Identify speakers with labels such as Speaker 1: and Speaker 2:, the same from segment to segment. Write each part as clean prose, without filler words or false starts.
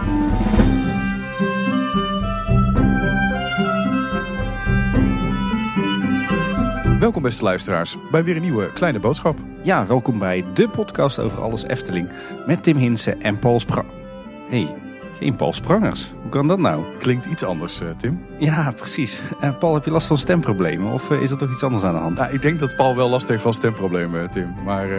Speaker 1: Welkom beste luisteraars bij weer een nieuwe Kleine Boodschap.
Speaker 2: Ja, welkom bij de podcast over alles Efteling met Tim Hinsen en Paul Sprangers. Geen Paul Sprangers. Hoe kan dat nou?
Speaker 1: Klinkt iets anders, Tim.
Speaker 2: Ja, precies. Paul, heb je last van stemproblemen of is er toch iets anders aan de hand?
Speaker 1: Nou, ik denk dat Paul wel last heeft van stemproblemen, Tim. Maar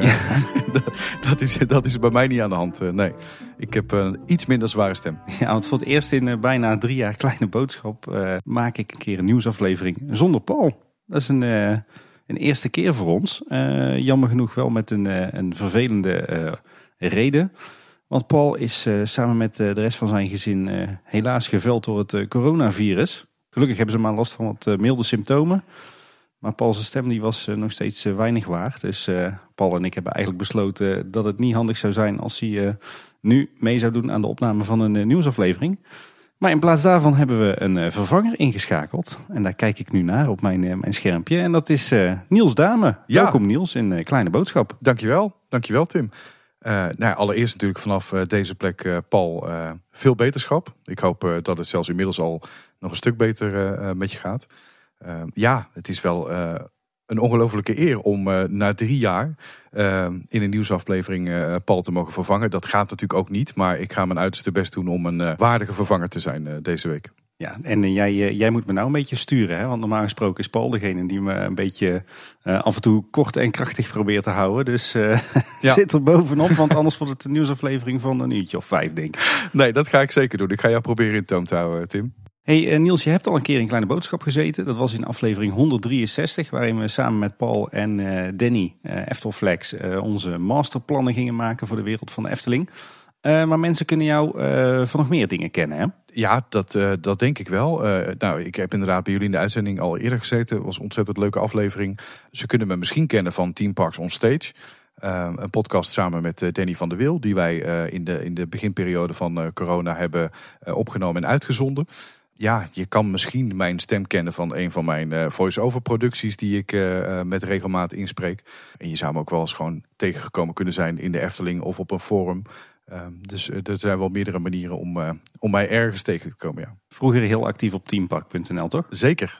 Speaker 1: dat is bij mij niet aan de hand. Nee, ik heb een iets minder zware stem.
Speaker 2: Ja, want voor het eerst in bijna 3 jaar Kleine Boodschap maak ik een keer een nieuwsaflevering zonder Paul. Dat is een eerste keer voor ons. Jammer genoeg wel met een vervelende reden. Want Paul is samen met de rest van zijn gezin helaas geveld door het coronavirus. Gelukkig hebben ze maar last van wat milde symptomen. Maar Paul's stem die was nog steeds weinig waard. Dus Paul en ik hebben eigenlijk besloten dat het niet handig zou zijn als hij nu mee zou doen aan de opname van een nieuwsaflevering. Maar in plaats daarvan hebben we een vervanger ingeschakeld. En daar kijk ik nu naar op mijn schermpje. En dat is Niels Dame. Ja. Welkom Niels in Kleine Boodschap.
Speaker 1: Dankjewel Tim. Allereerst natuurlijk vanaf deze plek Paul veel beterschap. Ik hoop dat het zelfs inmiddels al nog een stuk beter met je gaat. Het is wel een ongelofelijke eer om na 3 jaar in een nieuwsaflevering Paul te mogen vervangen. Dat gaat natuurlijk ook niet, maar ik ga mijn uiterste best doen om een waardige vervanger te zijn deze week. Ja,
Speaker 2: en jij moet me nou een beetje sturen, hè? Want normaal gesproken is Paul degene die me een beetje af en toe kort en krachtig probeert te houden. Dus zit er bovenop, want anders wordt het een nieuwsaflevering van een uurtje of 5, denk ik.
Speaker 1: Nee, dat ga ik zeker doen. Ik ga jou proberen in toom te houden, Tim.
Speaker 2: Hey Niels, je hebt al een keer in Kleine Boodschap gezeten. Dat was in aflevering 163, waarin we samen met Paul en Danny Eftelflex onze masterplannen gingen maken voor de wereld van de Efteling. Maar mensen kunnen jou van nog meer dingen kennen, hè?
Speaker 1: Ja, dat denk ik wel. Ik heb inderdaad bij jullie in de uitzending al eerder gezeten. Het was een ontzettend leuke aflevering. Ze kunnen me misschien kennen van Theme Parks on Stage. Een podcast samen met Danny van der Wil. Die wij in de beginperiode van corona hebben opgenomen en uitgezonden. Ja, je kan misschien mijn stem kennen van een van mijn voice-over producties die ik met regelmaat inspreek. En je zou me ook wel eens gewoon tegengekomen kunnen zijn in de Efteling of op een forum. Dus er zijn wel meerdere manieren om mij ergens tegen te komen. Ja.
Speaker 2: Vroeger heel actief op teampark.nl, toch?
Speaker 1: Zeker.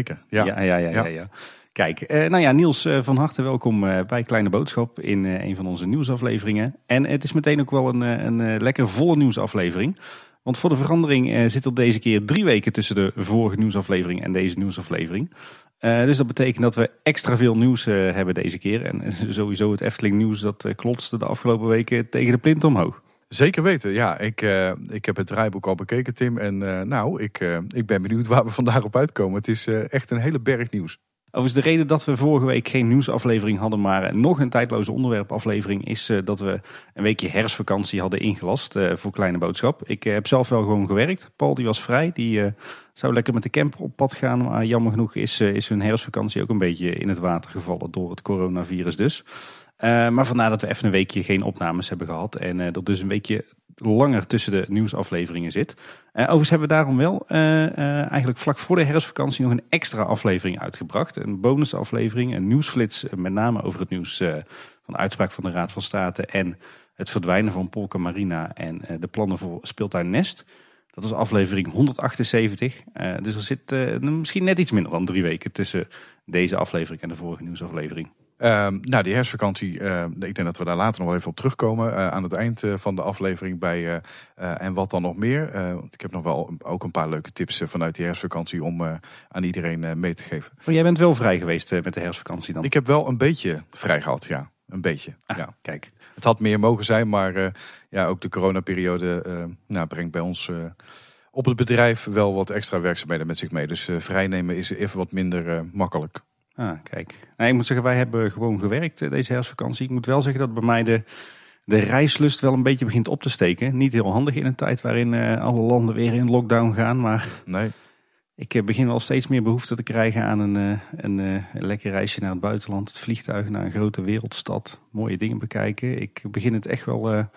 Speaker 2: Ja. Kijk, Niels, van harte welkom bij Kleine Boodschap in een van onze nieuwsafleveringen. En het is meteen ook wel een lekker volle nieuwsaflevering. Want voor de verandering zit er deze keer 3 weken tussen de vorige nieuwsaflevering en deze nieuwsaflevering. Dus dat betekent dat we extra veel nieuws hebben deze keer. En sowieso het Efteling nieuws dat klotste de afgelopen weken tegen de plint omhoog.
Speaker 1: Zeker weten, ja. Ik heb het draaiboek al bekeken, Tim. En ik ben benieuwd waar we vandaag op uitkomen. Het is echt een hele berg nieuws.
Speaker 2: Overigens, de reden dat we vorige week geen nieuwsaflevering hadden, maar nog een tijdloze onderwerpaflevering, is dat we een weekje herfstvakantie hadden ingelast voor Kleine Boodschap. Ik heb zelf wel gewoon gewerkt. Paul die was vrij, die zou lekker met de camper op pad gaan. Maar jammer genoeg is hun herfstvakantie ook een beetje in het water gevallen door het coronavirus dus. Maar vandaar dat we even een weekje geen opnames hebben gehad. En dat dus een weekje langer tussen de nieuwsafleveringen zit. Overigens hebben we daarom wel eigenlijk vlak voor de herfstvakantie nog een extra aflevering uitgebracht. Een bonusaflevering, een nieuwsflits, met name over het nieuws van de uitspraak van de Raad van State en het verdwijnen van Polka Marina en de plannen voor Speeltuin Nest. Dat was aflevering 178. Dus er zit misschien net iets minder dan 3 weken tussen deze aflevering en de vorige nieuwsaflevering.
Speaker 1: Die herfstvakantie, ik denk dat we daar later nog wel even op terugkomen aan het eind van de aflevering bij en wat dan nog meer. Want ik heb nog wel ook een paar leuke tips vanuit die herfstvakantie om aan iedereen mee te geven.
Speaker 2: Maar jij bent wel vrij geweest met de herfstvakantie dan?
Speaker 1: Ik heb wel een beetje vrij gehad, ja. Een beetje. Ja.
Speaker 2: Kijk.
Speaker 1: Het had meer mogen zijn, maar ook de coronaperiode brengt bij ons op het bedrijf wel wat extra werkzaamheden met zich mee. Dus vrijnemen is even wat minder makkelijk.
Speaker 2: Kijk. Ik moet zeggen, wij hebben gewoon gewerkt deze herfstvakantie. Ik moet wel zeggen dat bij mij de reislust wel een beetje begint op te steken. Niet heel handig in een tijd waarin alle landen weer in lockdown gaan. Maar
Speaker 1: nee.
Speaker 2: Ik begin wel steeds meer behoefte te krijgen aan een lekker reisje naar het buitenland. Het vliegtuig naar een grote wereldstad. Mooie dingen bekijken. Ik begin het echt wel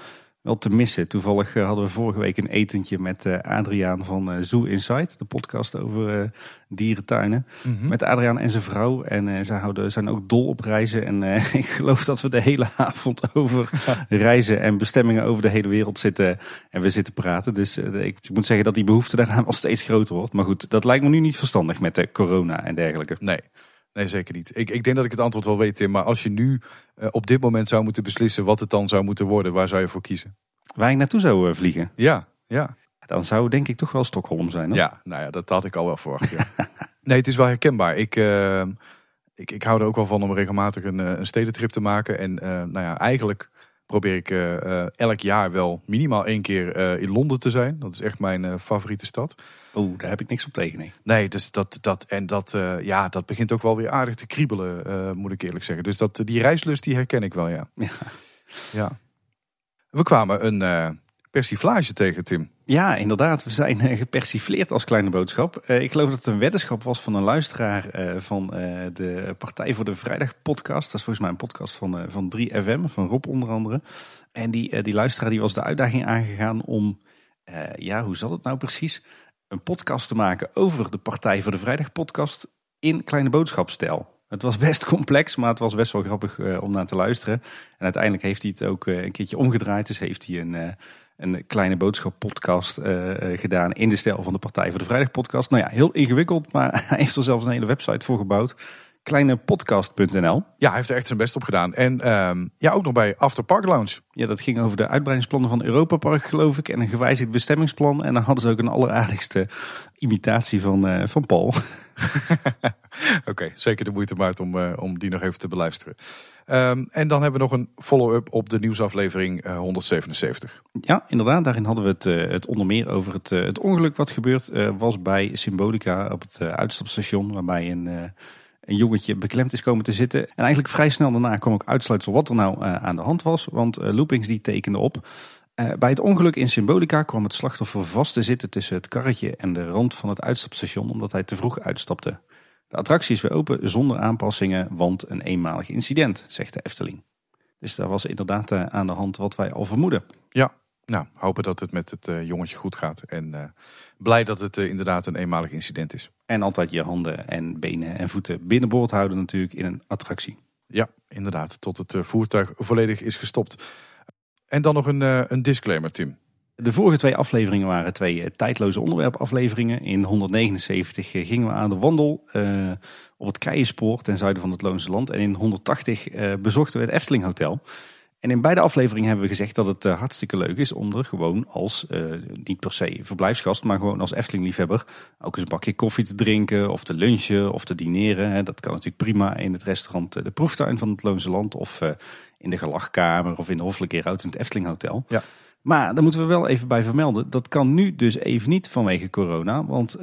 Speaker 2: wel te missen. Toevallig hadden we vorige week een etentje met Adriaan van Zoo Insight. De podcast over dierentuinen.
Speaker 1: Mm-hmm.
Speaker 2: Met Adriaan en zijn vrouw. En zij zijn ook dol op reizen. En ik geloof dat we de hele avond over reizen en bestemmingen over de hele wereld zitten. En we zitten praten. Dus ik moet zeggen dat die behoefte daaraan wel steeds groter wordt. Maar goed, dat lijkt me nu niet verstandig met de corona en dergelijke.
Speaker 1: Nee, zeker niet. Ik denk dat ik het antwoord wel weet, Tim. Maar als je nu op dit moment zou moeten beslissen wat het dan zou moeten worden, waar zou je voor kiezen?
Speaker 2: Waar ik naartoe zou vliegen?
Speaker 1: Ja.
Speaker 2: Dan zou denk ik toch wel Stockholm zijn. Hoor.
Speaker 1: Ja, nou ja, dat had ik al wel verwacht. Ja. Nee, het is wel herkenbaar. Ik hou er ook wel van om regelmatig een stedentrip te maken. En eigenlijk probeer ik elk jaar wel minimaal 1 keer in Londen te zijn. Dat is echt mijn favoriete stad.
Speaker 2: Oeh, daar heb ik niks op tegen.
Speaker 1: Nee, dus dat begint ook wel weer aardig te kriebelen, moet ik eerlijk zeggen. Dus die reislust die herken ik wel, ja. We kwamen een persiflage tegen, Tim.
Speaker 2: Ja, inderdaad. We zijn gepersifleerd als Kleine Boodschap. Ik geloof dat het een weddenschap was van een luisteraar van de Partij voor de Vrijdag podcast. Dat is volgens mij een podcast van 3FM, van Rob onder andere. En die luisteraar die was de uitdaging aangegaan om, hoe zat het nou precies? Een podcast te maken over de Partij voor de Vrijdag podcast in Kleine Boodschapstijl. Het was best complex, maar het was best wel grappig om naar te luisteren. En uiteindelijk heeft hij het ook een keertje omgedraaid. Dus heeft hij een Kleine Boodschap podcast gedaan in de stijl van de Partij voor de Vrijdag podcast. Nou ja, heel ingewikkeld, maar hij heeft er zelfs een hele website voor gebouwd. Kleinepodcast.nl.
Speaker 1: Ja, hij heeft er echt zijn best op gedaan. En ook nog bij After Park Lounge.
Speaker 2: Ja, dat ging over de uitbreidingsplannen van Europa Park, geloof ik. En een gewijzigd bestemmingsplan. En dan hadden ze ook een alleraardigste imitatie van Paul.
Speaker 1: Oké, zeker de moeite waard om die nog even te beluisteren. En dan hebben we nog een follow-up op de nieuwsaflevering 177.
Speaker 2: Ja, inderdaad. Daarin hadden we het onder meer over het ongeluk wat gebeurd was bij Symbolica op het uitstapstation. Waarbij een jongetje beklemd is komen te zitten. En eigenlijk vrij snel daarna kwam ook uitsluitsel wat er nou aan de hand was. Want Loopings die tekende op. Bij het ongeluk in Symbolica kwam het slachtoffer vast te zitten tussen het karretje en de rand van het uitstapstation. Omdat hij te vroeg uitstapte. De attractie is weer open zonder aanpassingen, want een eenmalig incident, zegt de Efteling. Dus daar was inderdaad aan de hand wat wij al vermoeden.
Speaker 1: Ja, nou, hopen dat het met het jongetje goed gaat. En blij dat het inderdaad een eenmalig incident is.
Speaker 2: En altijd je handen en benen en voeten binnenboord houden natuurlijk in een attractie.
Speaker 1: Ja, inderdaad, tot het voertuig volledig is gestopt. En dan nog een disclaimer, Tim.
Speaker 2: De vorige 2 afleveringen waren 2 tijdloze onderwerpafleveringen. In 179 gingen we aan de wandel op het Keienspoor ten zuiden van het Loonse Land. En in 180 bezochten we het Efteling Hotel. En in beide afleveringen hebben we gezegd dat het hartstikke leuk is om er gewoon als, niet per se verblijfsgast, maar gewoon als Efteling-liefhebber ook eens een bakje koffie te drinken of te lunchen of te dineren. Dat kan natuurlijk prima in het restaurant De Proeftuin van het Loonse Land of in de Gelachkamer of in de Hoffelijke Erout in het Efteling Hotel.
Speaker 1: Ja.
Speaker 2: Maar daar moeten we wel even bij vermelden. Dat kan nu dus even niet vanwege corona. Want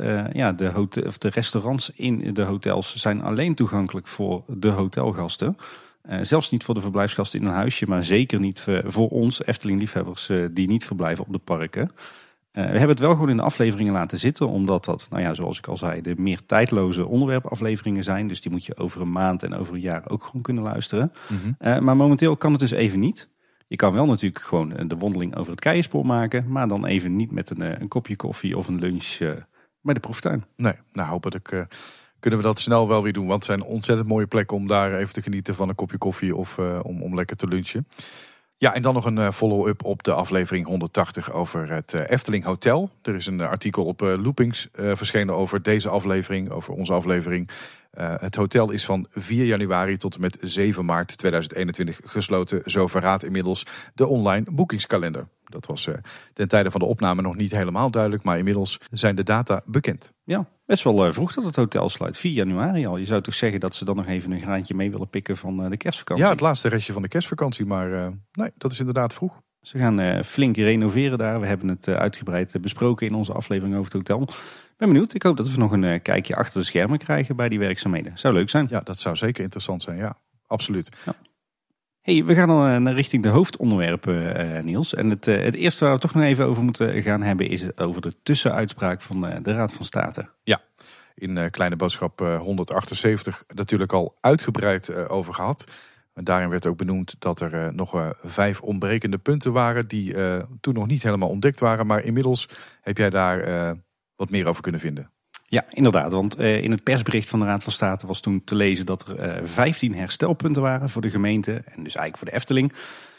Speaker 2: de restaurants in de hotels zijn alleen toegankelijk voor de hotelgasten. Zelfs niet voor de verblijfsgasten in een huisje. Maar zeker niet voor ons Efteling-liefhebbers die niet verblijven op de parken. We hebben het wel gewoon in de afleveringen laten zitten. Omdat dat, zoals ik al zei, de meer tijdloze onderwerpafleveringen zijn. Dus die moet je over een maand en over een jaar ook gewoon kunnen luisteren. Mm-hmm. Maar momenteel kan het dus even niet. Je kan wel natuurlijk gewoon de wandeling over het Keienspoor maken. Maar dan even niet met een kopje koffie of een lunch bij de Proeftuin.
Speaker 1: Nee, nou hopelijk kunnen we dat snel wel weer doen. Want het zijn ontzettend mooie plekken om daar even te genieten van een kopje koffie of om lekker te lunchen. Ja, en dan nog een follow-up op de aflevering 180 over het Efteling Hotel. Er is een artikel op Loopings verschenen over deze aflevering, over onze aflevering. Het hotel is van 4 januari tot en met 7 maart 2021 gesloten. Zo verraadt inmiddels de online boekingskalender. Dat was ten tijde van de opname nog niet helemaal duidelijk, maar inmiddels zijn de data bekend.
Speaker 2: Ja, best wel vroeg dat het hotel sluit. 4 januari al. Je zou toch zeggen dat ze dan nog even een graantje mee willen pikken van de kerstvakantie?
Speaker 1: Ja, het laatste restje van de kerstvakantie, maar nee, dat is inderdaad vroeg.
Speaker 2: Ze gaan flink renoveren daar. We hebben het uitgebreid besproken in onze aflevering over het hotel. Ik ben benieuwd. Ik hoop dat we nog een kijkje achter de schermen krijgen bij die werkzaamheden. Zou leuk zijn.
Speaker 1: Ja, dat zou zeker interessant zijn. Ja, absoluut.
Speaker 2: Ja. Hey, we gaan dan naar richting de hoofdonderwerpen, Niels. En het eerste waar we toch nog even over moeten gaan hebben is over de tussenuitspraak van de Raad van State.
Speaker 1: Ja, in Kleine Boodschap 178 natuurlijk al uitgebreid over gehad. En daarin werd ook benoemd dat er nog 5 ontbrekende punten waren die toen nog niet helemaal ontdekt waren. Maar inmiddels heb jij daar wat meer over kunnen vinden.
Speaker 2: Ja, inderdaad. Want in het persbericht van de Raad van State was toen te lezen dat er 15 herstelpunten waren voor de gemeente. En dus eigenlijk voor de Efteling.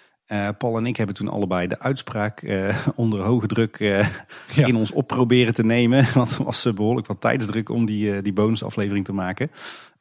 Speaker 2: Paul en ik hebben toen allebei de uitspraak onder hoge druk in ons op proberen te nemen. Want er was behoorlijk wat tijdsdruk om die bonusaflevering te maken.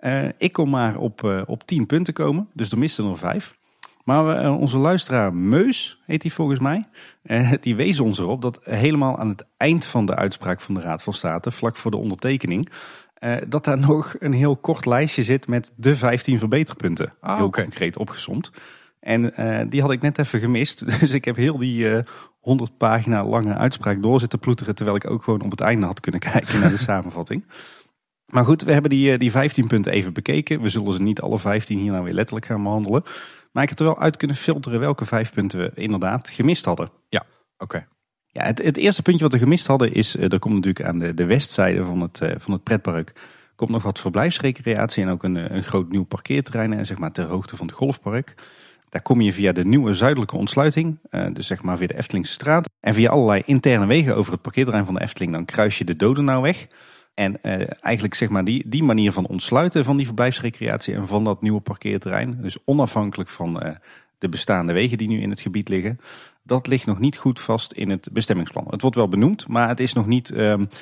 Speaker 2: Ik kon maar op 10 punten komen, dus er misten er 5. Maar onze luisteraar Meus, heet hij volgens mij, die wees ons erop dat helemaal aan het eind van de uitspraak van de Raad van State, vlak voor de ondertekening, dat daar nog een heel kort lijstje zit met de 15 verbeterpunten. Heel concreet opgesomd. En die had ik net even gemist. Dus ik heb heel die 100 pagina lange uitspraak door zitten ploeteren, terwijl ik ook gewoon op het einde had kunnen kijken naar de samenvatting. Maar goed, we hebben die 15 punten even bekeken. We zullen ze niet alle 15 hier nou weer letterlijk gaan behandelen. Maar ik heb er wel uit kunnen filteren welke 5 punten we inderdaad gemist hadden.
Speaker 1: Ja, oké.
Speaker 2: Ja, het eerste puntje wat we gemist hadden is, er komt natuurlijk aan de westzijde van het pretpark, komt nog wat verblijfsrecreatie en ook een groot nieuw parkeerterrein, zeg maar ter hoogte van het golfpark. Daar kom je via de nieuwe zuidelijke ontsluiting, dus zeg maar via de Eftelingse straat. En via allerlei interne wegen over het parkeerterrein van de Efteling, dan kruis je de Dodenauweg. En eigenlijk zeg maar die manier van ontsluiten van die verblijfsrecreatie en van dat nieuwe parkeerterrein, dus onafhankelijk van de bestaande wegen die nu in het gebied liggen, dat ligt nog niet goed vast in het bestemmingsplan. Het wordt wel benoemd, maar het is nog niet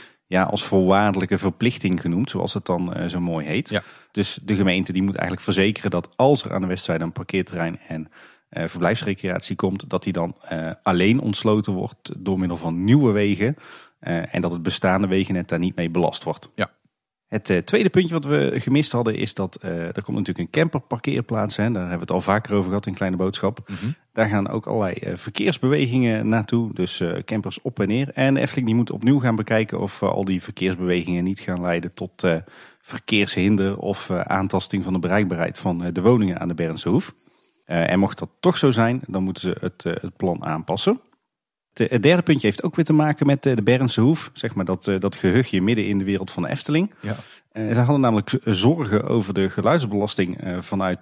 Speaker 2: als voorwaardelijke verplichting genoemd, zoals het dan zo mooi heet. Ja. Dus de gemeente die moet eigenlijk verzekeren dat als er aan de westzijde een parkeerterrein en verblijfsrecreatie komt, dat die dan alleen ontsloten wordt door middel van nieuwe wegen. En dat het bestaande wegennet daar niet mee belast wordt. Ja. Het tweede puntje wat we gemist hadden is dat er komt natuurlijk een camperparkeerplaats. Daar hebben we het al vaker over gehad in Kleine Boodschap. Mm-hmm. Daar gaan ook allerlei verkeersbewegingen naartoe. Dus campers op en neer. En de Efteling die moet opnieuw gaan bekijken of al die verkeersbewegingen niet gaan leiden tot verkeershinder of aantasting van de bereikbaarheid van de woningen aan de Berndse Hoef. En mocht dat toch zo zijn, dan moeten ze het plan aanpassen. Het derde puntje heeft ook weer te maken met de Berndse Hoef. Zeg maar dat gehuchtje midden in de wereld van de Efteling. Ja. Ze hadden namelijk zorgen over de geluidsbelasting vanuit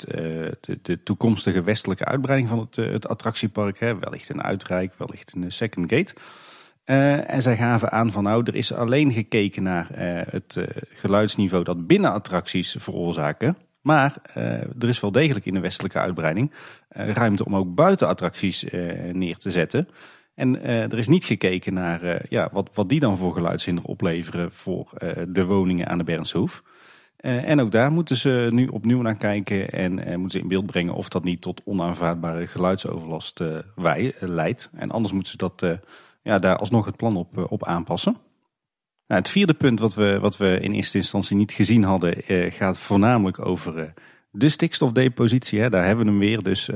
Speaker 2: de toekomstige westelijke uitbreiding van het attractiepark. Wellicht een uitrijk, wellicht een second gate. En zij gaven aan van er is alleen gekeken naar het geluidsniveau dat binnen attracties veroorzaken. Maar er is wel degelijk in de westelijke uitbreiding ruimte om ook buiten attracties neer te zetten. En er is niet gekeken naar wat die dan voor geluidshinder opleveren voor de woningen aan de Berndse Hoef. En ook daar moeten ze nu opnieuw naar kijken en moeten ze in beeld brengen of dat niet tot onaanvaardbare geluidsoverlast leidt. En anders moeten ze dat daar alsnog het plan op aanpassen. Nou, het vierde punt wat we in eerste instantie niet gezien hadden gaat voornamelijk over de stikstofdepositie. Daar hebben we hem weer, dus...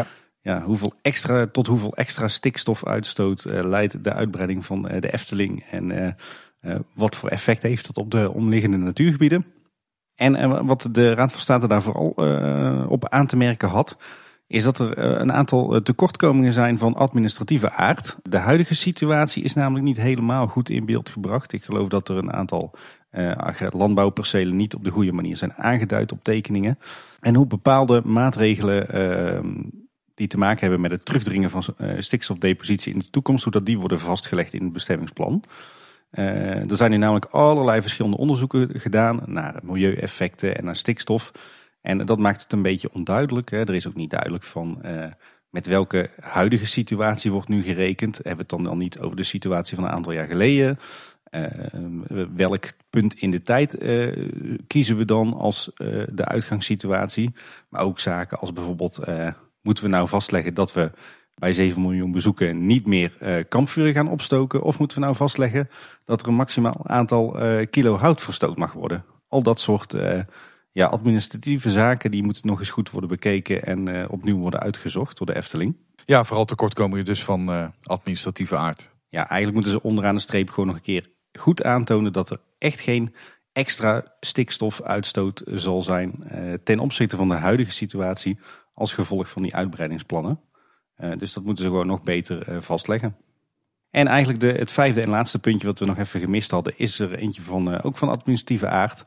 Speaker 2: tot hoeveel extra stikstofuitstoot leidt de uitbreiding van de Efteling en wat voor effect heeft dat op de omliggende natuurgebieden. En wat de Raad van State daar vooral op aan te merken had, is dat er een aantal tekortkomingen zijn van administratieve aard. De huidige situatie is namelijk niet helemaal goed in beeld gebracht. Ik geloof dat er een aantal landbouwpercelen niet op de goede manier zijn aangeduid op tekeningen. En hoe bepaalde maatregelen die te maken hebben met het terugdringen van stikstofdepositie in de toekomst, hoe dat die worden vastgelegd in het bestemmingsplan. Er zijn nu namelijk allerlei verschillende onderzoeken gedaan naar milieueffecten en naar stikstof. En dat maakt het een beetje onduidelijk. Er is ook niet duidelijk van met welke huidige situatie wordt nu gerekend. Hebben we het dan niet over de situatie van een aantal jaar geleden? Welk punt in de tijd kiezen we dan als de uitgangssituatie? Maar ook zaken als bijvoorbeeld... moeten we nou vastleggen dat we bij 7 miljoen bezoeken niet meer kampvuren gaan opstoken? Of moeten we nou vastleggen dat er een maximaal aantal kilo hout verstoot mag worden? Al dat soort administratieve zaken die moeten nog eens goed worden bekeken en opnieuw worden uitgezocht door de Efteling.
Speaker 1: Ja, vooral tekortkomingen dus van administratieve aard.
Speaker 2: Ja, eigenlijk moeten ze onderaan de streep gewoon nog een keer goed aantonen dat er echt geen extra stikstofuitstoot zal zijn ten opzichte van de huidige situatie als gevolg van die uitbreidingsplannen. Dus dat moeten ze gewoon nog beter vastleggen. En eigenlijk het vijfde en laatste puntje wat we nog even gemist hadden, is er eentje ook van administratieve aard.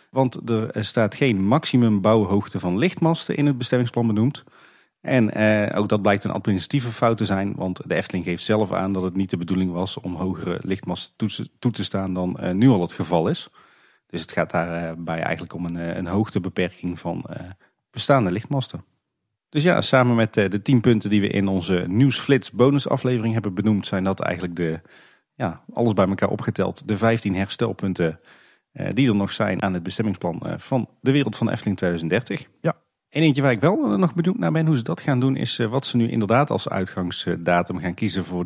Speaker 2: Want er staat geen maximum bouwhoogte van lichtmasten in het bestemmingsplan benoemd. En ook dat blijkt een administratieve fout te zijn, want de Efteling geeft zelf aan dat het niet de bedoeling was om hogere lichtmasten toe te staan dan nu al het geval is. Dus het gaat daarbij eigenlijk om een hoogtebeperking van bestaande lichtmasten. Dus ja, samen met de 10 punten die we in onze Nieuwsflits bonusaflevering hebben benoemd, zijn dat eigenlijk alles bij elkaar opgeteld, de 15 herstelpunten die er nog zijn aan het bestemmingsplan van de Wereld van Efteling 2030.
Speaker 1: Ja.
Speaker 2: En eentje waar ik wel nog benieuwd naar ben hoe ze dat gaan doen, is wat ze nu inderdaad als uitgangsdatum gaan kiezen voor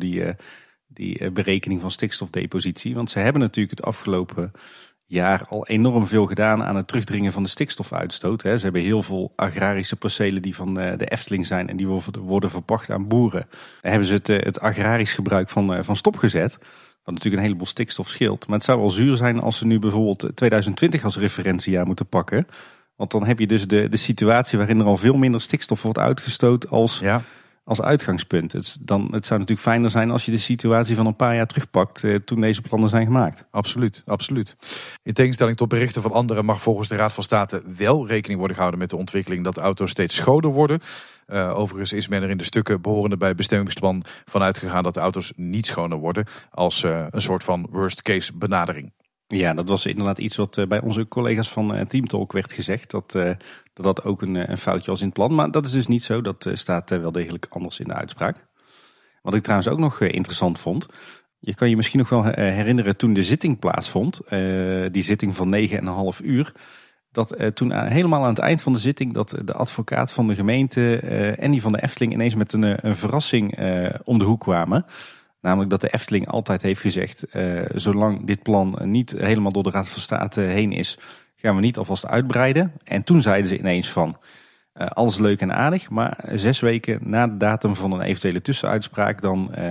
Speaker 2: die berekening van stikstofdepositie. Want ze hebben natuurlijk het afgelopen jaar al enorm veel gedaan aan het terugdringen van de stikstofuitstoot. Ze hebben heel veel agrarische percelen die van de Efteling zijn en die worden verpacht aan boeren. Daar hebben ze het agrarisch gebruik van stopgezet. Wat natuurlijk een heleboel stikstof scheelt. Maar het zou wel zuur zijn als ze nu bijvoorbeeld 2020 als referentiejaar moeten pakken. Want dan heb je dus de situatie waarin er al veel minder stikstof wordt uitgestoot als uitgangspunt. Het zou natuurlijk fijner zijn als je de situatie van een paar jaar terugpakt toen deze plannen zijn gemaakt.
Speaker 1: Absoluut, absoluut. In tegenstelling tot berichten van anderen mag volgens de Raad van State wel rekening worden gehouden met de ontwikkeling dat auto's steeds schoner worden. Overigens is men er in de stukken behorende bij het bestemmingsplan van uitgegaan dat de auto's niet schoner worden als een soort van worst case benadering.
Speaker 2: Ja, dat was inderdaad iets wat bij onze collega's van Team Talk werd gezegd. Dat ook een foutje was in het plan. Maar dat is dus niet zo. Dat staat wel degelijk anders in de uitspraak. Wat ik trouwens ook nog interessant vond. Je kan je misschien nog wel herinneren toen de zitting plaatsvond. Die zitting van 9,5 uur. Dat toen helemaal aan het eind van de zitting dat de advocaat van de gemeente en die van de Efteling ineens met een verrassing om de hoek kwamen. Namelijk dat de Efteling altijd heeft gezegd, zolang dit plan niet helemaal door de Raad van State heen is, gaan we niet alvast uitbreiden. En toen zeiden ze ineens van, alles leuk en aardig, maar 6 weken na de datum van een eventuele tussenuitspraak,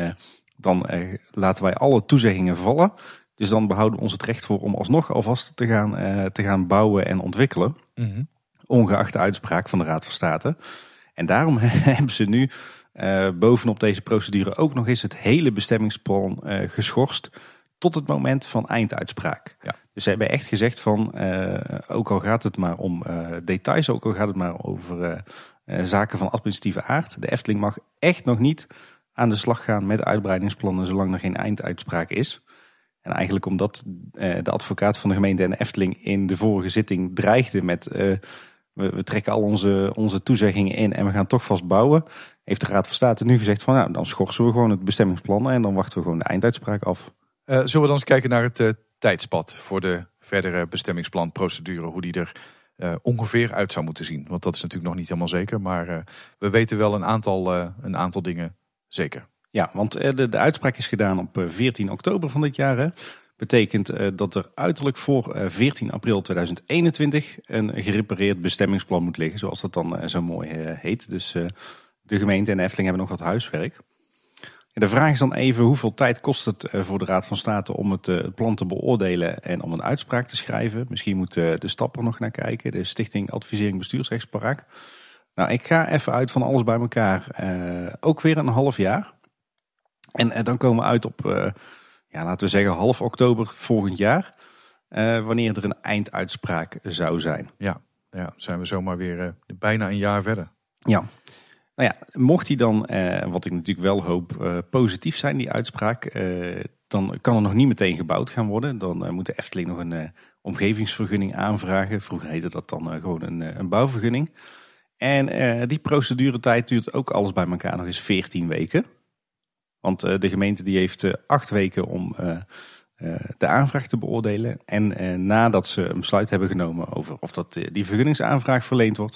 Speaker 2: dan laten wij alle toezeggingen vallen. Dus dan behouden we ons het recht voor om alsnog alvast te gaan bouwen en ontwikkelen. Mm-hmm. Ongeacht de uitspraak van de Raad van State. En daarom hebben ze nu bovenop deze procedure ook nog eens het hele bestemmingsplan geschorst tot het moment van einduitspraak. Ja. Dus ze hebben echt gezegd van, ook al gaat het maar om details, ook al gaat het maar over zaken van administratieve aard. De Efteling mag echt nog niet aan de slag gaan met uitbreidingsplannen zolang er geen einduitspraak is. En eigenlijk omdat de advocaat van de gemeente en de Efteling in de vorige zitting dreigde met we trekken al onze toezeggingen in en we gaan toch vast bouwen, heeft de Raad van State nu gezegd van nou, dan schorsen we gewoon het bestemmingsplan en dan wachten we gewoon de einduitspraak af.
Speaker 1: Zullen we dan eens kijken naar het tijdspad voor de verdere bestemmingsplanprocedure, hoe die er ongeveer uit zou moeten zien? Want dat is natuurlijk nog niet helemaal zeker, maar we weten wel een aantal dingen zeker.
Speaker 2: Ja, want de uitspraak is gedaan op 14 oktober van dit jaar. Hè. Betekent dat er uiterlijk voor 14 april 2021 een gerepareerd bestemmingsplan moet liggen, zoals dat dan zo mooi heet. Dus de gemeente en de Efteling hebben nog wat huiswerk. En de vraag is dan even, hoeveel tijd kost het voor de Raad van State om het plan te beoordelen en om een uitspraak te schrijven? Misschien moet de Stapper nog naar kijken, de Stichting Advisering Bestuursrechtspraak. Nou, ik ga even uit van alles bij elkaar. Ook weer een half jaar. En dan komen we uit op, laten we zeggen, half oktober volgend jaar. Wanneer er een einduitspraak zou zijn.
Speaker 1: Ja, zijn we zomaar weer bijna een jaar verder.
Speaker 2: Ja. Nou ja, mocht die dan, wat ik natuurlijk wel hoop, positief zijn, die uitspraak, dan kan er nog niet meteen gebouwd gaan worden. Dan moet de Efteling nog een omgevingsvergunning aanvragen. Vroeger heette dat dan gewoon een bouwvergunning. En die proceduretijd duurt ook alles bij elkaar nog eens 14 weken. Want de gemeente die heeft 8 weken om de aanvraag te beoordelen. En nadat ze een besluit hebben genomen over of dat die vergunningsaanvraag verleend wordt,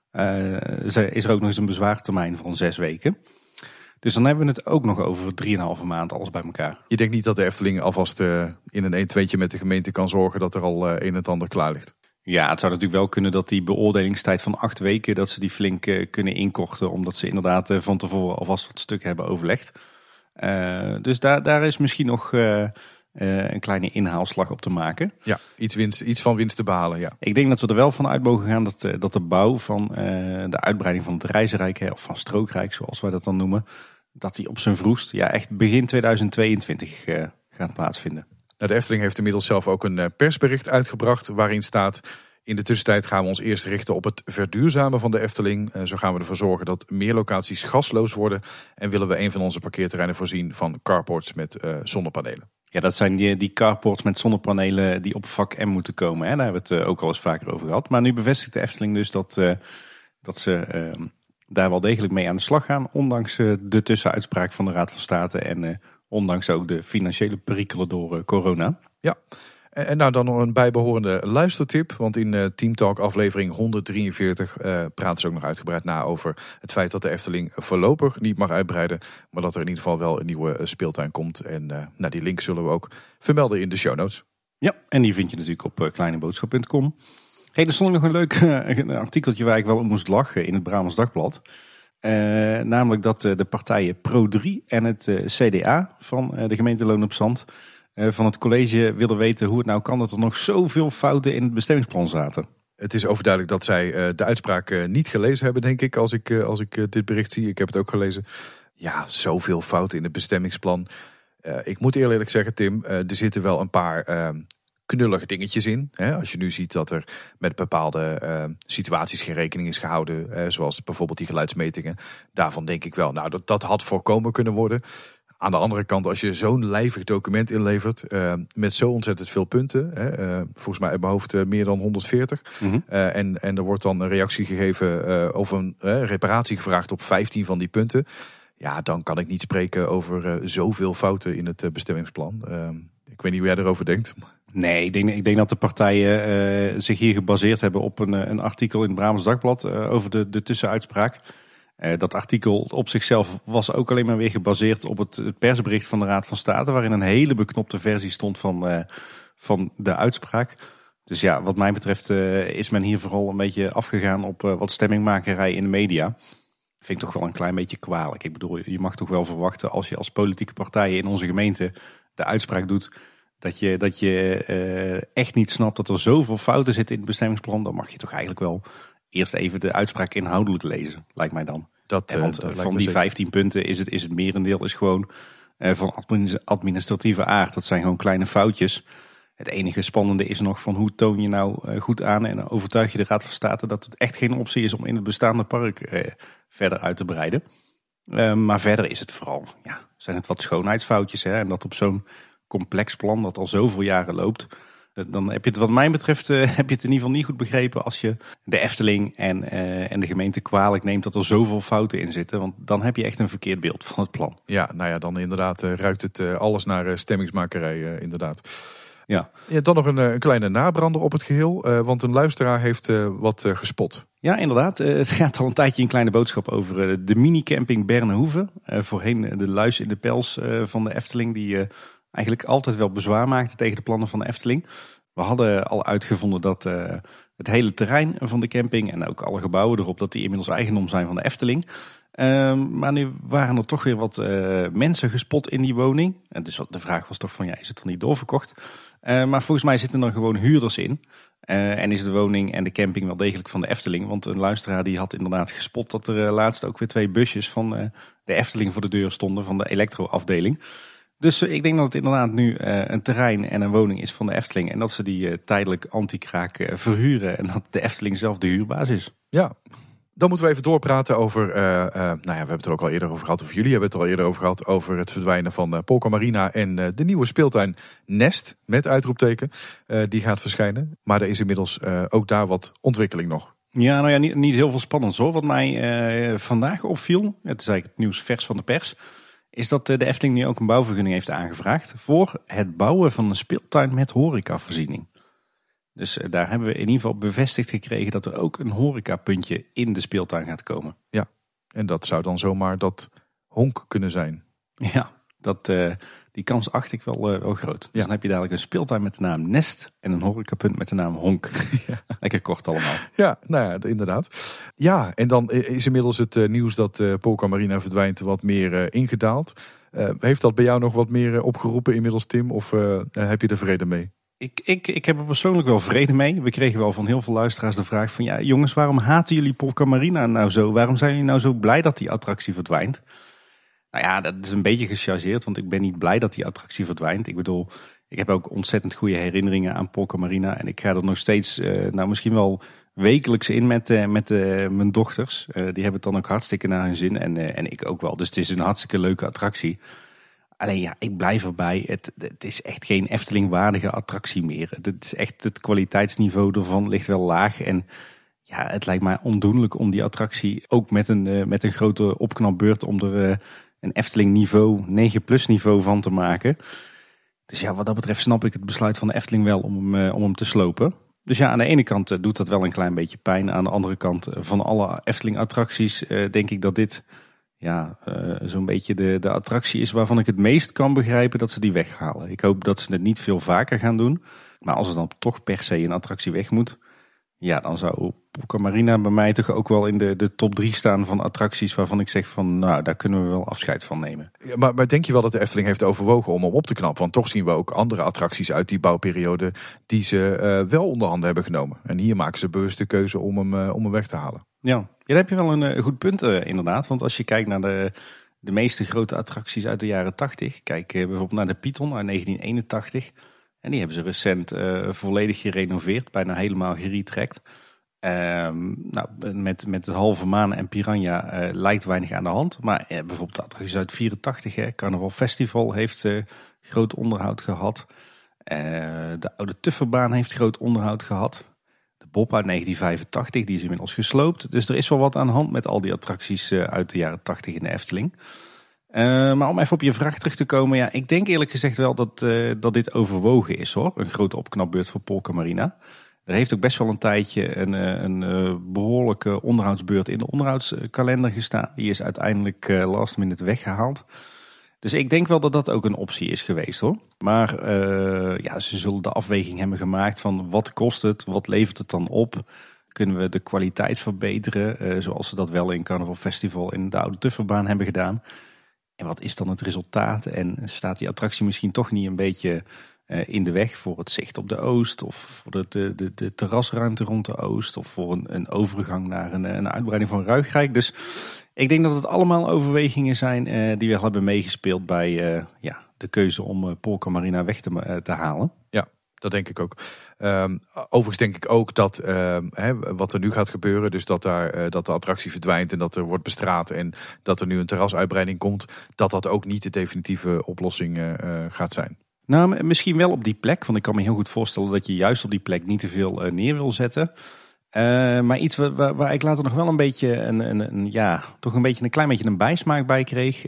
Speaker 2: is er ook nog eens een bezwaartermijn van 6 weken. Dus dan hebben we het ook nog over 3,5 maand alles bij elkaar.
Speaker 1: Je denkt niet dat de Efteling alvast in een 1-2'tje met de gemeente kan zorgen dat er al een en het ander klaar ligt?
Speaker 2: Ja, het zou natuurlijk wel kunnen dat die beoordelingstijd van 8 weken, dat ze die flink kunnen inkorten. Omdat ze inderdaad van tevoren alvast wat stukken hebben overlegd. Dus daar is misschien nog een kleine inhaalslag op te maken.
Speaker 1: Ja, iets van winst te behalen, ja.
Speaker 2: Ik denk dat we er wel van uit mogen gaan dat de bouw van de uitbreiding van het Reizenrijk, of van Strookrijk zoals wij dat dan noemen, dat die op zijn vroegst echt begin 2022 gaat plaatsvinden.
Speaker 1: Nou, de Efteling heeft inmiddels zelf ook een persbericht uitgebracht waarin staat: in de tussentijd gaan we ons eerst richten op het verduurzamen van de Efteling. Zo gaan we ervoor zorgen dat meer locaties gasloos worden. En willen we een van onze parkeerterreinen voorzien van carports met zonnepanelen.
Speaker 2: Ja, dat zijn die carports met zonnepanelen die op vak M moeten komen. Hè? Daar hebben we het ook al eens vaker over gehad. Maar nu bevestigt de Efteling dus dat ze daar wel degelijk mee aan de slag gaan. Ondanks de tussenuitspraak van de Raad van State en ondanks ook de financiële perikelen door corona.
Speaker 1: Ja. En nou dan nog een bijbehorende luistertip. Want in Team Talk aflevering 143 praten ze ook nog uitgebreid na over het feit dat de Efteling voorlopig niet mag uitbreiden. Maar dat er in ieder geval wel een nieuwe speeltuin komt. En die link zullen we ook vermelden in de show notes.
Speaker 2: Ja, en die vind je natuurlijk op kleineboodschap.com. Er stond nog een leuk artikeltje waar ik wel om moest lachen in het Brabants Dagblad. Namelijk dat de partijen Pro3 en het CDA van de gemeente Loon op Zand van het college willen weten hoe het nou kan dat er nog zoveel fouten in het bestemmingsplan zaten.
Speaker 1: Het is overduidelijk dat zij de uitspraak niet gelezen hebben, denk ik, als ik dit bericht zie. Ik heb het ook gelezen. Ja, zoveel fouten in het bestemmingsplan. Ik moet eerlijk zeggen, Tim, er zitten wel een paar knullige dingetjes in. Als je nu ziet dat er met bepaalde situaties geen rekening is gehouden. Zoals bijvoorbeeld die geluidsmetingen. Daarvan denk ik wel, nou dat had voorkomen kunnen worden. Aan de andere kant, als je zo'n lijvig document inlevert met zo ontzettend veel punten. Volgens mij uit mijn hoofd meer dan 140.
Speaker 2: Mm-hmm.
Speaker 1: En er wordt dan een reactie gegeven of een reparatie gevraagd op 15 van die punten. Ja, dan kan ik niet spreken over zoveel fouten in het bestemmingsplan. Ik weet niet hoe jij erover denkt.
Speaker 2: Nee, ik denk dat de partijen zich hier gebaseerd hebben op een artikel in het Brabants Dagblad over de tussenuitspraak. Dat artikel op zichzelf was ook alleen maar weer gebaseerd op het persbericht van de Raad van State, waarin een hele beknopte versie stond van de uitspraak. Dus ja, wat mij betreft is men hier vooral een beetje afgegaan op wat stemmingmakerij in de media. Vind ik toch wel een klein beetje kwalijk. Ik bedoel, je mag toch wel verwachten als je als politieke partijen in onze gemeente de uitspraak doet dat je echt niet snapt dat er zoveel fouten zitten in het bestemmingsplan. Dan mag je toch eigenlijk wel eerst even de uitspraak inhoudelijk lezen, lijkt mij dan. Want van die 15 punten is het merendeel is gewoon van administratieve aard. Dat zijn gewoon kleine foutjes. Het enige spannende is nog van hoe toon je nou goed aan en overtuig je de Raad van State dat het echt geen optie is om in het bestaande park verder uit te breiden. Maar verder is het vooral, zijn het wat schoonheidsfoutjes. Hè? En dat op zo'n complex plan dat al zoveel jaren loopt. Dan heb je het wat mij betreft heb je het in ieder geval niet goed begrepen als je de Efteling en de gemeente kwalijk neemt dat er zoveel fouten in zitten. Want dan heb je echt een verkeerd beeld van het plan.
Speaker 1: Ja, nou ja, dan inderdaad ruikt het alles naar stemmingsmakerij inderdaad.
Speaker 2: Ja.
Speaker 1: Ja, dan nog een kleine nabrander op het geheel, want een luisteraar heeft wat gespot.
Speaker 2: Ja, inderdaad. Het gaat al een tijdje in Kleine Boodschap over de minicamping Bernhoeve. Voorheen de luis in de pels van de Efteling die eigenlijk altijd wel bezwaar maakte tegen de plannen van de Efteling. We hadden al uitgevonden dat het hele terrein van de camping en ook alle gebouwen erop, dat die inmiddels eigendom zijn van de Efteling. Maar nu waren er toch weer wat mensen gespot in die woning. En dus de vraag was toch van, is het er niet doorverkocht? Maar volgens mij zitten er gewoon huurders in. En is de woning en de camping wel degelijk van de Efteling. Want een luisteraar die had inderdaad gespot dat er laatst ook weer 2 busjes van de Efteling voor de deur stonden van de elektroafdeling. Dus ik denk dat het inderdaad nu een terrein en een woning is van de Efteling. En dat ze die tijdelijk anti-kraak verhuren. En dat de Efteling zelf de huurbaas is.
Speaker 1: Ja, dan moeten we even doorpraten over, we hebben het er ook al eerder over gehad. Of jullie hebben het er al eerder over gehad. Over het verdwijnen van Polka Marina en de nieuwe speeltuin Nest. Met uitroepteken. Die gaat verschijnen. Maar er is inmiddels ook daar wat ontwikkeling nog.
Speaker 2: Ja, nou ja, niet heel veel spannends hoor. Wat mij vandaag opviel, het is eigenlijk het nieuws vers van de pers, is dat de Efteling nu ook een bouwvergunning heeft aangevraagd voor het bouwen van een speeltuin met horecavoorziening. Dus daar hebben we in ieder geval bevestigd gekregen dat er ook een horecapuntje in de speeltuin gaat komen.
Speaker 1: Ja, en dat zou dan zomaar dat honk kunnen zijn.
Speaker 2: Ja, die kans acht ik wel groot. Dus dan heb je dadelijk een speeltuin met de naam Nest en een horecapunt met de naam Honk. Ja. Lekker kort allemaal.
Speaker 1: Ja, nou ja, inderdaad. Ja, en dan is inmiddels het nieuws dat Polka Marina verdwijnt wat meer ingedaald. Heeft dat bij jou nog wat meer opgeroepen inmiddels, Tim? Of heb je er vrede mee?
Speaker 2: Ik heb er persoonlijk wel vrede mee. We kregen wel van heel veel luisteraars de vraag van, jongens, waarom haten jullie Polka Marina nou zo? Waarom zijn jullie nou zo blij dat die attractie verdwijnt? Nou ja, dat is een beetje gechargeerd, want ik ben niet blij dat die attractie verdwijnt. Ik bedoel, Ik heb ook ontzettend goede herinneringen aan Polka Marina. En ik ga er nog steeds, misschien wel wekelijks in met mijn dochters. Die hebben het dan ook hartstikke naar hun zin. En ik ook wel. Dus het is een hartstikke leuke attractie. Alleen ja, ik blijf erbij. Het is echt geen Efteling-waardige attractie meer. Het is echt, het kwaliteitsniveau ervan ligt wel laag. En ja, het lijkt mij ondoenlijk om die attractie ook met een grote opknapbeurt om er een Efteling-niveau, 9+ niveau van te maken. Dus ja, wat dat betreft snap ik het besluit van de Efteling wel om hem te slopen. Dus ja, aan de ene kant doet dat wel een klein beetje pijn. Aan de andere kant, van alle Efteling-attracties denk ik dat dit zo'n beetje de attractie is waarvan ik het meest kan begrijpen dat ze die weghalen. Ik hoop dat ze het niet veel vaker gaan doen. Maar als er dan toch per se een attractie weg moet, ja, dan zou Polka Marina bij mij toch ook wel in de top 3 staan van attracties waarvan ik zeg van, nou, daar kunnen we wel afscheid van nemen.
Speaker 1: Ja, maar denk je wel dat de Efteling heeft overwogen om hem op te knappen? Want toch zien we ook andere attracties uit die bouwperiode die ze wel onder handen hebben genomen. En hier maken ze bewust de keuze om hem weg te halen.
Speaker 2: Ja, daar heb je wel een goed punt inderdaad. Want als je kijkt naar de meeste grote attracties uit de jaren 80. Kijk bijvoorbeeld naar de Python uit 1981. En die hebben ze recent volledig gerenoveerd, bijna helemaal geretrackt. Met de Halve Maan en Piranha lijkt weinig aan de hand. Maar bijvoorbeeld de attracties uit 84, Carnaval Festival heeft groot onderhoud gehad. De oude Tufferbaan heeft groot onderhoud gehad. De Bob uit 1985, die is inmiddels gesloopt. Dus er is wel wat aan de hand met al die attracties uit de jaren 80 in de Efteling. Maar om even op je vraag terug te komen. Ja, ik denk eerlijk gezegd wel dat dit overwogen is hoor. Een grote opknapbeurt voor Polka Marina. Er heeft ook best wel een tijdje een behoorlijke onderhoudsbeurt in de onderhoudskalender gestaan. Die is uiteindelijk last minute weggehaald. Dus ik denk wel dat dat ook een optie is geweest hoor. Maar ze zullen de afweging hebben gemaakt van wat kost het, wat levert het dan op? Kunnen we de kwaliteit verbeteren, zoals ze dat wel in Carnaval Festival in de oude Tufferbaan hebben gedaan? En wat is dan het resultaat? En staat die attractie misschien toch niet een beetje in de weg voor het zicht op de Oost? Of voor de terrasruimte rond de Oost? Of voor een overgang naar een uitbreiding van Ruigrijk? Dus ik denk dat het allemaal overwegingen zijn die wel hebben meegespeeld bij de keuze om Polka Marina weg te halen.
Speaker 1: Ja, dat denk ik ook. Overigens denk ik ook dat wat er nu gaat gebeuren, dus dat de attractie verdwijnt en dat er wordt bestraat en dat er nu een terrasuitbreiding komt, dat ook niet de definitieve oplossing gaat zijn.
Speaker 2: Nou, misschien wel op die plek, want ik kan me heel goed voorstellen dat je juist op die plek niet te veel neer wil zetten. Maar iets waar ik later nog wel een beetje een klein beetje een bijsmaak bij kreeg.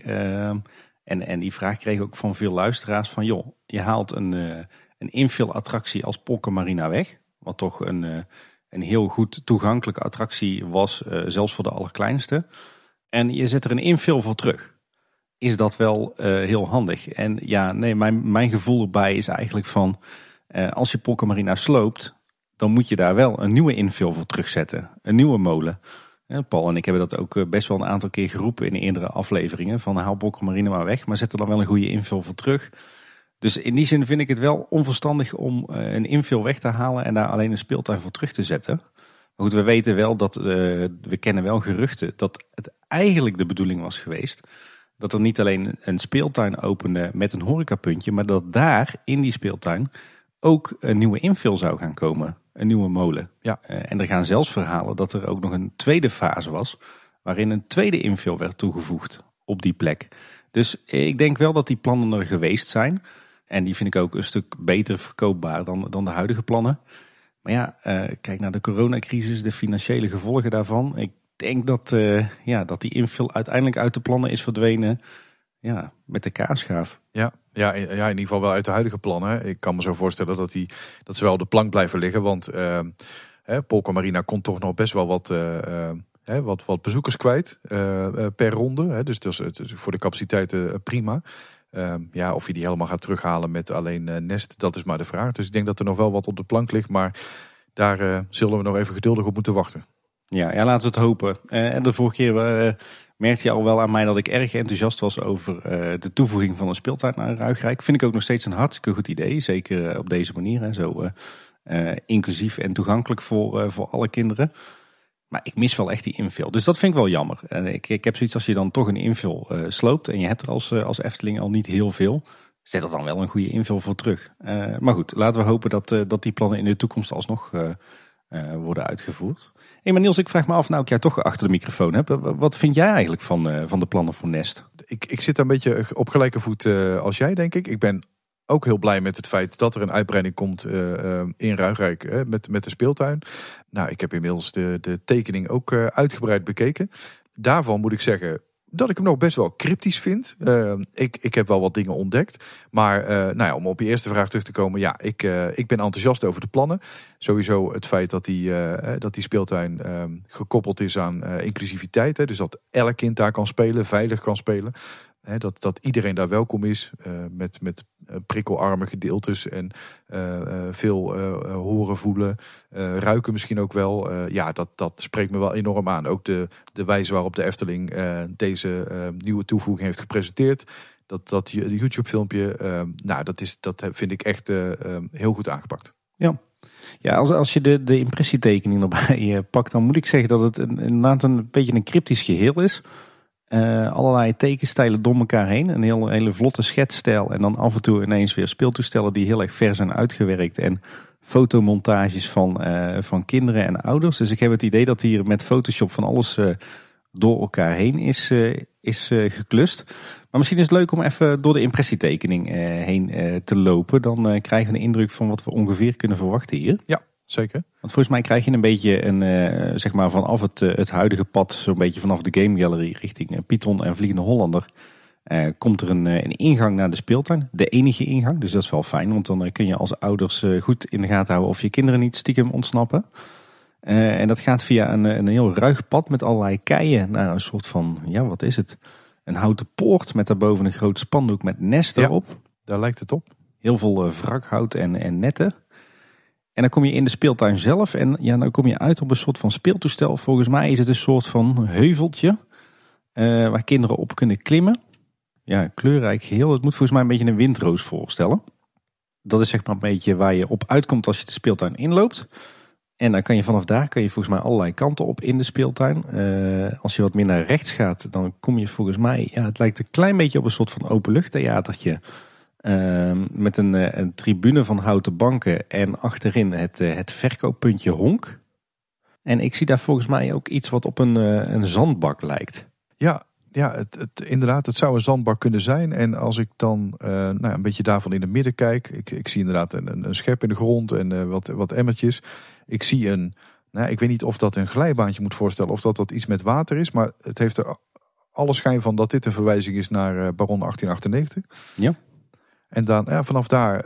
Speaker 2: En die vraag kreeg ook van veel luisteraars van joh, je haalt een infill attractie als Polka Marina weg. Wat toch een heel goed toegankelijke attractie was, zelfs voor de allerkleinste. En je zet er een infill voor terug. Is dat wel heel handig? En ja, nee, mijn gevoel erbij is eigenlijk van, als je Polka Marina sloopt, dan moet je daar wel een nieuwe infill voor terugzetten. Een nieuwe molen. Paul en ik hebben dat ook best wel een aantal keer geroepen in eerdere afleveringen. Van haal Polka Marina maar weg, maar zet er dan wel een goede infill voor terug. Dus in die zin vind ik het wel onverstandig om een infill weg te halen en daar alleen een speeltuin voor terug te zetten. Maar goed, we weten wel we kennen wel geruchten dat het eigenlijk de bedoeling was geweest dat er niet alleen een speeltuin opende met een horecapuntje, maar dat daar in die speeltuin ook een nieuwe infill zou gaan komen. Een nieuwe molen.
Speaker 1: Ja.
Speaker 2: En er gaan zelfs verhalen dat er ook nog een tweede fase was, waarin een tweede infill werd toegevoegd op die plek. Dus ik denk wel dat die plannen er geweest zijn. En die vind ik ook een stuk beter verkoopbaar dan de huidige plannen. Maar ja, kijk naar de coronacrisis, de financiële gevolgen daarvan. Ik denk dat die infill uiteindelijk uit de plannen is verdwenen. Ja, met de kaarschaaf.
Speaker 1: Ja, in ieder geval wel uit de huidige plannen. Ik kan me zo voorstellen dat ze wel op de plank blijven liggen. Want Polka Marina kon toch nog best wel wat bezoekers kwijt per ronde. Dus het is voor de capaciteiten prima. Of je die helemaal gaat terughalen met alleen Nest, dat is maar de vraag. Dus ik denk dat er nog wel wat op de plank ligt. Maar daar zullen we nog even geduldig op moeten wachten. Ja,
Speaker 2: laten we het hopen. En de vorige keer merkte je al wel aan mij dat ik erg enthousiast was over de toevoeging van een speeltuin naar Ruigrijk. Vind ik ook nog steeds een hartstikke goed idee. Zeker op deze manier. Hè, zo inclusief en toegankelijk voor alle kinderen. Maar ik mis wel echt die infill. Dus dat vind ik wel jammer. En ik heb zoiets als je dan toch een infill sloopt. En je hebt er als Efteling al niet heel veel. zet er dan wel een goede invul voor terug. Maar goed, laten we hopen dat die plannen in de toekomst alsnog worden uitgevoerd. Hey, maar Niels, ik vraag me af, nou ik jou toch achter de microfoon heb. Wat vind jij eigenlijk van de plannen voor Nest?
Speaker 1: Ik zit daar een beetje op gelijke voet als jij, denk ik. Ik ben ook heel blij met het feit dat er een uitbreiding komt in Ruigrijk met de speeltuin. Nou, ik heb inmiddels de tekening ook uitgebreid bekeken. Daarvan moet ik zeggen dat ik hem nog best wel cryptisch vind. Ik heb wel wat dingen ontdekt. Maar om op je eerste vraag terug te komen. Ja, ik ben enthousiast over de plannen. Sowieso het feit dat die speeltuin gekoppeld is aan inclusiviteit. Dus dat elk kind daar kan spelen, veilig kan spelen. Dat iedereen daar welkom is. Met prikkelarme gedeeltes en veel horen, voelen, ruiken misschien ook wel. Dat spreekt me wel enorm aan. Ook de wijze waarop de Efteling deze nieuwe toevoeging heeft gepresenteerd. Dat YouTube filmpje, dat vind ik echt heel goed aangepakt.
Speaker 2: Ja, als je de impressietekening erbij pakt, dan moet ik zeggen dat het inderdaad een beetje een cryptisch geheel is. Allerlei tekenstijlen door elkaar heen. Een hele vlotte schetsstijl. En dan af en toe ineens weer speeltoestellen die heel erg ver zijn uitgewerkt. En fotomontages van kinderen en ouders. Dus ik heb het idee dat hier met Photoshop van alles door elkaar heen is geklust. Maar misschien is het leuk om even door de impressietekening heen te lopen. Dan krijgen we een indruk van wat we ongeveer kunnen verwachten hier.
Speaker 1: Ja, zeker.
Speaker 2: Want volgens mij krijg je een beetje zeg maar vanaf het huidige pad, zo'n beetje vanaf de Game Gallery richting Python en Vliegende Hollander, komt er een ingang naar de speeltuin. De enige ingang, dus dat is wel fijn, want dan kun je als ouders goed in de gaten houden of je kinderen niet stiekem ontsnappen. En dat gaat via een heel ruig pad met allerlei keien naar een soort van, wat is het? Een houten poort met daarboven een groot spandoek met Nest erop.
Speaker 1: Ja, daar lijkt het op.
Speaker 2: Heel veel wrakhout en netten. En dan kom je in de speeltuin zelf en dan kom je uit op een soort van speeltoestel. Volgens mij is het een soort van heuveltje waar kinderen op kunnen klimmen. Ja, kleurrijk geheel. Het moet volgens mij een beetje een windroos voorstellen. Dat is zeg maar een beetje waar je op uitkomt als je de speeltuin inloopt. En dan kan je vanaf daar volgens mij allerlei kanten op in de speeltuin. Als je wat meer naar rechts gaat, dan kom je volgens mij, het lijkt een klein beetje op een soort van openluchttheatertje. Met een tribune van houten banken en achterin het verkooppuntje Honk. En ik zie daar volgens mij ook iets wat op een zandbak lijkt.
Speaker 1: Ja, inderdaad, het zou een zandbak kunnen zijn. En als ik dan een beetje daarvan in het midden kijk. Ik zie inderdaad een schep in de grond en wat emmertjes. Ik zie ik weet niet of dat een glijbaantje moet voorstellen of dat iets met water is. Maar het heeft er alle schijn van dat dit een verwijzing is naar Baron 1898.
Speaker 2: Ja.
Speaker 1: En dan vanaf daar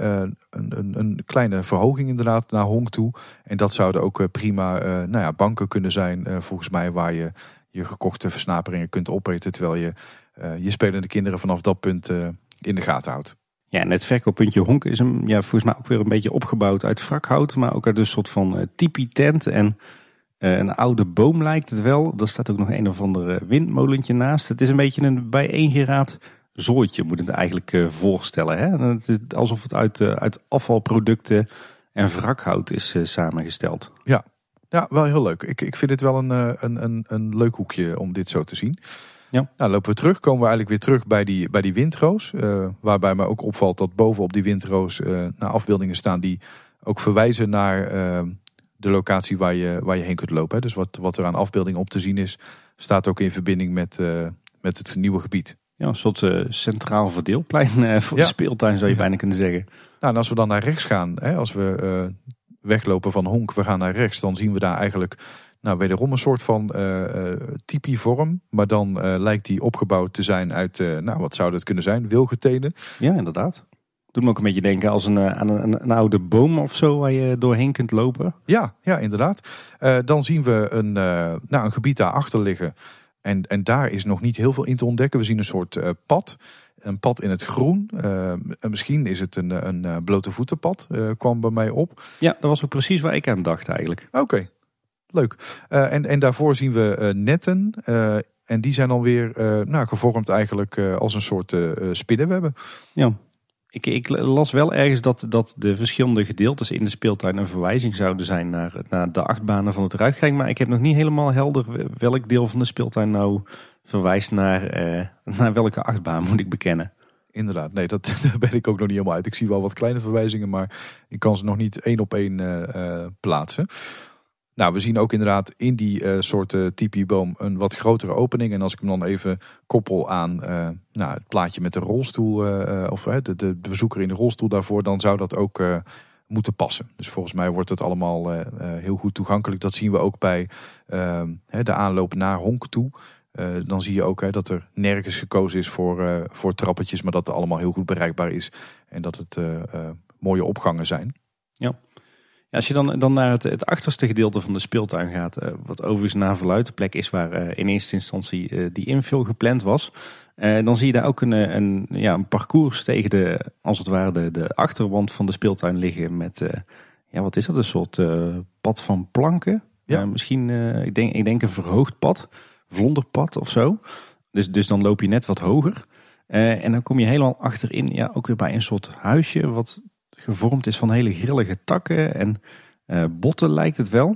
Speaker 1: een kleine verhoging inderdaad naar Honk toe. En dat zouden ook prima banken kunnen zijn volgens mij waar je gekochte versnaperingen kunt opeten. Terwijl je spelende kinderen vanaf dat punt in de gaten houdt. Ja,
Speaker 2: en het verkooppuntje Honk is volgens mij ook weer een beetje opgebouwd uit wrakhout. Maar ook uit een soort van tipi-tent. En een oude boom lijkt het wel. Er staat ook nog een of ander windmolentje naast. Het is een beetje een bijeengeraapt zooitje, moet het eigenlijk voorstellen. Hè? Het is alsof het uit afvalproducten en wrakhout is samengesteld.
Speaker 1: Ja, wel heel leuk. Ik vind het wel een leuk hoekje om dit zo te zien.
Speaker 2: Ja.
Speaker 1: Nou, lopen we terug, komen we eigenlijk weer terug bij die windroos. Waarbij mij ook opvalt dat bovenop die windroos afbeeldingen staan die ook verwijzen naar de locatie waar je heen kunt lopen. Hè. Dus wat er aan afbeeldingen op te zien is, staat ook in verbinding met het nieuwe gebied.
Speaker 2: Ja, een soort centraal verdeelplein voor de speeltuin zou je bijna kunnen zeggen.
Speaker 1: Nou, en als we dan naar rechts gaan, als we weglopen van Honk, we gaan naar rechts, dan zien we daar eigenlijk wederom een soort van tipi-vorm. Maar dan lijkt die opgebouwd te zijn uit, wat zou dat kunnen zijn? Wilgetenen.
Speaker 2: Ja, inderdaad. Doet me ook een beetje denken als aan een oude boom of zo waar je doorheen kunt lopen.
Speaker 1: Ja, inderdaad. Dan zien we een gebied daarachter liggen. En daar is nog niet heel veel in te ontdekken. We zien een soort pad. Een pad in het groen. Misschien is het een blote voetenpad. Kwam bij mij op.
Speaker 2: Ja, dat was ook precies waar ik aan dacht eigenlijk.
Speaker 1: Oké, leuk. En daarvoor zien we netten. En die zijn dan weer gevormd eigenlijk als een soort spinnenwebben.
Speaker 2: Ja. Ik las wel ergens dat de verschillende gedeeltes in de speeltuin een verwijzing zouden zijn naar de achtbanen van het Ruigrijk. Maar ik heb nog niet helemaal helder welk deel van de speeltuin nou verwijst naar welke achtbaan, moet ik bekennen.
Speaker 1: Inderdaad, nee, daar ben ik ook nog niet helemaal uit. Ik zie wel wat kleine verwijzingen, maar ik kan ze nog niet 1 op 1 plaatsen. Nou, we zien ook inderdaad in die soort tipiboom een wat grotere opening. En als ik hem dan even koppel aan het plaatje met de rolstoel, of de bezoeker in de rolstoel daarvoor, dan zou dat ook moeten passen. Dus volgens mij wordt het allemaal heel goed toegankelijk. Dat zien we ook bij de aanloop naar Honk toe. Dan zie je ook dat er nergens gekozen is voor trappetjes, maar dat het allemaal heel goed bereikbaar is. En dat het mooie opgangen zijn.
Speaker 2: Ja. Ja, als je dan naar het achterste gedeelte van de speeltuin gaat, wat overigens naar verluidt de plek is waar in eerste instantie die infill gepland was. Dan zie je daar ook een parcours tegen de achterwand van de speeltuin liggen met, wat is dat, een soort pad van planken.
Speaker 1: Ja.
Speaker 2: Misschien, ik denk een verhoogd pad, vlonderpad of zo. Dus dan loop je net wat hoger. En dan kom je helemaal achterin, ook weer bij een soort huisje wat gevormd is van hele grillige takken en botten lijkt het wel.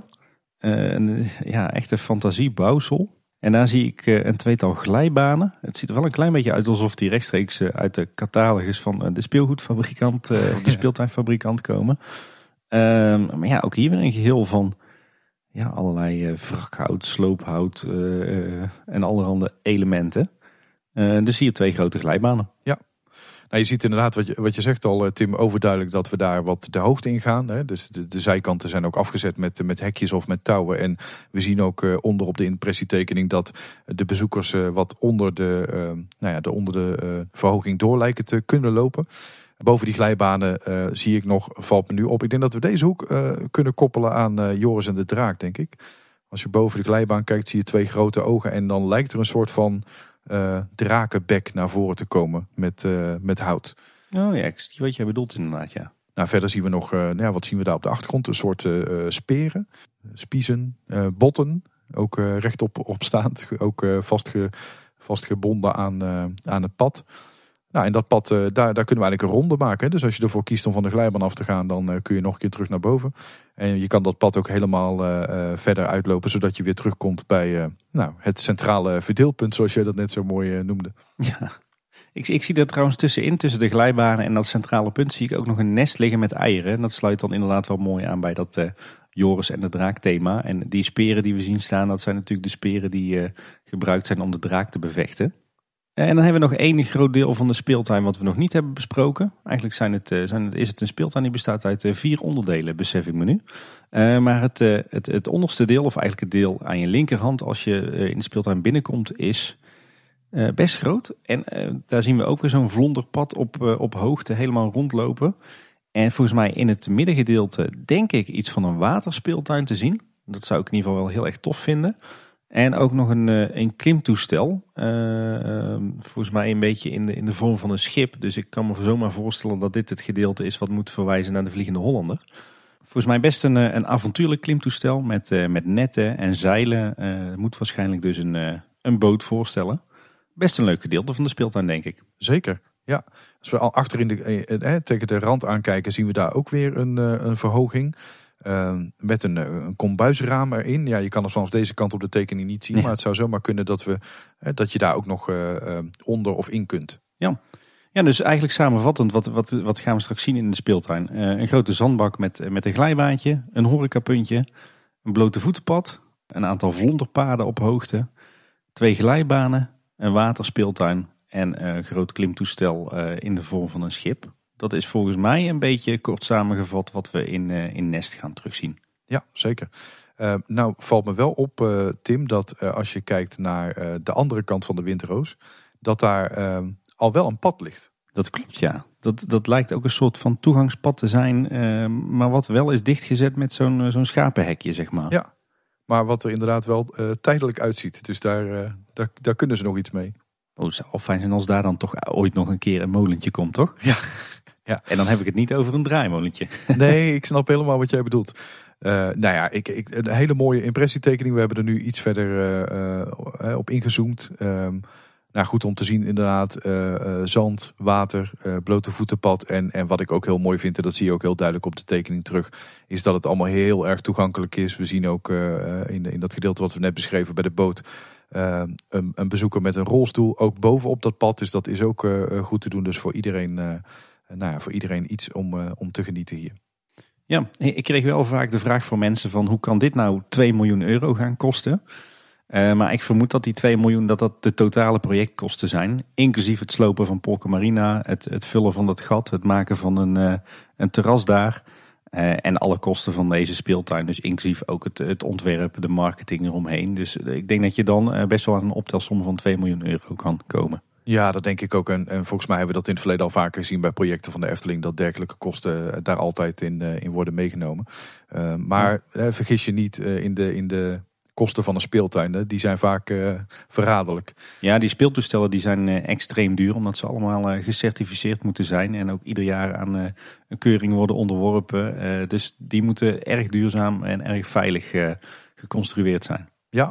Speaker 2: Echt een fantasiebouwsel. En daar zie ik een tweetal glijbanen. Het ziet er wel een klein beetje uit alsof die rechtstreeks uit de catalogus van de speelgoedfabrikant of de speeltuinfabrikant komen. Maar ook hier weer een geheel van allerlei wrakhout, sloophout en allerhande elementen. Dus hier 2 grote glijbanen.
Speaker 1: Ja. Nou, je ziet inderdaad wat je zegt al, Tim, overduidelijk dat we daar wat de hoogte in gaan. Hè? Dus de zijkanten zijn ook afgezet met hekjes of met touwen. En we zien ook onder op de impressietekening dat de bezoekers wat onder de verhoging door lijken te kunnen lopen. Boven die glijbanen zie ik nog, valt me nu op. Ik denk dat we deze hoek kunnen koppelen aan Joris en de Draak, denk ik. Als je boven de glijbaan kijkt, zie je 2 grote ogen. En dan lijkt er een soort van drakenbek naar voren te komen met hout.
Speaker 2: Oh ja, ik zie wat jij bedoelt inderdaad, ja.
Speaker 1: Nou, verder zien we nog, wat zien we daar op de achtergrond? Een soort speren, spiezen, botten. Ook rechtop opstaand, ook vastgebonden aan het pad. Nou, en dat pad, daar kunnen we eigenlijk een ronde maken. Hè? Dus als je ervoor kiest om van de glijbaan af te gaan, dan kun je nog een keer terug naar boven. En je kan dat pad ook helemaal verder uitlopen, zodat je weer terugkomt bij het centrale verdeelpunt, zoals jij dat net zo mooi noemde.
Speaker 2: Ja, ik zie daar trouwens tussen de glijbanen en dat centrale punt zie ik ook nog een nest liggen met eieren. En dat sluit dan inderdaad wel mooi aan bij dat Joris en de Draak thema. En die speren die we zien staan, dat zijn natuurlijk de speren die gebruikt zijn om de draak te bevechten. En dan hebben we nog 1 groot deel van de speeltuin wat we nog niet hebben besproken. Eigenlijk is het een speeltuin die bestaat uit 4 onderdelen, besef ik me nu. Maar het onderste deel, of eigenlijk het deel aan je linkerhand als je in de speeltuin binnenkomt, is best groot. En daar zien we ook weer zo'n vlonderpad op hoogte helemaal rondlopen. En volgens mij in het middengedeelte denk ik iets van een waterspeeltuin te zien. Dat zou ik in ieder geval wel heel erg tof vinden. En ook nog een klimtoestel. Volgens mij een beetje in de vorm van een schip. Dus ik kan me zomaar voorstellen dat dit het gedeelte is wat moet verwijzen naar de Vliegende Hollander. Volgens mij best een avontuurlijk klimtoestel met netten en zeilen. Moet waarschijnlijk dus een boot voorstellen. Best een leuk gedeelte van de speeltuin, denk ik.
Speaker 1: Zeker, ja. Als we al achter tegen de rand aankijken, zien we daar ook weer een verhoging. Met een kombuisraam erin. Ja, je kan het vanaf deze kant op de tekening niet zien. Ja. Maar het zou zomaar kunnen dat je daar ook nog onder of in kunt.
Speaker 2: Ja, dus eigenlijk samenvattend, wat gaan we straks zien in de speeltuin? Een grote zandbak met een glijbaantje, een horecapuntje, een blote voetenpad, een aantal vlonderpaden op hoogte, 2 glijbanen, een waterspeeltuin en een groot klimtoestel in de vorm van een schip. Dat is volgens mij een beetje kort samengevat wat we in Nest gaan terugzien.
Speaker 1: Ja, zeker. Nou valt me wel op, Tim, dat als je kijkt naar de andere kant van de Windroos, dat daar al wel een pad ligt.
Speaker 2: Dat klopt, ja. Dat lijkt ook een soort van toegangspad te zijn, maar wat wel is dichtgezet met zo'n schapenhekje, zeg maar.
Speaker 1: Ja, maar wat er inderdaad wel tijdelijk uitziet. Dus daar kunnen ze nog iets mee.
Speaker 2: Oh, het zou fijn zijn als daar dan toch ooit nog een keer een molentje komt, toch?
Speaker 1: Ja. Ja.
Speaker 2: En dan heb ik het niet over een draaimolentje.
Speaker 1: Nee, ik snap helemaal wat jij bedoelt. Een hele mooie impressietekening. We hebben er nu iets verder op ingezoomd. Nou, goed om te zien inderdaad, zand, water, blote voetenpad. En wat ik ook heel mooi vind, en dat zie je ook heel duidelijk op de tekening terug, is dat het allemaal heel erg toegankelijk is. We zien ook in dat gedeelte wat we net beschreven bij de boot, een bezoeker met een rolstoel ook bovenop dat pad. Dus dat is ook goed te doen. Dus voor iedereen iets om te genieten hier.
Speaker 2: Ja, ik kreeg wel vaak de vraag van mensen van hoe kan dit nou 2 miljoen euro gaan kosten? Maar ik vermoed dat die 2 miljoen dat de totale projectkosten zijn. Inclusief het slopen van Polka Marina, het vullen van dat gat, het maken van een terras daar. En alle kosten van deze speeltuin. Dus inclusief ook het ontwerp, de marketing eromheen. Dus ik denk dat je dan best wel aan een optelsom van 2 miljoen euro kan komen.
Speaker 1: Ja, dat denk ik ook. En volgens mij hebben we dat in het verleden al vaker gezien bij projecten van de Efteling. Dat dergelijke kosten daar altijd in worden meegenomen. Maar vergis je niet in de kosten van een speeltuin. Die zijn vaak verraderlijk.
Speaker 2: Ja, die speeltoestellen die zijn extreem duur. Omdat ze allemaal gecertificeerd moeten zijn. En ook ieder jaar aan een keuring worden onderworpen. Dus die moeten erg duurzaam en erg veilig geconstrueerd zijn.
Speaker 1: Ja.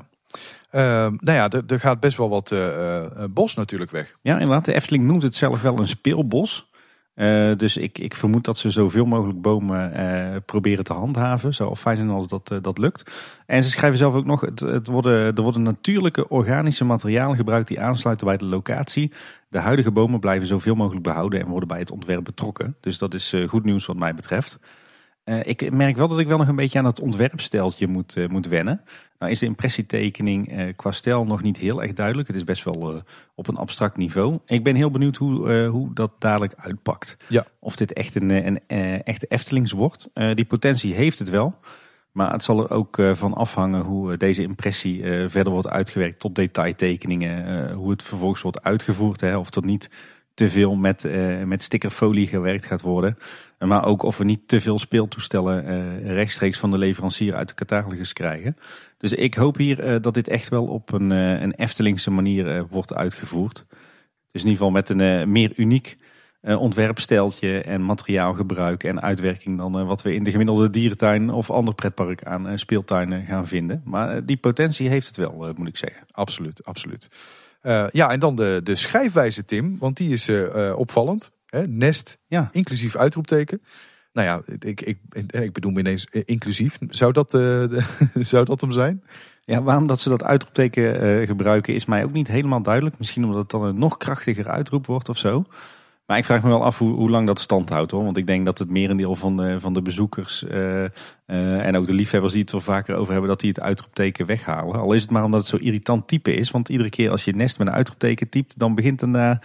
Speaker 1: Er gaat best wel wat bos natuurlijk weg.
Speaker 2: Ja, inderdaad. De Efteling noemt het zelf wel een speelbos. Dus ik vermoed dat ze zoveel mogelijk bomen proberen te handhaven. Zou fijn zijn als dat lukt. En ze schrijven zelf ook nog, er worden natuurlijke organische materialen gebruikt die aansluiten bij de locatie. De huidige bomen blijven zoveel mogelijk behouden en worden bij het ontwerp betrokken. Dus dat is goed nieuws wat mij betreft. Ik merk wel dat ik wel nog een beetje aan het ontwerpsteltje moet wennen. Nou is de impressietekening qua stijl nog niet heel erg duidelijk. Het is best wel op een abstract niveau. Ik ben heel benieuwd hoe dat dadelijk uitpakt.
Speaker 1: Ja.
Speaker 2: Of dit echt een echte Eftelings wordt. Die potentie heeft het wel. Maar het zal er ook van afhangen hoe deze impressie verder wordt uitgewerkt tot detailtekeningen. Hoe het vervolgens wordt uitgevoerd. Of dat niet te veel met stickerfolie gewerkt gaat worden. Maar ook of we niet te veel speeltoestellen rechtstreeks van de leverancier uit de catalogus krijgen. Dus ik hoop hier dat dit echt wel op een Eftelingse manier wordt uitgevoerd. Dus in ieder geval met een meer uniek ontwerpstijltje en materiaalgebruik en uitwerking dan wat we in de gemiddelde dierentuin of ander pretpark aan speeltuinen gaan vinden. Maar die potentie heeft het wel, moet ik zeggen.
Speaker 1: Absoluut, absoluut. En dan de schrijfwijze, Tim, want die is opvallend. Nest, ja. Inclusief uitroepteken. Nou ja, ik bedoel me ineens inclusief. Zou dat hem zijn?
Speaker 2: Ja, waarom dat ze dat uitroepteken gebruiken is mij ook niet helemaal duidelijk. Misschien omdat het dan een nog krachtiger uitroep wordt of zo. Maar ik vraag me wel af hoe lang dat stand houdt, hoor. Want ik denk dat het merendeel van de bezoekers en ook de liefhebbers die het er vaker over hebben, dat die het uitroepteken weghalen. Al is het maar omdat het zo irritant type is. Want iedere keer als je Nest met een uitroepteken typt, dan begint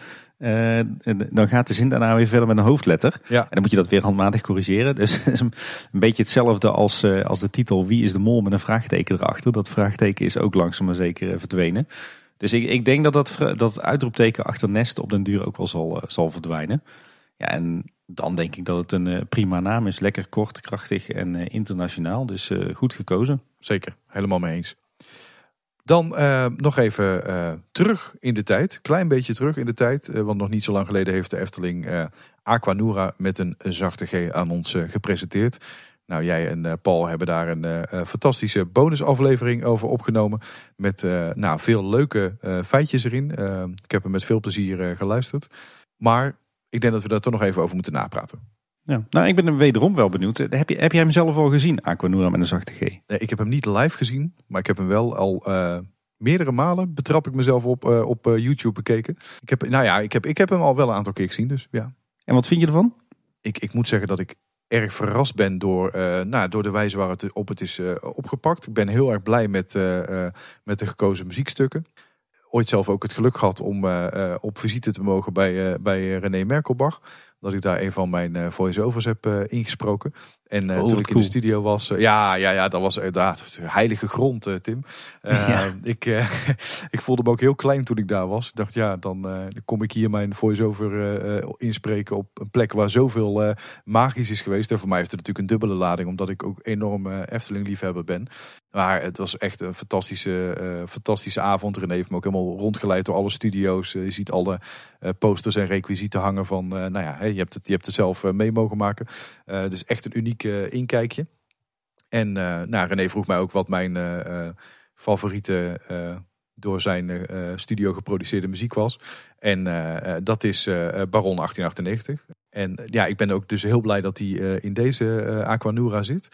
Speaker 2: dan gaat de zin daarna weer verder met een hoofdletter. Ja. En dan moet je dat weer handmatig corrigeren. Dus het is een beetje hetzelfde als de titel Wie is de mol met een vraagteken erachter. Dat vraagteken is ook langzaam maar zeker verdwenen. Dus ik denk dat uitroepteken achter Nest op den duur ook wel zal verdwijnen. Ja, en dan denk ik dat het een prima naam is. Lekker kort, krachtig en internationaal. Dus goed gekozen.
Speaker 1: Zeker, helemaal mee eens. Dan nog even terug in de tijd. Klein beetje terug in de tijd. Want nog niet zo lang geleden heeft de Efteling Aquanura met een zachte G aan ons gepresenteerd. Nou, jij en Paul hebben daar een fantastische bonusaflevering over opgenomen. Met veel leuke feitjes erin. Ik heb hem met veel plezier geluisterd. Maar ik denk dat we daar toch nog even over moeten napraten.
Speaker 2: Ja, nou, ik ben wederom wel benieuwd. Heb jij hem zelf al gezien, Aquanura met een zachte G?
Speaker 1: Nee, ik heb hem niet live gezien. Maar ik heb hem wel al meerdere malen, betrap ik mezelf op YouTube bekeken. Ik heb hem al wel een aantal keer gezien. Dus, ja.
Speaker 2: En wat vind je ervan?
Speaker 1: Ik moet zeggen dat ik erg verrast ben door de wijze waarop het is opgepakt. Ik ben heel erg blij met de gekozen muziekstukken. Ooit zelf ook het geluk gehad om op visite te mogen bij René Merkelbach. Dat ik daar een van mijn voice-overs heb ingesproken. En toen ik in de studio was, dat was inderdaad heilige grond, Tim. Ik voelde me ook heel klein toen ik daar was. Ik dacht, dan kom ik hier mijn voice-over inspreken op een plek waar zoveel magisch is geweest. En voor mij heeft het natuurlijk een dubbele lading, omdat ik ook enorm Efteling-liefhebber ben. Maar het was echt een fantastische avond. René heeft me ook helemaal rondgeleid door alle studio's. Je ziet alle posters en requisieten hangen van, je hebt het zelf mee mogen maken. Dus echt een uniek inkijkje. En René vroeg mij ook wat mijn favoriete door zijn studio geproduceerde muziek was. En dat is Baron 1898. En ja, ik ben ook dus heel blij dat hij in deze Aquanura zit.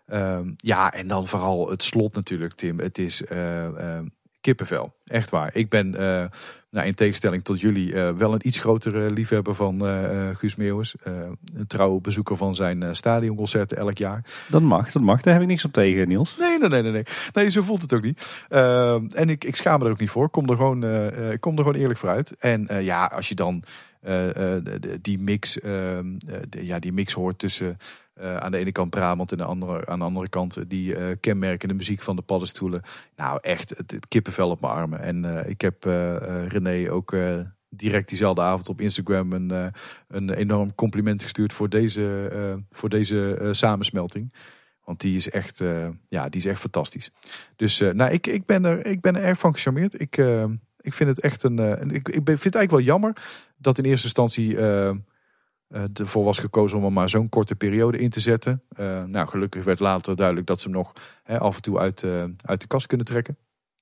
Speaker 1: En dan vooral het slot natuurlijk, Tim. Het is kippenvel, echt waar. Ik ben in tegenstelling tot jullie wel een iets grotere liefhebber van Guus Meeuwis. Een trouwe bezoeker van zijn stadionconcerten elk jaar.
Speaker 2: Dat mag. Daar heb ik niks op tegen, Niels.
Speaker 1: Nee, zo voelt het ook niet. En ik schaam me er ook niet voor. Ik kom er gewoon eerlijk voor uit. En als je dan die mix hoort tussen aan de ene kant Brabant en aan de andere kant die kenmerkende muziek van de paddenstoelen. Nou echt, het kippenvel op mijn armen. En ik heb René ook direct diezelfde avond op Instagram een enorm compliment gestuurd voor deze samensmelting. Want die is echt fantastisch. Dus ik ben er erg van gecharmeerd. Ik vind het echt ik vind het eigenlijk wel jammer dat in eerste instantie ervoor was gekozen om er maar zo'n korte periode in te zetten. Gelukkig werd later duidelijk dat ze hem nog af en toe uit de kast kunnen trekken.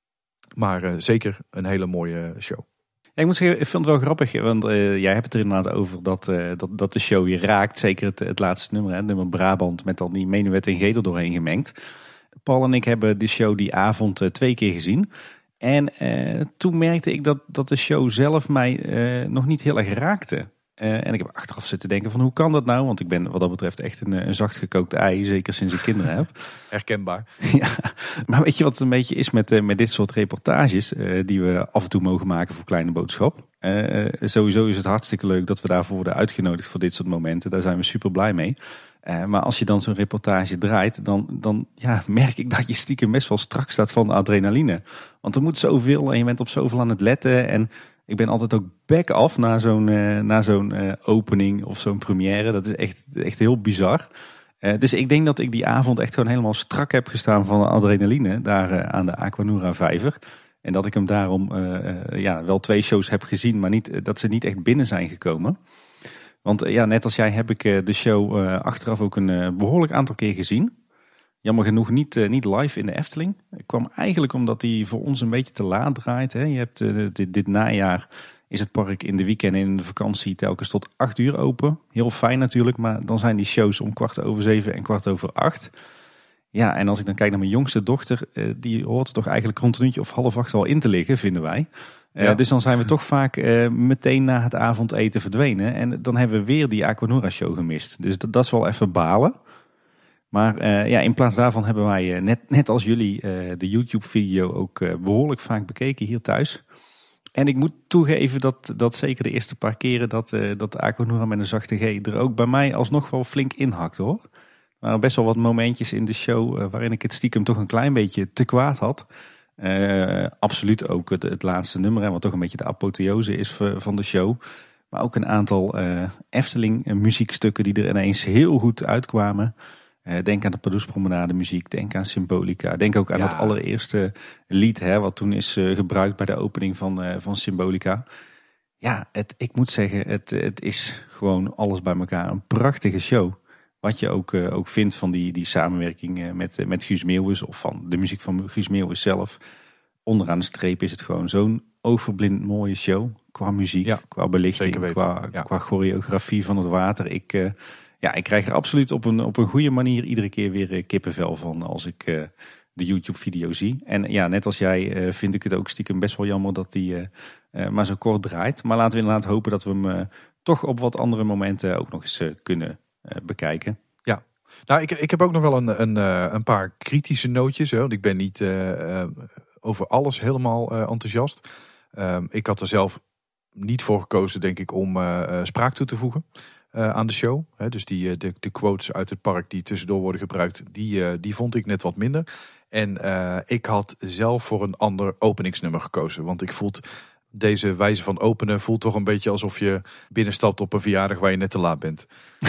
Speaker 1: Maar zeker een hele mooie show.
Speaker 2: Ja, ik moet zeggen, ik vind het wel grappig, want jij hebt het er inderdaad over dat de show je raakt. Zeker het laatste nummer, het nummer Brabant, met dan die menuet en gedel doorheen gemengd. Paul en ik hebben de show die avond 2 keer gezien. En toen merkte ik dat de show zelf mij nog niet heel erg raakte. En ik heb achteraf zitten denken van hoe kan dat nou? Want ik ben wat dat betreft echt een zacht gekookt ei, zeker sinds ik kinderen heb.
Speaker 1: Herkenbaar.
Speaker 2: Ja, maar weet je wat het een beetje is met dit soort reportages die we af en toe mogen maken voor Kleine Boodschap? Sowieso is het hartstikke leuk dat we daarvoor worden uitgenodigd voor dit soort momenten. Daar zijn we super blij mee. Maar als je dan zo'n reportage draait, dan merk ik dat je stiekem best wel strak staat van adrenaline. Want er moet zoveel en je bent op zoveel aan het letten. En ik ben altijd ook back af na zo'n opening of zo'n première. Dat is echt heel bizar. Dus ik denk dat ik die avond echt gewoon helemaal strak heb gestaan van adrenaline daar aan de Aquanura Vijver. En dat ik hem daarom wel 2 shows heb gezien, maar dat ze niet echt binnen zijn gekomen. Want net als jij heb ik de show achteraf ook een behoorlijk aantal keer gezien. Jammer genoeg niet live in de Efteling. Ik kwam eigenlijk omdat die voor ons een beetje te laat draait. Hè. Je hebt dit najaar is het park in de weekend en in de vakantie telkens tot 8 uur open. Heel fijn natuurlijk, maar dan zijn die shows om 7:15 en 7:15. Ja, en als ik dan kijk naar mijn jongste dochter, die hoort er toch eigenlijk rond een uurtje of 7:30 wel in te liggen, vinden wij. Ja. Dus dan zijn we toch vaak meteen na het avondeten verdwenen. En dan hebben we weer die Aquanura show gemist. Dus dat is wel even balen. Maar in plaats daarvan hebben wij net als jullie de YouTube video ook behoorlijk vaak bekeken hier thuis. En ik moet toegeven dat zeker de eerste paar keren dat Aquanura met een zachte G er ook bij mij alsnog wel flink inhakt hoor. Er waren best wel wat momentjes in de show waarin ik het stiekem toch een klein beetje te kwaad had. Absoluut ook het laatste nummer, wat toch een beetje de apotheose is van de show. Maar ook een aantal Efteling muziekstukken die er ineens heel goed uitkwamen. Denk aan de Pardoespromenade muziek, denk aan Symbolica. Denk ook aan dat allereerste lied wat toen is gebruikt bij de opening van Symbolica. Ja, ik moet zeggen, het is gewoon alles bij elkaar een prachtige show. Wat je ook vindt van die samenwerking met Guus Meeuwis of van de muziek van Guus Meeuwis zelf. Onderaan de streep is het gewoon zo'n oogverblindend mooie show. Qua muziek, qua belichting, qua choreografie van het water. Ik krijg er absoluut op een goede manier iedere keer weer kippenvel van als ik de YouTube video zie. En net als jij vind ik het ook stiekem best wel jammer dat die maar zo kort draait. Maar laten we inderdaad hopen dat we hem toch op wat andere momenten ook nog eens kunnen bekijken.
Speaker 1: Ja, nou ik heb ook nog wel een paar kritische nootjes. Hè, want ik ben niet over alles helemaal enthousiast. Ik had er zelf niet voor gekozen, denk ik, om spraak toe te voegen aan de show. Dus de quotes uit het park die tussendoor worden gebruikt, die vond ik net wat minder. En ik had zelf voor een ander openingsnummer gekozen. Want ik deze wijze van openen voelt toch een beetje alsof je binnenstapt op een verjaardag waar je net te laat bent.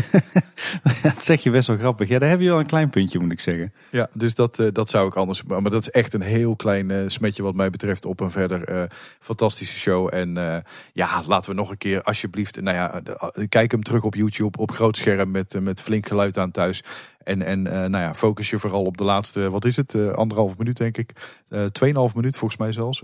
Speaker 2: Dat zeg je best wel grappig. Ja, daar heb je wel een klein puntje, moet ik zeggen.
Speaker 1: Ja, dus dat zou ik anders. Maar dat is echt een heel klein smetje wat mij betreft op een verder fantastische show. En laten we nog een keer alsjeblieft, kijk hem terug op YouTube op groot scherm met flink geluid aan thuis. En focus je vooral op de laatste, wat is het, 1,5 minuut denk ik. 2,5 minuut volgens mij zelfs.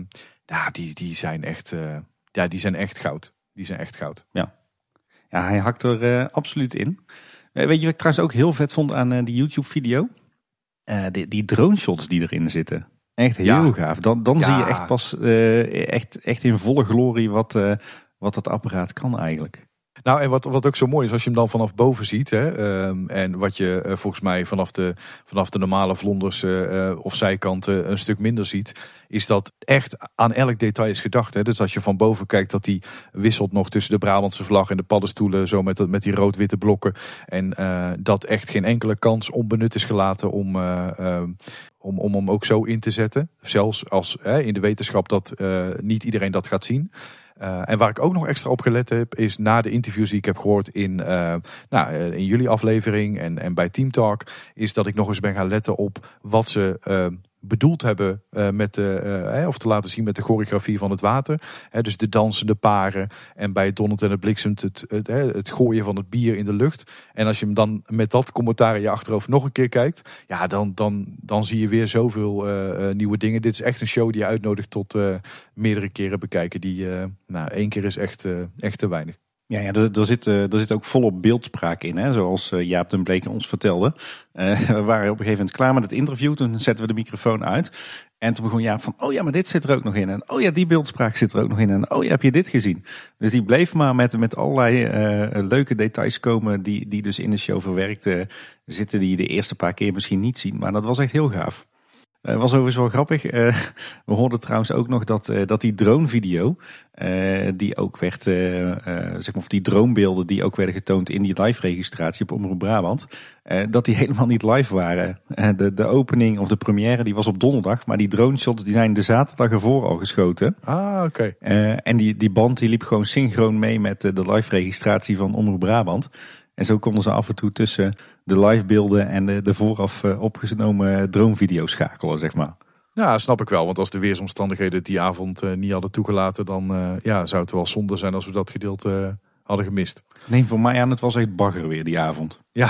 Speaker 1: Die zijn echt, die zijn echt goud. Die zijn echt goud.
Speaker 2: Ja, hij hakt er absoluut in. Weet je wat ik trouwens ook heel vet vond aan die YouTube video? Die drone shots die erin zitten. Echt heel gaaf. Dan zie je echt pas echt in volle glorie wat dat apparaat kan eigenlijk.
Speaker 1: Nou, en wat ook zo mooi is, als je hem dan vanaf boven ziet, hè, en wat je volgens mij vanaf de normale vlonders of zijkanten een stuk minder ziet, is dat echt aan elk detail is gedacht. Hè. Dus als je van boven kijkt, dat die wisselt nog tussen de Brabantse vlag en de paddenstoelen, zo met die rood-witte blokken. En dat echt geen enkele kans onbenut is gelaten om hem ook zo in te zetten. Zelfs als in de wetenschap dat niet iedereen dat gaat zien. En waar ik ook nog extra op gelet heb, is na de interviews die ik heb gehoord in jullie aflevering en bij Team Talk, is dat ik nog eens ben gaan letten op wat ze bedoeld hebben of te laten zien met de choreografie van het water. Dus de dansende paren en bij het dondert en het bliksemt het gooien van het bier in de lucht. En als je hem dan met dat commentaar in je achterhoofd nog een keer kijkt, ja, dan zie je weer zoveel nieuwe dingen. Dit is echt een show die je uitnodigt tot meerdere keren bekijken. Die 1 keer is echt te weinig.
Speaker 2: Ja, er zit ook volop beeldspraak in, hè? Zoals Jaap den Bleker ons vertelde. We waren op een gegeven moment klaar met het interview. Toen zetten we de microfoon uit. En toen begon Jaap van, oh ja, maar dit zit er ook nog in. En oh ja, die beeldspraak zit er ook nog in. En oh ja, heb je dit gezien? Dus die bleef maar met allerlei leuke details komen die dus in de show verwerkt zitten. Die je de eerste paar keer misschien niet zien. Maar dat was echt heel gaaf. Was overigens wel grappig. We hoorden trouwens ook nog dat die dronevideo, die ook werd, of die dronebeelden die ook werden getoond in die live registratie op Omroep Brabant, dat die helemaal niet live waren. De opening of de première die was op donderdag, maar die drone shots die zijn de zaterdag ervoor al geschoten.
Speaker 1: Ah, oké.
Speaker 2: En die band die liep gewoon synchroon mee met de live registratie van Omroep Brabant. En zo konden ze af en toe tussen de live beelden en de vooraf opgenomen dronevideo's schakelen, zeg maar.
Speaker 1: Ja, snap ik wel. Want als de weersomstandigheden die avond niet hadden toegelaten, dan zou het wel zonde zijn als we dat gedeelte hadden gemist.
Speaker 2: Nee, voor mij aan, het was echt bagger weer die avond.
Speaker 1: Ja,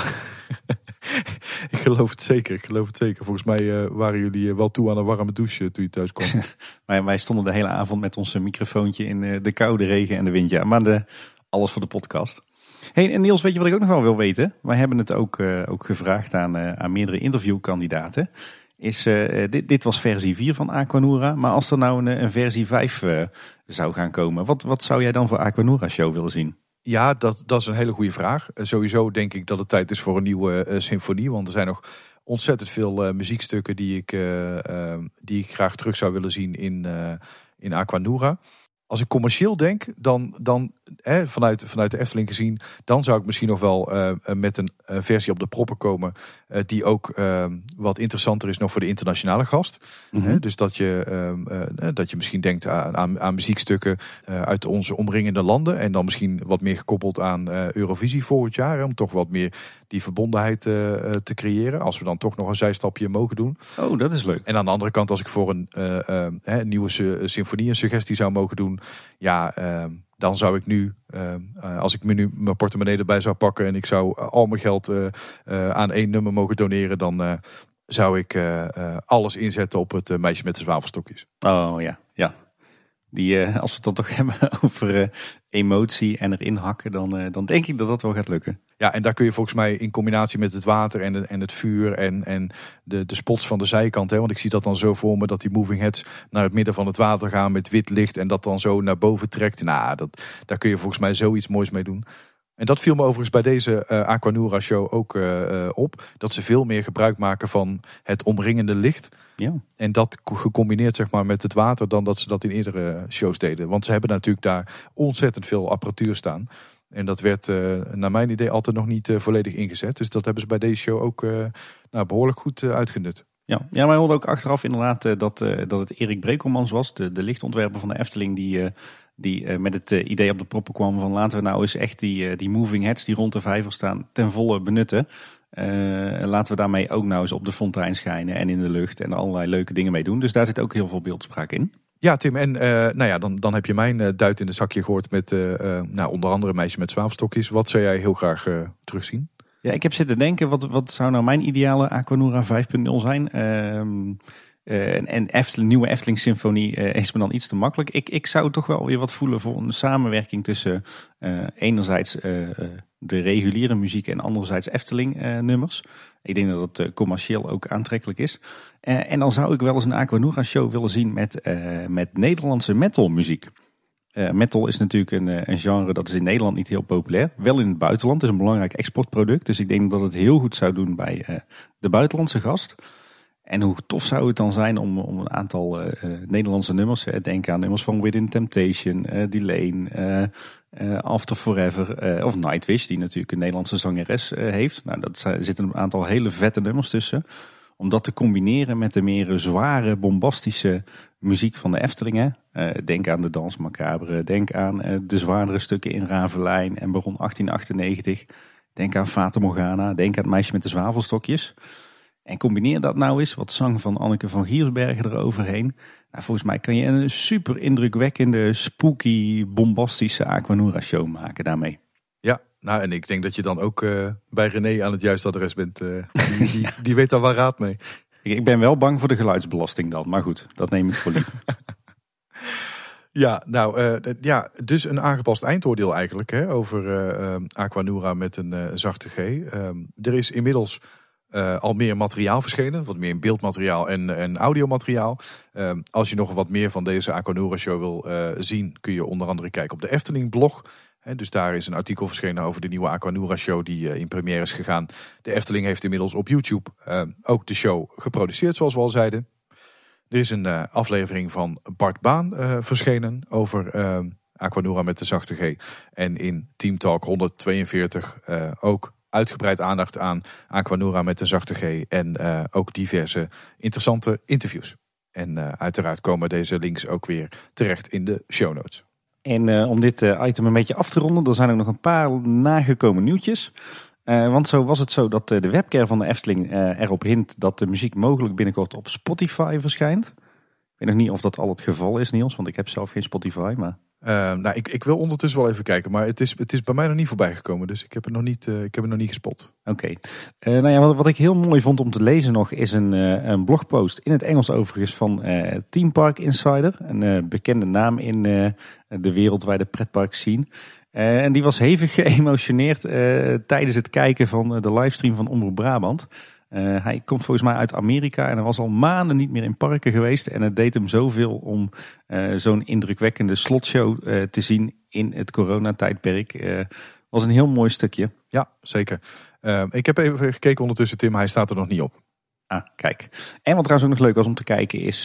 Speaker 1: ik geloof het zeker. Volgens mij waren jullie wel toe aan een warme douche toen je thuis kwam.
Speaker 2: Wij stonden de hele avond met ons microfoontje in de koude regen en de wind. Ja, maar alles voor de podcast. Hey, en Niels, weet je wat ik ook nog wel wil weten? Wij hebben het ook gevraagd aan meerdere interviewkandidaten. Dit was versie 4 van Aquanura. Maar als er nou een versie 5 zou gaan komen, wat zou jij dan voor Aquanura show willen zien?
Speaker 1: Ja, dat is een hele goede vraag. Sowieso denk ik dat het tijd is voor een nieuwe symfonie. Want er zijn nog ontzettend veel muziekstukken die ik graag terug zou willen zien in Aquanura. Als ik commercieel denk, dan vanuit de Efteling gezien, dan zou ik misschien nog wel met een versie op de proppen komen die ook wat interessanter is nog voor de internationale gast.
Speaker 2: Mm-hmm.
Speaker 1: Dus dat je misschien denkt aan muziekstukken uit onze omringende landen en dan misschien wat meer gekoppeld aan Eurovisie volgend jaar, om toch wat meer die verbondenheid te creëren. Als we dan toch nog een zijstapje mogen doen.
Speaker 2: Oh, dat is leuk.
Speaker 1: En aan de andere kant, als ik voor een nieuwe symfonie een suggestie zou mogen doen, dan zou ik nu, als ik nu mijn portemonnee erbij zou pakken en ik zou al mijn geld aan 1 nummer mogen doneren, dan zou ik alles inzetten op het Meisje met de Zwavelstokjes.
Speaker 2: Oh ja. Als we het dan toch hebben over emotie en erin hakken, dan denk ik dat dat wel gaat lukken.
Speaker 1: Ja, en daar kun je volgens mij in combinatie met het water en het vuur en de spots van de zijkant. Want ik zie dat dan zo voor me dat die moving heads naar het midden van het water gaan met wit licht en dat dan zo naar boven trekt. Daar kun je volgens mij zoiets moois mee doen. En dat viel me overigens bij deze Aquanura show ook op. Dat ze veel meer gebruik maken van het omringende licht.
Speaker 2: Ja. En
Speaker 1: dat gecombineerd zeg maar, met het water dan dat ze dat in eerdere shows deden. Want ze hebben natuurlijk daar ontzettend veel apparatuur staan. En dat werd naar mijn idee altijd nog niet volledig ingezet. Dus dat hebben ze bij deze show ook behoorlijk goed uitgenut.
Speaker 2: Ja, maar we hoorden ook achteraf inderdaad dat het Erik Brekelmans was, de lichtontwerper van de Efteling, die met het idee op de proppen kwam van laten we nou eens echt die moving heads die rond de vijver staan ten volle benutten. Laten we daarmee ook nou eens op de fontein schijnen en in de lucht en allerlei leuke dingen mee doen. Dus daar zit ook heel veel beeldspraak in.
Speaker 1: Ja, Tim, en dan heb je mijn duit in de zakje gehoord met onder andere Meisje met Zwavelstokjes. Wat zou jij heel graag terugzien?
Speaker 2: Ja, ik heb zitten denken, wat zou nou mijn ideale Aquanura 5.0 zijn? Nieuwe Efteling Symfonie is me dan iets te makkelijk. Ik zou toch wel weer wat voelen voor een samenwerking tussen enerzijds de reguliere muziek en anderzijds Efteling nummers. Ik denk dat het commercieel ook aantrekkelijk is. En dan zou ik wel eens een Aquanura show willen zien met Nederlandse metalmuziek. Metal is natuurlijk een genre dat is in Nederland niet heel populair. Wel in het buitenland, het is een belangrijk exportproduct. Dus ik denk dat het heel goed zou doen bij de buitenlandse gast. En hoe tof zou het dan zijn om een aantal Nederlandse nummers, denk aan nummers van Within Temptation, Delane, After Forever of Nightwish, die natuurlijk een Nederlandse zangeres heeft. Nou, er zitten een aantal hele vette nummers tussen. Om dat te combineren met de meer zware, bombastische muziek van de Eftelingen. Denk aan de Dans Macabre, denk aan de zwaardere stukken in Ravelijn en Baron 1898. Denk aan Fata Morgana, denk aan Het Meisje met de Zwavelstokjes. En combineer dat nou eens, wat zang van Anneke van Giersbergen eroverheen. Nou, volgens mij kan je een super indrukwekkende, spooky, bombastische Aquanura show maken daarmee.
Speaker 1: Ja, nou en ik denk dat je dan ook bij René aan het juiste adres bent. Die weet daar wel raad mee.
Speaker 2: Ik ben wel bang voor de geluidsbelasting dan, maar goed, dat neem ik voor lief.
Speaker 1: Ja, dus een aangepast eindoordeel eigenlijk over Aquanura met een zachte G. Er is inmiddels al meer materiaal verschenen, wat meer in beeldmateriaal en audiomateriaal. Als je nog wat meer van deze Aquanura show wil zien, kun je onder andere kijken op de Efteling blog. Dus daar is een artikel verschenen over de nieuwe Aquanura show die in première is gegaan. De Efteling heeft inmiddels op YouTube ook de show geproduceerd, zoals we al zeiden. Er is een aflevering van Bart Baan verschenen over Aquanura met de zachte G. En in Team Talk 142 ook uitgebreid aandacht aan Aquanura met de zachte G. En ook diverse interessante interviews. En uiteraard komen deze links ook weer terecht in de show notes.
Speaker 2: En om dit item een beetje af te ronden, er zijn ook nog een paar nagekomen nieuwtjes. Want zo was het zo dat de webcare van de Efteling erop hint dat de muziek mogelijk binnenkort op Spotify verschijnt. Ik weet nog niet of dat al het geval is, Niels, want ik heb zelf geen Spotify. Maar...
Speaker 1: Ik wil ondertussen wel even kijken, maar het is bij mij nog niet voorbij gekomen. Dus ik heb het nog niet gespot.
Speaker 2: Oké. Wat ik heel mooi vond om te lezen nog is een blogpost in het Engels overigens van Theme Park Insider. Een bekende naam in de wereldwijde pretpark scene. En die was hevig geëmotioneerd tijdens het kijken van de livestream van Omroep Brabant. Hij komt volgens mij uit Amerika en hij was al maanden niet meer in parken geweest. En het deed hem zoveel om zo'n indrukwekkende slotshow te zien in het coronatijdperk. Was een heel mooi stukje.
Speaker 1: Ja, zeker. Ik heb even gekeken ondertussen, Tim. Hij staat er nog niet op.
Speaker 2: Ah, kijk. En wat trouwens ook nog leuk was om te kijken is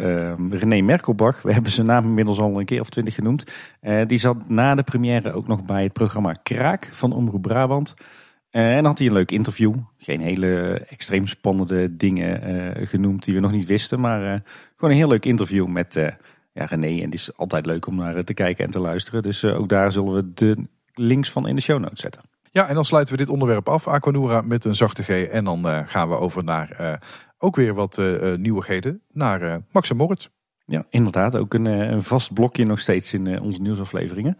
Speaker 2: René Merkelbach. We hebben zijn naam inmiddels al een keer of 20 genoemd. Die zat na de première ook nog bij het programma Kraak van Omroep Brabant. En had hij een leuk interview. Geen hele extreem spannende dingen genoemd die we nog niet wisten. Maar gewoon een heel leuk interview met René. En die is altijd leuk om naar te kijken en te luisteren. Dus ook daar zullen we de links van in de show notes zetten.
Speaker 1: Ja, en dan sluiten we dit onderwerp af. Aquanura met een zachte G. En dan gaan we over naar ook weer wat nieuwigheden. Naar Max en Moritz.
Speaker 2: Ja, inderdaad. Ook een vast blokje nog steeds in onze nieuwsafleveringen.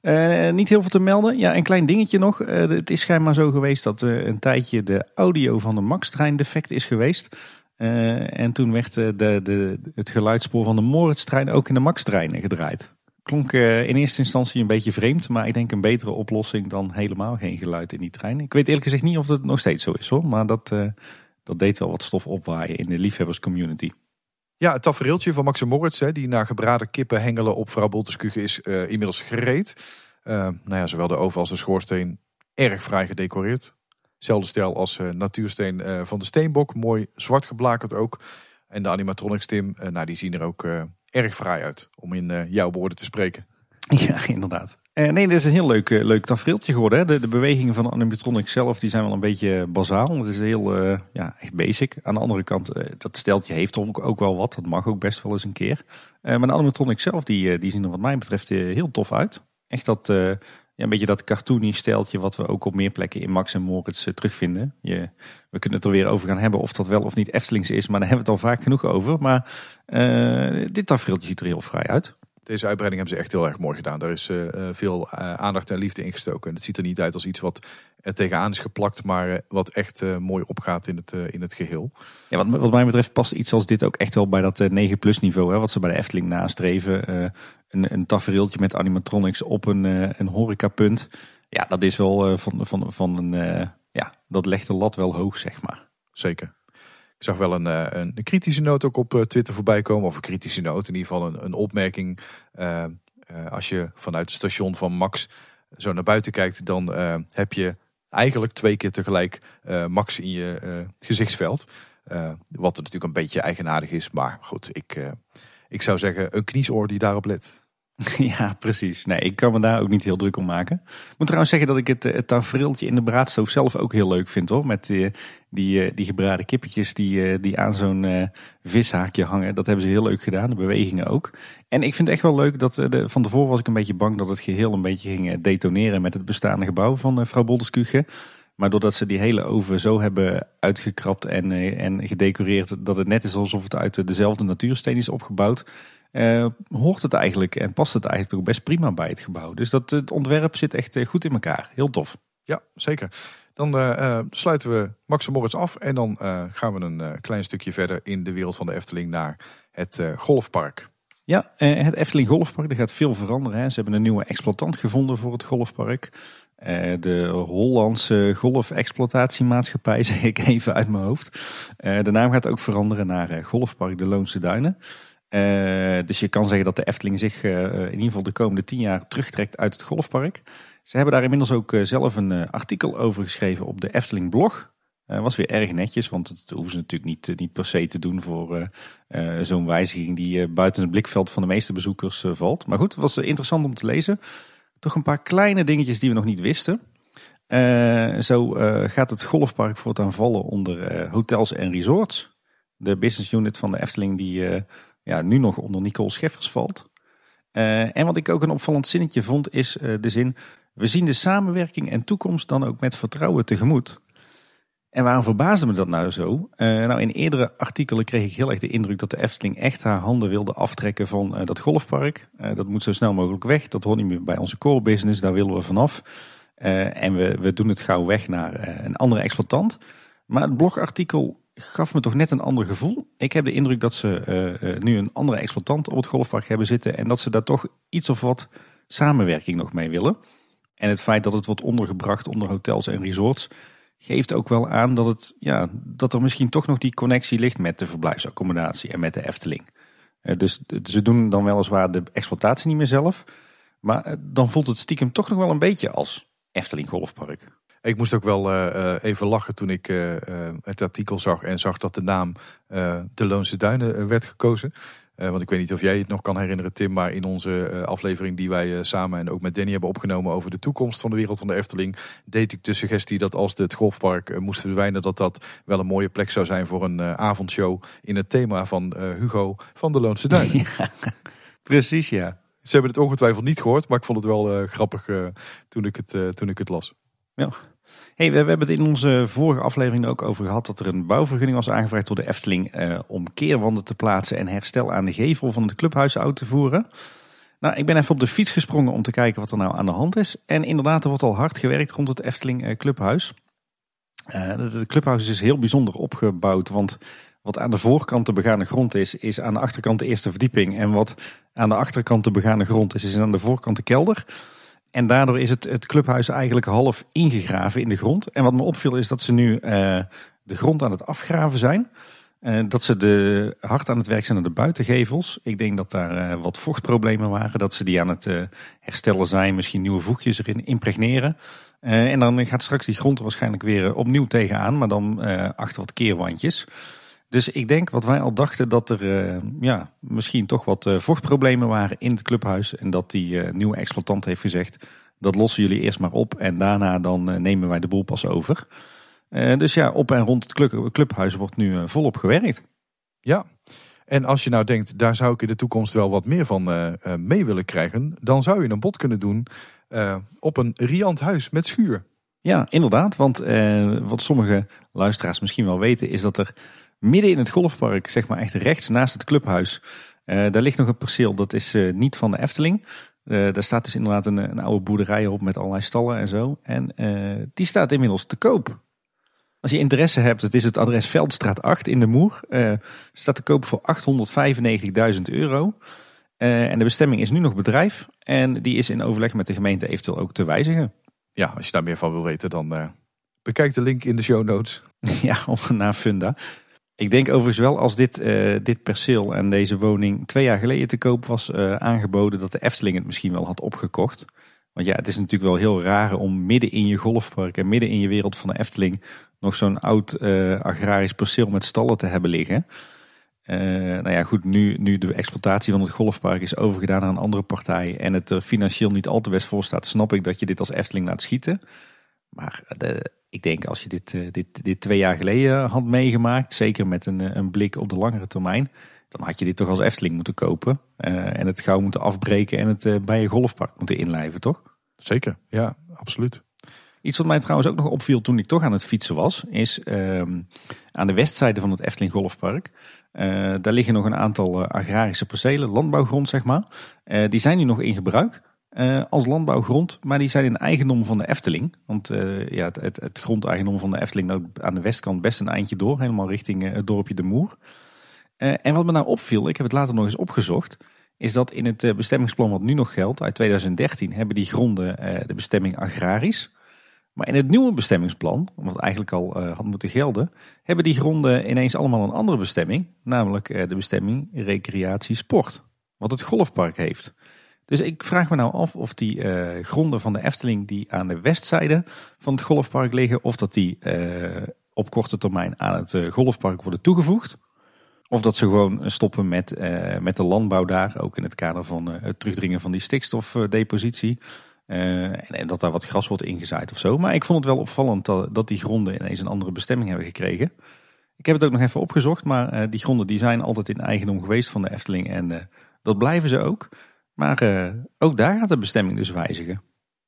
Speaker 2: Niet heel veel te melden. Ja, een klein dingetje nog. Het is schijnbaar zo geweest dat een tijdje de audio van de Max-trein defect is geweest. En toen werd het geluidsspoor van de Moritz-trein ook in de Max-treinen gedraaid. Klonk in eerste instantie een beetje vreemd, maar ik denk een betere oplossing dan helemaal geen geluid in die trein. Ik weet eerlijk gezegd niet of het nog steeds zo is hoor, maar dat deed wel wat stof opwaaien in de liefhebberscommunity.
Speaker 1: Ja, het tafereeltje van Max en Moritz, die naar gebraden kippen hengelen op vrouw Bolteskuge is inmiddels gereed. Zowel de oven als de schoorsteen erg fraai gedecoreerd. Zelfde stijl als natuursteen van de Steenbok, mooi zwart geblakerd ook. En de animatronics, Tim, die zien er ook erg fraai uit, om in jouw woorden te spreken.
Speaker 2: Ja, inderdaad. Nee, dit is een heel leuk tafereeltje geworden. Hè? De bewegingen van de animatronics zelf die zijn wel een beetje bazaal. Het is heel echt basic. Aan de andere kant, dat steltje heeft ook wel wat. Dat mag ook best wel eens een keer. Maar de animatronics zelf die zien er wat mij betreft heel tof uit. Echt dat, een beetje dat cartoony steltje wat we ook op meer plekken in Max en Moritz terugvinden. We kunnen het er weer over gaan hebben of dat wel of niet Eftelings is. Maar daar hebben we het al vaak genoeg over. Maar dit tafereeltje ziet er heel fraai uit.
Speaker 1: Deze uitbreiding hebben ze echt heel erg mooi gedaan. Daar is veel aandacht en liefde in gestoken. En het ziet er niet uit als iets wat er tegenaan is geplakt, maar wat echt mooi opgaat in het geheel.
Speaker 2: Ja, wat mij betreft past iets als dit ook echt wel bij dat 9+ niveau. Hè, wat ze bij de Efteling nastreven. Een tafereeltje met animatronics op een horecapunt. Ja, dat is wel dat legt de lat wel hoog, zeg maar.
Speaker 1: Zeker. Ik zag wel een kritische noot ook op Twitter voorbij komen. Of een kritische noot, in ieder geval een opmerking. Als je vanuit het station van Max zo naar buiten kijkt, dan heb je eigenlijk 2 keer tegelijk Max in je gezichtsveld. Wat natuurlijk een beetje eigenaardig is. Maar goed, ik zou zeggen een kniesoor die daarop let.
Speaker 2: Ja, precies. Nee, ik kan me daar ook niet heel druk om maken. Ik moet trouwens zeggen dat ik het tafereeltje in de braadstoof zelf ook heel leuk vind, hoor. Met die gebraden kippetjes die aan zo'n vishaakje hangen. Dat hebben ze heel leuk gedaan, de bewegingen ook. En ik vind het echt wel leuk dat van tevoren was ik een beetje bang dat het geheel een beetje ging detoneren met het bestaande gebouw van vrouw Bolderskuche. Maar doordat ze die hele oven zo hebben uitgekrapt en gedecoreerd dat het net is alsof het uit dezelfde natuursteen is opgebouwd, hoort het eigenlijk en past het eigenlijk ook best prima bij het gebouw. Dus het ontwerp zit echt goed in elkaar. Heel tof.
Speaker 1: Ja, zeker. Dan sluiten we Max en Moritz af en dan gaan we een klein stukje verder in de wereld van de Efteling naar het golfpark.
Speaker 2: Ja, het Efteling Golfpark, er gaat veel veranderen. Hè. Ze hebben een nieuwe exploitant gevonden voor het golfpark. De Hollandse Golfexploitatiemaatschappij, zeg ik even uit mijn hoofd. De naam gaat ook veranderen naar Golfpark de Loonse Duinen. Dus je kan zeggen dat de Efteling zich in ieder geval de komende 10 jaar terugtrekt uit het golfpark. Ze hebben daar inmiddels ook zelf een artikel over geschreven op de Efteling blog. Was weer erg netjes, want dat hoeven ze natuurlijk niet per se te doen voor zo'n wijziging die buiten het blikveld van de meeste bezoekers valt. Maar goed, het was interessant om te lezen. Toch een paar kleine dingetjes die we nog niet wisten. Zo gaat het golfpark voortaan vallen onder hotels en resorts. De business unit van de Efteling die nu nog onder Nicole Scheffers valt. En wat ik ook een opvallend zinnetje vond is de zin: we zien de samenwerking en toekomst dan ook met vertrouwen tegemoet. En waarom verbaasde me dat nou zo? In eerdere artikelen kreeg ik heel erg de indruk dat de Efteling echt haar handen wilde aftrekken van dat golfpark. Dat moet zo snel mogelijk weg. Dat hoort niet meer bij onze core business. Daar willen we vanaf. En we doen het gauw weg naar een andere exploitant. Maar het blogartikel gaf me toch net een ander gevoel. Ik heb de indruk dat ze nu een andere exploitant op het golfpark hebben zitten. En dat ze daar toch iets of wat samenwerking nog mee willen. En het feit dat het wordt ondergebracht onder hotels en resorts geeft ook wel aan dat er misschien toch nog die connectie ligt met de verblijfsaccommodatie en met de Efteling. Dus ze doen dan weliswaar de exploitatie niet meer zelf. Maar dan voelt het stiekem toch nog wel een beetje als Efteling Golfpark.
Speaker 1: Ik moest ook wel even lachen toen ik het artikel zag en zag dat de naam de Loonse Duinen werd gekozen. Want ik weet niet of jij het nog kan herinneren, Tim, maar in onze aflevering die wij samen en ook met Danny hebben opgenomen over de toekomst van de wereld van de Efteling, deed ik de suggestie dat als het golfpark moest verdwijnen, dat wel een mooie plek zou zijn voor een avondshow in het thema van Hugo van de Loonse Duinen.
Speaker 2: Ja, precies, ja.
Speaker 1: Ze hebben het ongetwijfeld niet gehoord, maar ik vond het wel grappig toen ik het las.
Speaker 2: Ja. Hey, we hebben het in onze vorige aflevering ook over gehad dat er een bouwvergunning was aangevraagd door de Efteling om keerwanden te plaatsen en herstel aan de gevel van het clubhuis uit te voeren. Nou, ik ben even op de fiets gesprongen om te kijken wat er nou aan de hand is. En inderdaad, er wordt al hard gewerkt rond het Efteling clubhuis. Het clubhuis is heel bijzonder opgebouwd, want wat aan de voorkant de begane grond is aan de achterkant de eerste verdieping. En wat aan de achterkant de begane grond is aan de voorkant de kelder. En daardoor is het clubhuis eigenlijk half ingegraven in de grond. En wat me opviel is dat ze nu de grond aan het afgraven zijn. Dat ze hard aan het werk zijn aan de buitengevels. Ik denk dat daar wat vochtproblemen waren. Dat ze die aan het herstellen zijn. Misschien nieuwe voegjes erin impregneren. En dan gaat straks die grond er waarschijnlijk weer opnieuw tegenaan. Maar dan achter wat keerwandjes. Dus ik denk wat wij al dachten dat er misschien toch wat vochtproblemen waren in het clubhuis. En dat die nieuwe exploitant heeft gezegd, dat lossen jullie eerst maar op en daarna dan nemen wij de boel pas over. Dus ja, op en rond het clubhuis wordt nu volop gewerkt.
Speaker 1: Ja, en als je nou denkt, daar zou ik in de toekomst wel wat meer van mee willen krijgen, dan zou je een bod kunnen doen op een riant huis met schuur.
Speaker 2: Ja, inderdaad. Want wat sommige luisteraars misschien wel weten, is dat er midden in het golfpark, zeg maar echt rechts naast het clubhuis, daar ligt nog een perceel, dat is niet van de Efteling. Daar staat dus inderdaad een oude boerderij op met allerlei stallen en zo. En die staat inmiddels te koop. Als je interesse hebt, het is het adres Veldstraat 8 in de Moer. Staat te koop voor €895.000. En de bestemming is nu nog bedrijf. En die is in overleg met de gemeente eventueel ook te wijzigen.
Speaker 1: Ja, als je daar meer van wil weten, dan bekijk de link in de show notes.
Speaker 2: Ja, naar Funda. Ik denk overigens wel, als dit perceel en deze woning 2 jaar geleden te koop was aangeboden, dat de Efteling het misschien wel had opgekocht. Want ja, het is natuurlijk wel heel raar om midden in je golfpark en midden in je wereld van de Efteling nog zo'n oud agrarisch perceel met stallen te hebben liggen. Nou ja, goed, nu de exploitatie van het golfpark is overgedaan aan een andere partij en het er financieel niet al te best voor staat, snap ik dat je dit als Efteling laat schieten. Maar ik denk als je dit 2 jaar geleden had meegemaakt, zeker met een blik op de langere termijn, dan had je dit toch als Efteling moeten kopen. En het gauw moeten afbreken en het bij je golfpark moeten inlijven, toch?
Speaker 1: Zeker, ja, absoluut.
Speaker 2: Iets wat mij trouwens ook nog opviel toen ik toch aan het fietsen was, is aan de westzijde van het Efteling Golfpark. Daar liggen nog een aantal agrarische percelen, landbouwgrond zeg maar. Die zijn nu nog in gebruik als landbouwgrond, maar die zijn in eigendom van de Efteling. Want het grondeigendom van de Efteling loopt aan de westkant best een eindje door, helemaal richting het dorpje De Moer. En wat me nou opviel, ik heb het later nog eens opgezocht, is dat in het bestemmingsplan wat nu nog geldt, uit 2013, hebben die gronden de bestemming agrarisch. Maar in het nieuwe bestemmingsplan, wat eigenlijk al had moeten gelden, hebben die gronden ineens allemaal een andere bestemming. Namelijk de bestemming recreatie sport, wat het golfpark heeft. Dus ik vraag me nou af of die gronden van de Efteling die aan de westzijde van het golfpark liggen, of dat die op korte termijn aan het golfpark worden toegevoegd. Of dat ze gewoon stoppen met de landbouw daar, ook in het kader van het terugdringen van die stikstofdepositie. En dat daar wat gras wordt ingezaaid of zo. Maar ik vond het wel opvallend dat die gronden ineens een andere bestemming hebben gekregen. Ik heb het ook nog even opgezocht, maar die gronden die zijn altijd in eigendom geweest van de Efteling. En dat blijven ze ook. Maar ook daar gaat de bestemming dus wijzigen.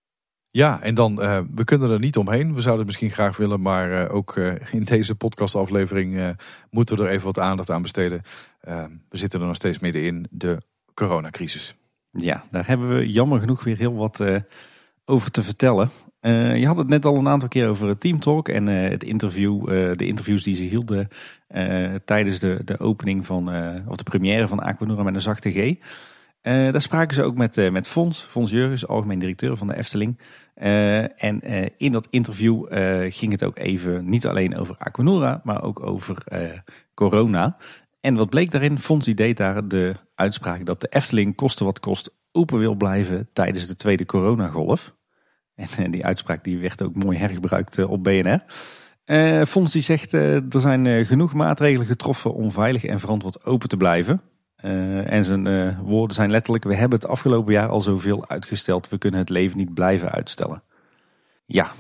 Speaker 1: Ja, en dan, we kunnen er niet omheen. We zouden het misschien graag willen, maar ook in deze podcastaflevering moeten we er even wat aandacht aan besteden. We zitten er nog steeds middenin, de coronacrisis.
Speaker 2: Ja, daar hebben we jammer genoeg weer heel wat over te vertellen. Je had het net al een aantal keer over het Team Talk en het interview, de interviews die ze hielden tijdens de opening of de première van Aquanura met een zachte G. Daar spraken ze ook met Fons Jurgens, algemeen directeur van de Efteling. En in dat interview ging het ook even niet alleen over Aquanura, maar ook over corona. En wat bleek daarin? Fons die deed daar de uitspraak dat de Efteling koste wat kost open wil blijven tijdens de tweede coronagolf. En die uitspraak die werd ook mooi hergebruikt op BNR. Fons die zegt er zijn genoeg maatregelen getroffen om veilig en verantwoord open te blijven. En zijn woorden zijn letterlijk: we hebben het afgelopen jaar al zoveel uitgesteld, we kunnen het leven niet blijven uitstellen. Ja,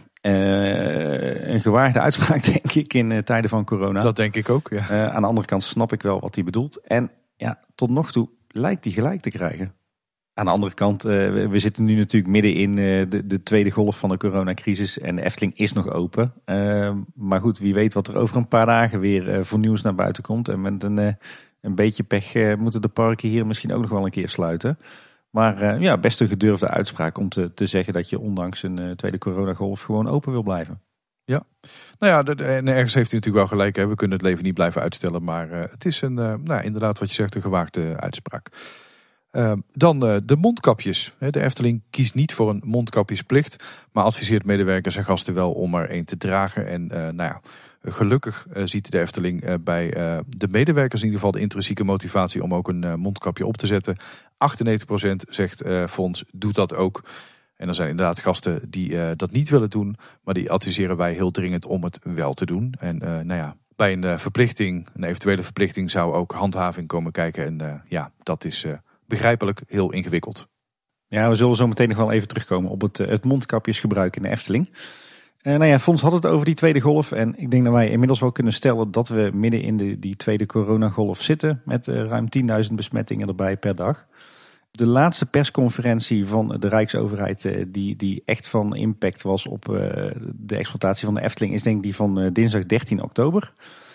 Speaker 2: een gewaagde uitspraak denk ik in tijden van corona.
Speaker 1: Dat denk ik ook, ja.
Speaker 2: Aan de andere kant snap ik wel wat hij bedoelt. En ja, tot nog toe lijkt hij gelijk te krijgen. Aan de andere kant, we zitten nu natuurlijk midden in de tweede golf van de coronacrisis. En de Efteling is nog open. Maar goed, wie weet wat er over een paar dagen weer voor nieuws naar buiten komt. En met een beetje pech moeten de parken hier misschien ook nog wel een keer sluiten. Maar best een gedurfde uitspraak om te zeggen dat je ondanks een tweede coronagolf gewoon open wil blijven.
Speaker 1: Ja, nou ja, en ergens heeft hij natuurlijk wel gelijk. Hè. We kunnen het leven niet blijven uitstellen. Maar het is inderdaad wat je zegt, een gewaagde uitspraak. Dan de mondkapjes. De Efteling kiest niet voor een mondkapjesplicht, maar adviseert medewerkers en gasten wel om er een te dragen. En gelukkig ziet de Efteling bij de medewerkers in ieder geval de intrinsieke motivatie om ook een mondkapje op te zetten. 98% zegt Fons, doet dat ook. En er zijn inderdaad gasten die dat niet willen doen, maar die adviseren wij heel dringend om het wel te doen. En Bij een verplichting, een eventuele verplichting, zou ook handhaving komen kijken. En dat is begrijpelijk heel ingewikkeld.
Speaker 2: Ja, we zullen zo meteen nog wel even terugkomen op het mondkapjesgebruik in de Efteling. Fons had het over die tweede golf. En ik denk dat wij inmiddels wel kunnen stellen dat we midden in die tweede coronagolf zitten. Met ruim 10.000 besmettingen erbij per dag. De laatste persconferentie van de Rijksoverheid die echt van impact was op de exploitatie van de Efteling is denk ik die van dinsdag 13 oktober.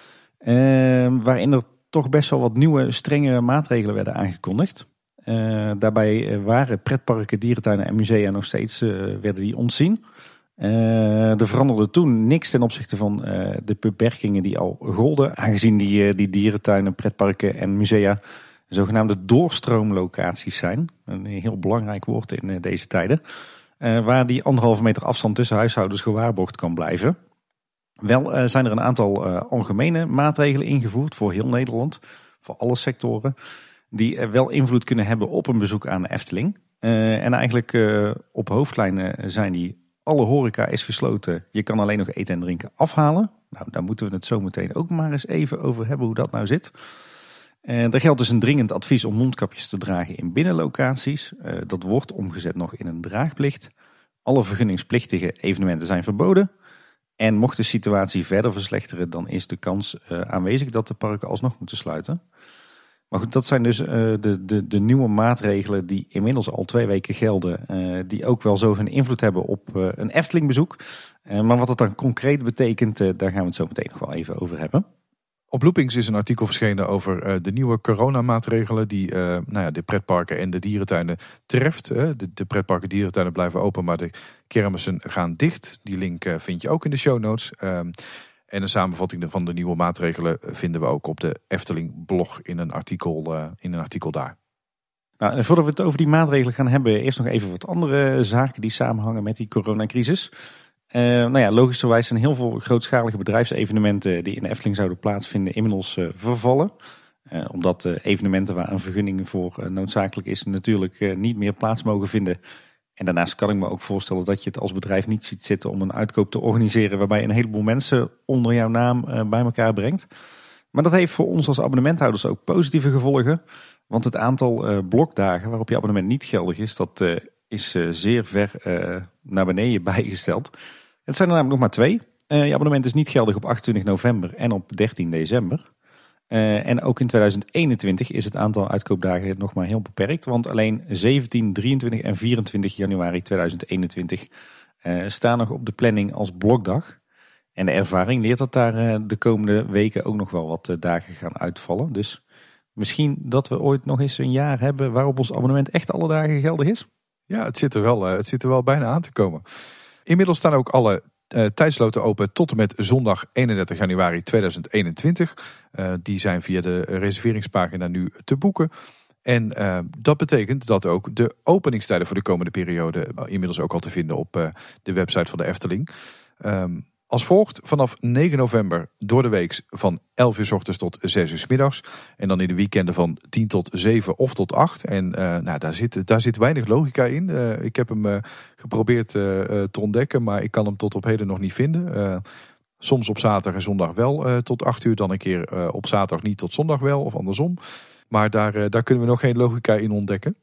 Speaker 2: Waarin er toch best wel wat nieuwe strengere maatregelen werden aangekondigd. Daarbij waren pretparken, dierentuinen en musea nog steeds werden die ontzien. Er veranderde toen niks ten opzichte van de beperkingen die al golden. Aangezien die dierentuinen, pretparken en musea zogenaamde doorstroomlocaties zijn. Een heel belangrijk woord in deze tijden. Waar die 1,5 meter afstand tussen huishoudens gewaarborgd kan blijven. Wel zijn er een aantal algemene maatregelen ingevoerd voor heel Nederland. Voor alle sectoren. Die wel invloed kunnen hebben op een bezoek aan de Efteling. En eigenlijk op hoofdlijnen zijn die: alle horeca is gesloten. Je kan alleen nog eten en drinken afhalen. Nou, daar moeten we het zo meteen ook maar eens even over hebben hoe dat nou zit. Er geldt dus een dringend advies om mondkapjes te dragen in binnenlocaties. Dat wordt omgezet nog in een draagplicht. Alle vergunningsplichtige evenementen zijn verboden. En mocht de situatie verder verslechteren, dan is de kans aanwezig dat de parken alsnog moeten sluiten. Maar goed, dat zijn dus de nieuwe maatregelen die inmiddels al 2 weken gelden. Die ook wel zo hun invloed hebben op een Eftelingbezoek. Maar wat dat dan concreet betekent, daar gaan we het zo meteen nog wel even over hebben.
Speaker 1: Op Loopings is een artikel verschenen over de nieuwe coronamaatregelen die de pretparken en de dierentuinen treft. De pretparken en dierentuinen blijven open, maar de kermissen gaan dicht. Die link vind je ook in de show notes. En een samenvatting van de nieuwe maatregelen vinden we ook op de Efteling blog in een artikel daar.
Speaker 2: Nou, voordat we het over die maatregelen gaan hebben, eerst nog even wat andere zaken die samenhangen met die coronacrisis. Logischerwijs zijn heel veel grootschalige bedrijfsevenementen die in de Efteling zouden plaatsvinden inmiddels vervallen. Omdat evenementen waar een vergunning voor noodzakelijk is natuurlijk niet meer plaats mogen vinden. En daarnaast kan ik me ook voorstellen dat je het als bedrijf niet ziet zitten om een uitkoop te organiseren waarbij een heleboel mensen onder jouw naam bij elkaar brengt. Maar dat heeft voor ons als abonnementhouders ook positieve gevolgen. Want het aantal blokdagen waarop je abonnement niet geldig is, dat is zeer ver naar beneden bijgesteld. Het zijn er namelijk nog maar 2. Je abonnement is niet geldig op 28 november en op 13 december. En ook in 2021 is het aantal uitkoopdagen nog maar heel beperkt. Want alleen 17, 23 en 24 januari 2021 staan nog op de planning als blokdag. En de ervaring leert dat daar de komende weken ook nog wel wat dagen gaan uitvallen. Dus misschien dat we ooit nog eens een jaar hebben waarop ons abonnement echt alle dagen geldig is.
Speaker 1: Ja, het zit er wel bijna aan te komen. Inmiddels staan ook alle tijdsloten open tot en met zondag 31 januari 2021. Die zijn via de reserveringspagina nu te boeken. En dat betekent dat ook de openingstijden voor de komende periode inmiddels ook al te vinden op de website van de Efteling. Als volgt: vanaf 9 november door de week van 11 uur 's ochtends tot 6 uur 's middags. En dan in de weekenden van 10 tot 7 of tot 8. En daar zit weinig logica in. Ik heb hem geprobeerd te ontdekken, maar ik kan hem tot op heden nog niet vinden. Soms op zaterdag en zondag wel tot 8 uur. Dan een keer op zaterdag niet tot zondag wel of andersom. Maar daar kunnen we nog geen logica in ontdekken.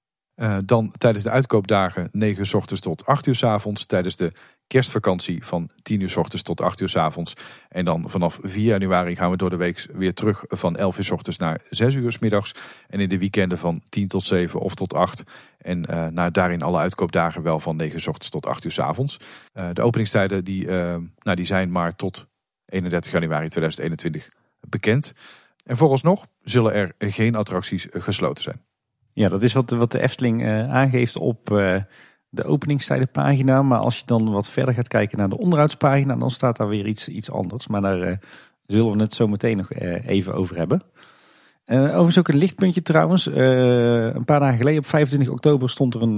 Speaker 1: Dan tijdens de uitkoopdagen 9 uur 's ochtends tot 8 uur 's avonds. Tijdens de kerstvakantie van 10 uur 's ochtends tot 8 uur 's avonds. En dan vanaf 4 januari gaan we door de week weer terug van 11 uur 's ochtends naar 6 uur 's middags. En in de weekenden van 10 tot 7 of tot 8. En daarin alle uitkoopdagen wel van 9 uur 's ochtends tot 8 uur 's avonds. De openingstijden die zijn maar tot 31 januari 2021 bekend. En vooralsnog zullen er geen attracties gesloten zijn.
Speaker 2: Ja, dat is wat de Efteling aangeeft op de openingstijdenpagina. Maar als je dan wat verder gaat kijken naar de onderhoudspagina, dan staat daar weer iets anders. Maar daar zullen we het zo meteen nog even over hebben. Overigens ook een lichtpuntje trouwens. Een paar dagen geleden, op 25 oktober, stond er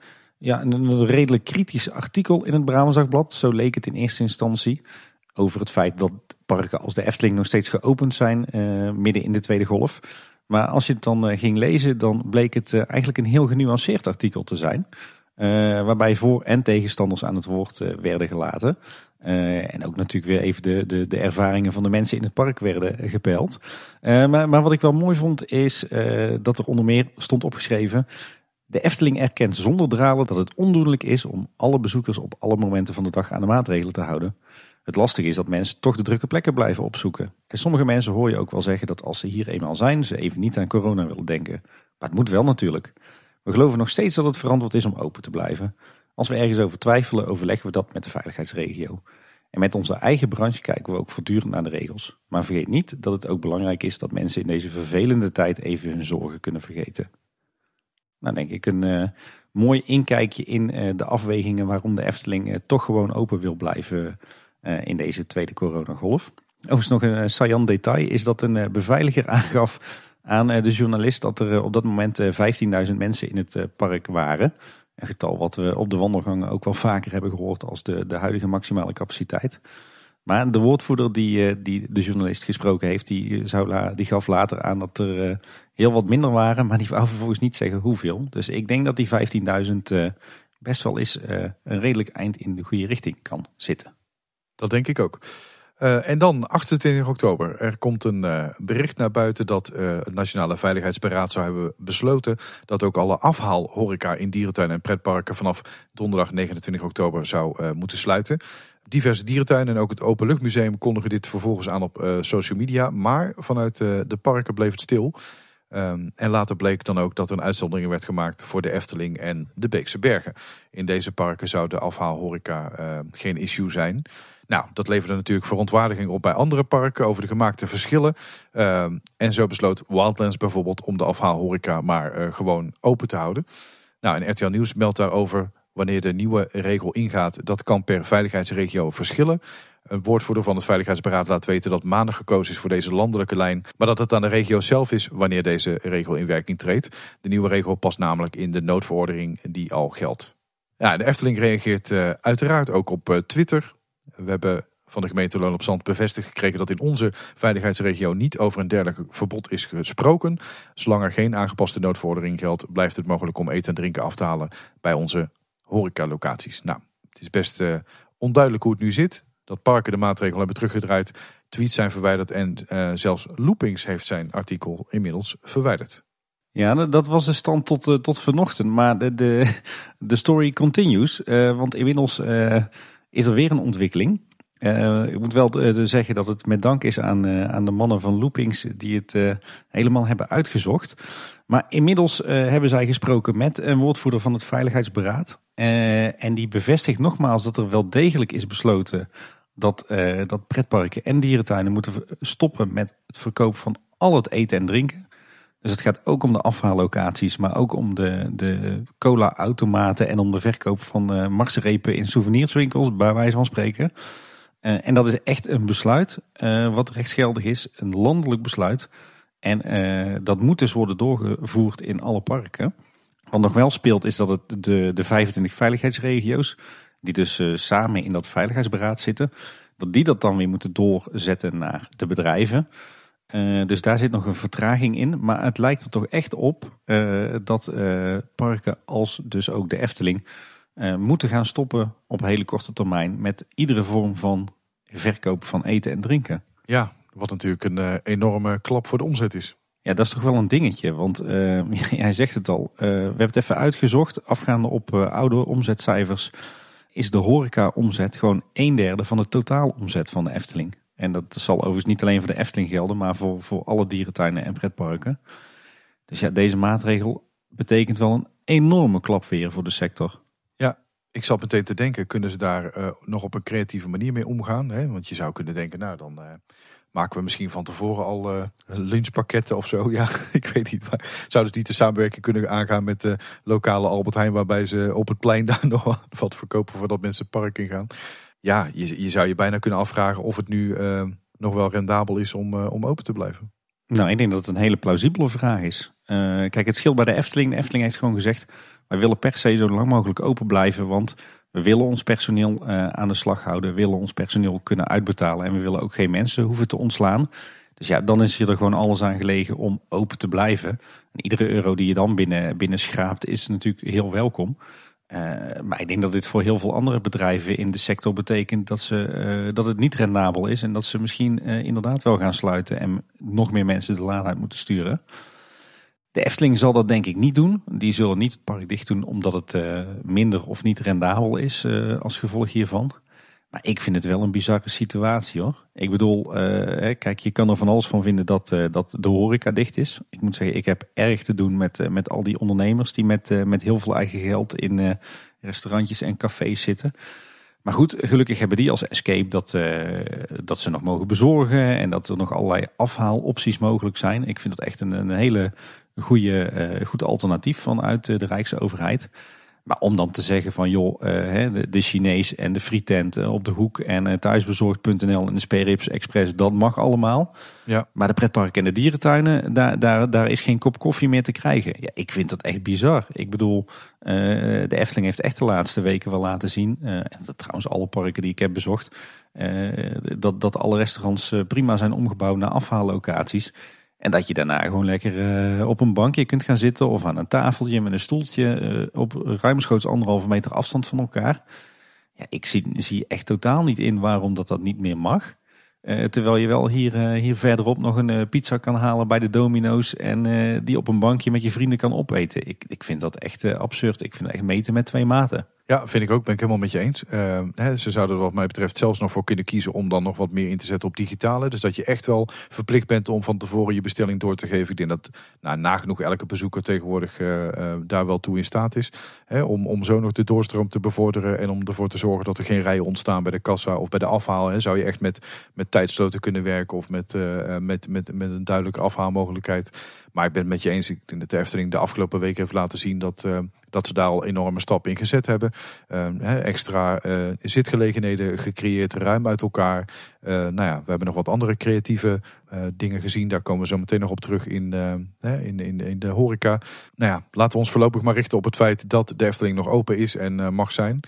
Speaker 2: een redelijk kritisch artikel in het Brabants Dagblad. Zo leek het in eerste instantie. Over het feit dat parken als de Efteling nog steeds geopend zijn midden in de tweede golf. Maar als je het dan ging lezen, dan bleek het eigenlijk een heel genuanceerd artikel te zijn. Waarbij voor- en tegenstanders aan het woord werden gelaten. En ook natuurlijk weer even de ervaringen van de mensen in het park werden gepeild. Maar wat ik wel mooi vond is dat er onder meer stond opgeschreven: de Efteling erkent zonder dralen dat het ondoenlijk is om alle bezoekers op alle momenten van de dag aan de maatregelen te houden. Het lastige is dat mensen toch de drukke plekken blijven opzoeken. En sommige mensen hoor je ook wel zeggen dat als ze hier eenmaal zijn, ze even niet aan corona willen denken. Maar het moet wel natuurlijk. We geloven nog steeds dat het verantwoord is om open te blijven. Als we ergens over twijfelen, overleggen we dat met de veiligheidsregio. En met onze eigen branche kijken we ook voortdurend naar de regels. Maar vergeet niet dat het ook belangrijk is dat mensen in deze vervelende tijd even hun zorgen kunnen vergeten. Nou, denk ik een mooi inkijkje in de afwegingen waarom de Efteling toch gewoon open wil blijven in deze tweede coronagolf. Overigens nog een saillant detail is dat een beveiliger aangaf aan de journalist dat er op dat moment 15.000 mensen in het park waren. Een getal wat we op de wandelgangen ook wel vaker hebben gehoord als de huidige maximale capaciteit. Maar de woordvoerder die de journalist gesproken heeft, die gaf later aan dat er heel wat minder waren. Maar die wou vervolgens niet zeggen hoeveel. Dus ik denk dat die 15.000 best wel eens een redelijk eind in de goede richting kan zitten.
Speaker 1: Dat denk ik ook. En dan 28 oktober. Er komt een bericht naar buiten dat het Nationale Veiligheidsberaad zou hebben besloten dat ook alle afhaalhoreca in dierentuinen en pretparken vanaf donderdag 29 oktober zou moeten sluiten. Diverse dierentuinen en ook het Openluchtmuseum kondigen dit vervolgens aan op social media. Maar vanuit de parken bleef het stil. En later bleek dan ook dat er een uitzondering werd gemaakt voor de Efteling en de Beekse Bergen. In deze parken zou de afhaalhoreca geen issue zijn. Nou, dat leverde natuurlijk verontwaardiging op bij andere parken over de gemaakte verschillen. En zo besloot Wildlands bijvoorbeeld om de afhaalhoreca maar gewoon open te houden. Nou, en RTL Nieuws meldt daarover wanneer de nieuwe regel ingaat. Dat kan per veiligheidsregio verschillen. Een woordvoerder van het Veiligheidsberaad laat weten dat maandag gekozen is voor deze landelijke lijn. Maar dat het aan de regio zelf is wanneer deze regel in werking treedt. De nieuwe regel past namelijk in de noodverordening die al geldt. Ja, de Efteling reageert uiteraard ook op Twitter. We hebben van de gemeente Loon op Zand bevestigd gekregen dat in onze veiligheidsregio niet over een dergelijk verbod is gesproken. Zolang er geen aangepaste noodverordening geldt, blijft het mogelijk om eten en drinken af te halen bij onze horecalocaties. Nou, het is best onduidelijk hoe het nu zit. Dat parken de maatregel hebben teruggedraaid, tweets zijn verwijderd en zelfs Loopings heeft zijn artikel inmiddels verwijderd.
Speaker 2: Ja, dat was de stand tot vanochtend, maar de story continues, want inmiddels is er weer een ontwikkeling. Ik moet wel zeggen dat het met dank is aan de mannen van Loopings die het helemaal hebben uitgezocht. Maar inmiddels hebben zij gesproken met een woordvoerder van het Veiligheidsberaad. En die bevestigt nogmaals dat er wel degelijk is besloten dat pretparken en dierentuinen moeten stoppen met het verkoop van al het eten en drinken. Dus het gaat ook om de afhaallocaties, maar ook om de cola-automaten en om de verkoop van marsrepen in souvenirswinkels, bij wijze van spreken. En dat is echt een besluit wat rechtsgeldig is, een landelijk besluit. En dat moet dus worden doorgevoerd in alle parken. Wat nog wel speelt is dat het de 25 veiligheidsregio's, die dus samen in dat veiligheidsberaad zitten, dat die dat dan weer moeten doorzetten naar de bedrijven. Dus daar zit nog een vertraging in. Maar het lijkt er toch echt op dat parken als dus ook de Efteling moeten gaan stoppen op hele korte termijn met iedere vorm van verkoop van eten en drinken.
Speaker 1: Ja, wat natuurlijk een enorme klap voor de omzet is.
Speaker 2: Ja, dat is toch wel een dingetje. Want hij zegt het al. We hebben het even uitgezocht. Afgaande op oude omzetcijfers is de horeca-omzet gewoon 1/3 van de totaalomzet van de Efteling. En dat zal overigens niet alleen voor de Efteling gelden, maar voor alle dierentuinen en pretparken. Dus ja, deze maatregel betekent wel een enorme klap weer voor de sector.
Speaker 1: Ja, ik zat meteen te denken, kunnen ze daar nog op een creatieve manier mee omgaan? Hè? Want je zou kunnen denken, nou dan maken we misschien van tevoren al lunchpakketten of zo. Ja, ik weet niet. Maar zouden ze niet de samenwerking kunnen aangaan met de lokale Albert Heijn, waarbij ze op het plein daar nog wat verkopen voordat mensen het park ingaan? Ja, je zou je bijna kunnen afvragen of het nu nog wel rendabel is om open te blijven.
Speaker 2: Nou, ik denk dat het een hele plausibele vraag is. Kijk, het scheelt bij de Efteling. De Efteling heeft gewoon gezegd, wij willen per se zo lang mogelijk open blijven, want we willen ons personeel aan de slag houden. We willen ons personeel kunnen uitbetalen en we willen ook geen mensen hoeven te ontslaan. Dus ja, dan is er gewoon alles aan gelegen om open te blijven. En iedere euro die je dan binnen schraapt is natuurlijk heel welkom. Maar ik denk dat dit voor heel veel andere bedrijven in de sector betekent dat het niet rendabel is. En dat ze misschien inderdaad wel gaan sluiten en nog meer mensen de laan uit moeten sturen. De Efteling zal dat denk ik niet doen. Die zullen niet het park dicht doen omdat het minder of niet rendabel is als gevolg hiervan. Maar ik vind het wel een bizarre situatie hoor. Ik bedoel, kijk, je kan er van alles van vinden dat de horeca dicht is. Ik moet zeggen, ik heb erg te doen met al die ondernemers die met heel veel eigen geld in restaurantjes en cafés zitten. Maar goed, gelukkig hebben die als escape dat ze nog mogen bezorgen en dat er nog allerlei afhaalopties mogelijk zijn. Ik vind dat echt een hele goed alternatief vanuit de Rijksoverheid. Maar om dan te zeggen van joh, de Chinees en de frietent op de hoek en thuisbezorgd.nl en de Sperrips Express, dat mag allemaal.
Speaker 1: Ja.
Speaker 2: Maar de pretparken en de dierentuinen, daar is geen kop koffie meer te krijgen. Ja, ik vind dat echt bizar. Ik bedoel, de Efteling heeft echt de laatste weken wel laten zien, en dat trouwens alle parken die ik heb bezocht, dat alle restaurants prima zijn omgebouwd naar afhaallocaties. En dat je daarna gewoon lekker op een bankje kunt gaan zitten of aan een tafeltje met een stoeltje op ruimschoots 1,5 meter afstand van elkaar. Ja, ik zie echt totaal niet in waarom dat niet meer mag. Terwijl je wel hier verderop nog een pizza kan halen bij de Domino's en die op een bankje met je vrienden kan opeten. Ik vind dat echt absurd. Ik vind het echt meten met 2 maten.
Speaker 1: Ja, vind ik ook. Ben ik helemaal met je eens. Ze zouden er wat mij betreft zelfs nog voor kunnen kiezen om dan nog wat meer in te zetten op digitale. Dus dat je echt wel verplicht bent om van tevoren je bestelling door te geven. Ik denk dat nagenoeg elke bezoeker tegenwoordig daar wel toe in staat is. Om zo nog de doorstroom te bevorderen en om ervoor te zorgen dat er geen rijen ontstaan bij de kassa of bij de afhaal. Zou je echt met tijdsloten kunnen werken of met een duidelijke afhaalmogelijkheid. Maar ik ben het met je eens. Ik denk dat de Efteling de afgelopen weken heeft laten zien dat ze daar al enorme stappen in gezet hebben. Extra zitgelegenheden gecreëerd, ruim uit elkaar. We hebben nog wat andere creatieve dingen gezien. Daar komen we zo meteen nog op terug in de horeca. Laten we ons voorlopig maar richten op het feit dat de Efteling nog open is en mag zijn.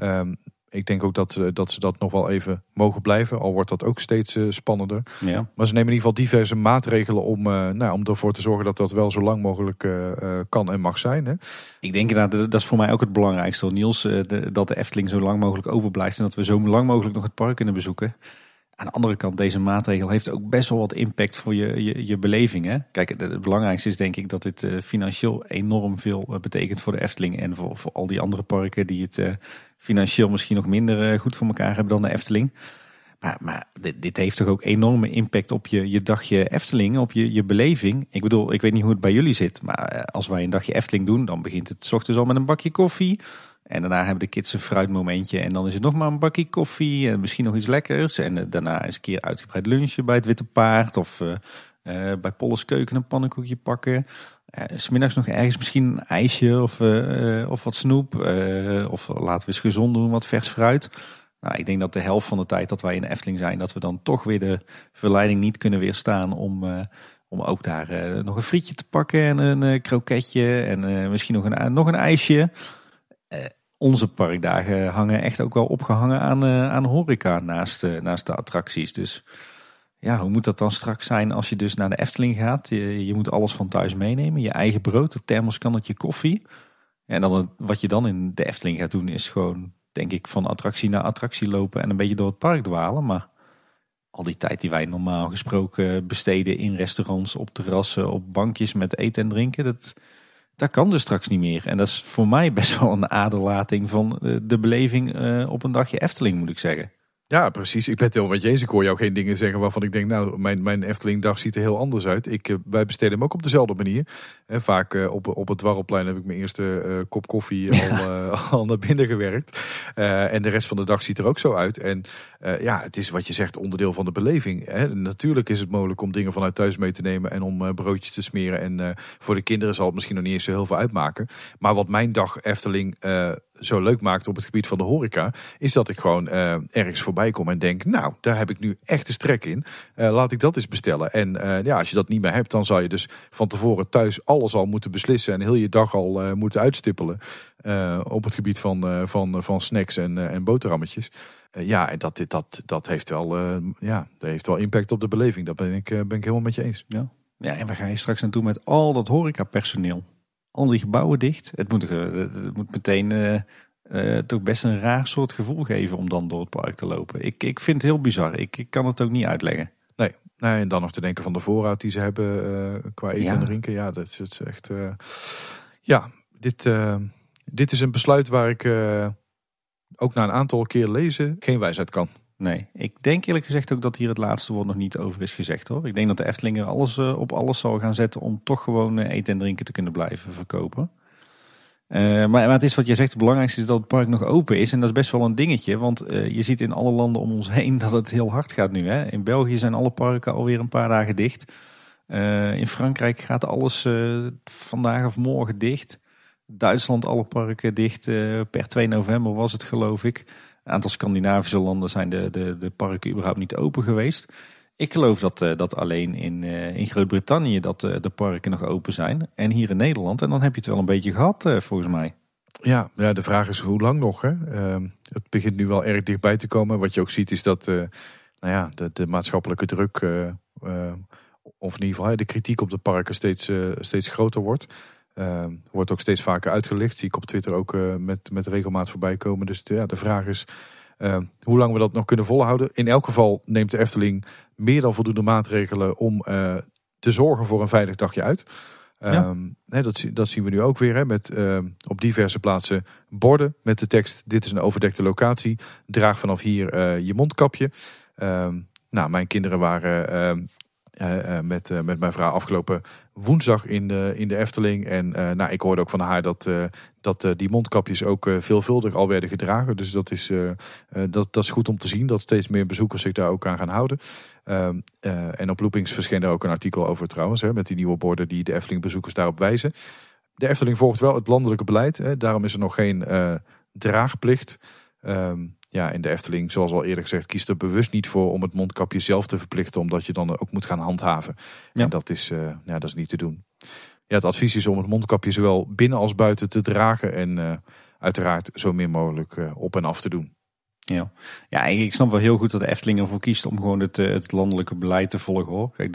Speaker 1: Ik denk ook dat ze dat nog wel even mogen blijven. Al wordt dat ook steeds spannender.
Speaker 2: Ja.
Speaker 1: Maar ze nemen in ieder geval diverse maatregelen om ervoor te zorgen dat dat wel zo lang mogelijk kan en mag zijn. Hè?
Speaker 2: Ik denk dat is voor mij ook het belangrijkste, Niels. Dat de Efteling zo lang mogelijk open blijft en dat we zo lang mogelijk nog het park kunnen bezoeken. Aan de andere kant, deze maatregel heeft ook best wel wat impact voor je beleving. Hè? Kijk, het belangrijkste is denk ik dat dit financieel enorm veel betekent voor de Efteling. En voor al die andere parken die het financieel misschien nog minder goed voor elkaar hebben dan de Efteling. Maar dit heeft toch ook enorme impact op je dagje Efteling, op je beleving. Ik bedoel, ik weet niet hoe het bij jullie zit. Maar als wij een dagje Efteling doen, dan begint het 's ochtends al met een bakje koffie. En daarna hebben de kids een fruitmomentje. En dan is het nog maar een bakje koffie. En misschien nog iets lekkers. En daarna is een keer uitgebreid lunchen bij het Witte Paard. Of bij Polles Keuken een pannenkoekje pakken. 's Middags nog ergens misschien een ijsje of wat snoep. Of laten we eens gezond doen, wat vers fruit. Nou, ik denk dat de helft van de tijd dat wij in de Efteling zijn, dat we dan toch weer de verleiding niet kunnen weerstaan om ook daar nog een frietje te pakken en een kroketje en misschien nog een ijsje. Onze parkdagen hangen echt ook wel opgehangen aan horeca naast de attracties. Dus ja, hoe moet dat dan straks zijn als je dus naar de Efteling gaat? Je moet alles van thuis meenemen. Je eigen brood, een thermoskannetje koffie. En dan wat je dan in de Efteling gaat doen is gewoon, denk ik, van attractie naar attractie lopen en een beetje door het park dwalen. Maar al die tijd die wij normaal gesproken besteden in restaurants, op terrassen, op bankjes met eten en drinken, dat kan dus straks niet meer. En dat is voor mij best wel een aderlating van de beleving op een dagje Efteling, moet ik zeggen.
Speaker 1: Ja, precies. Ik ben het heel met je eens. Ik hoor jou geen dingen zeggen waarvan ik denk, nou, mijn Efteling-dag ziet er heel anders uit. Wij besteden hem ook op dezelfde manier. Vaak op het Dwarrelplein heb ik mijn eerste kop koffie al naar binnen gewerkt. En de rest van de dag ziet er ook zo uit. En het is wat je zegt, onderdeel van de beleving. Natuurlijk is het mogelijk om dingen vanuit thuis mee te nemen en om broodjes te smeren. En voor de kinderen zal het misschien nog niet eens zo heel veel uitmaken. Maar wat mijn dag Efteling zo leuk maakt op het gebied van de horeca, is dat ik gewoon ergens voorbij kom en denk, nou, daar heb ik nu echt een strek in. Laat ik dat eens bestellen. En als je dat niet meer hebt, dan zal je dus van tevoren thuis alles al moeten beslissen en heel je dag al moeten uitstippelen op het gebied van snacks en boterhammetjes. En dat heeft wel impact op de beleving. Dat ben ik helemaal met je eens.
Speaker 2: Ja, en waar ga je straks naartoe met al dat horecapersoneel? al die gebouwen dicht. Het moet meteen toch best een raar soort gevoel geven om dan door het park te lopen. Ik vind het heel bizar. Ik kan het ook niet uitleggen.
Speaker 1: Nee, en dan nog te denken van de voorraad die ze hebben qua eten en drinken. Ja, dat is echt... Dit is een besluit waar ik ook na een aantal keer lezen geen wijsheid kan.
Speaker 2: Nee, ik denk eerlijk gezegd ook dat hier het laatste woord nog niet over is gezegd hoor. Ik denk dat de Efteling er op alles zal gaan zetten om toch gewoon eten en drinken te kunnen blijven verkopen. Maar het is wat jij zegt, het belangrijkste is dat het park nog open is. En dat is best wel een dingetje, want je ziet in alle landen om ons heen dat het heel hard gaat nu. Hè? In België zijn alle parken alweer een paar dagen dicht. In Frankrijk gaat alles vandaag of morgen dicht. Duitsland alle parken dicht. Per 2 november was het geloof ik. Een aantal Scandinavische landen zijn de parken überhaupt niet open geweest. Ik geloof dat alleen in Groot-Brittannië dat de parken nog open zijn. En hier in Nederland. En dan heb je het wel een beetje gehad volgens mij.
Speaker 1: Ja, de vraag is hoe lang nog. Hè? Het begint nu wel erg dichtbij te komen. Wat je ook ziet is dat de maatschappelijke druk... of in ieder geval de kritiek op de parken steeds groter wordt. Wordt ook steeds vaker uitgelicht. Zie ik op Twitter ook met regelmaat voorbij komen. Dus de vraag is hoe lang we dat nog kunnen volhouden. In elk geval neemt de Efteling meer dan voldoende maatregelen om te zorgen voor een veilig dagje uit. Dat zien we nu ook weer. Hè, met op diverse plaatsen borden met de tekst: dit is een overdekte locatie. Draag vanaf hier je mondkapje. Mijn kinderen waren... met mijn vrouw afgelopen woensdag in de Efteling. En ik hoorde ook van haar dat die mondkapjes ook veelvuldig al werden gedragen. Dus dat is goed om te zien. Dat steeds meer bezoekers zich daar ook aan gaan houden. En op Loopings verscheen er ook een artikel over trouwens. Met die nieuwe borden die de Efteling bezoekers daarop wijzen. De Efteling volgt wel het landelijke beleid. Daarom is er nog geen draagplicht. In de Efteling, zoals al eerder gezegd, kiest er bewust niet voor om het mondkapje zelf te verplichten, omdat je dan ook moet gaan handhaven. Ja. En dat is niet te doen. Ja, het advies is om het mondkapje zowel binnen als buiten te dragen en uiteraard zo min mogelijk op en af te doen.
Speaker 2: Ja, ik snap wel heel goed dat de Efteling ervoor kiest om gewoon het landelijke beleid te volgen hoor. Kijk,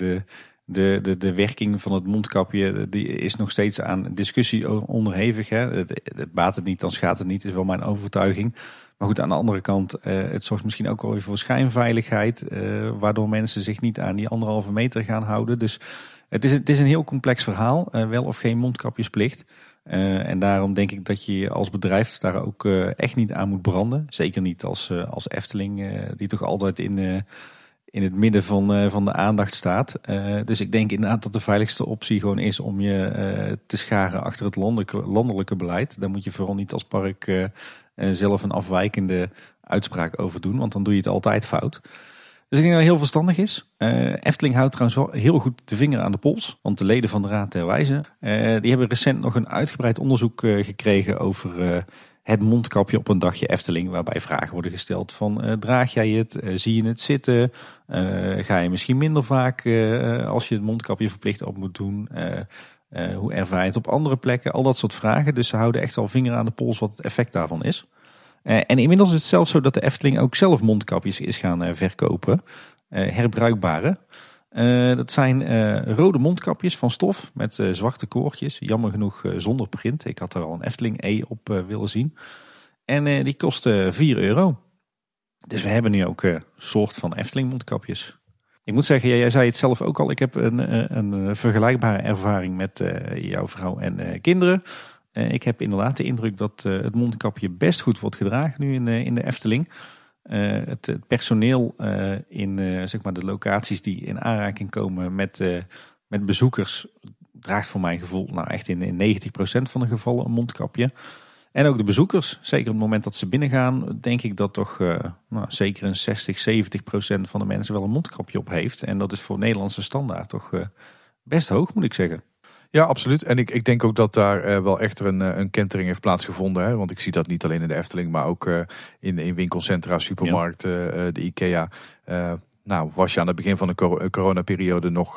Speaker 2: de werking van het mondkapje die is nog steeds aan discussie onderhevig. Hè. Het baat het niet, dan schaadt het niet, is wel mijn overtuiging. Maar goed, aan de andere kant, het zorgt misschien ook wel weer voor schijnveiligheid. Waardoor mensen zich niet aan die 1,5 meter gaan houden. Dus het is een heel complex verhaal. Wel of geen mondkapjesplicht. En daarom denk ik dat je als bedrijf daar ook echt niet aan moet branden. Zeker niet als Efteling, die toch altijd in het midden van de aandacht staat. Dus ik denk inderdaad dat de veiligste optie gewoon is om je te scharen achter het landelijke beleid. Daar moet je vooral niet als park zelf een afwijkende uitspraak over doen, want dan doe je het altijd fout. Dus ik denk dat het heel verstandig is. Efteling houdt trouwens wel heel goed de vinger aan de pols, want de leden van de Raad der Wijzen, die hebben recent nog een uitgebreid onderzoek gekregen over het mondkapje op een dagje Efteling, waarbij vragen worden gesteld van draag jij het, zie je het zitten, ga je misschien minder vaak als je het mondkapje verplicht op moet doen, hoe ervaar je het op andere plekken, al dat soort vragen. Dus ze houden echt al vinger aan de pols wat het effect daarvan is. En inmiddels is het zelfs zo dat de Efteling ook zelf mondkapjes is gaan verkopen, herbruikbare. Dat zijn rode mondkapjes van stof met zwarte koordjes. Jammer genoeg zonder print. Ik had er al een Efteling E op willen zien. En die kosten €4. Dus we hebben nu ook een soort van Efteling mondkapjes. Ik moet zeggen, jij zei het zelf ook al. Ik heb een vergelijkbare ervaring met jouw vrouw en kinderen. Ik heb inderdaad de indruk dat het mondkapje best goed wordt gedragen nu in de Efteling. Het personeel in zeg maar de locaties die in aanraking komen met bezoekers draagt voor mijn gevoel echt in 90% van de gevallen een mondkapje. En ook de bezoekers, zeker op het moment dat ze binnengaan, denk ik dat toch zeker een 60-70% van de mensen wel een mondkapje op heeft. En dat is voor Nederlandse standaard toch best hoog, moet ik zeggen.
Speaker 1: Ja, absoluut. En ik denk ook dat daar wel echt een kentering heeft plaatsgevonden. Hè? Want ik zie dat niet alleen in de Efteling, maar ook in winkelcentra, supermarkten, de IKEA. Was je aan het begin van de coronaperiode nog...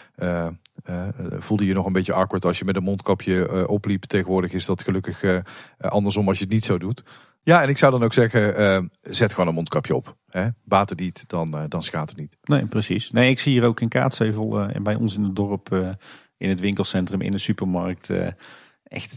Speaker 1: voelde je nog een beetje awkward als je met een mondkapje opliep. Tegenwoordig is dat gelukkig andersom als je het niet zo doet. Ja, en ik zou dan ook zeggen, zet gewoon een mondkapje op. Hè? Baat het niet, dan schaadt het niet.
Speaker 2: Nee, precies. Nee, ik zie hier ook in Kaatsheuvel en bij ons in het dorp... in het winkelcentrum, in de supermarkt echt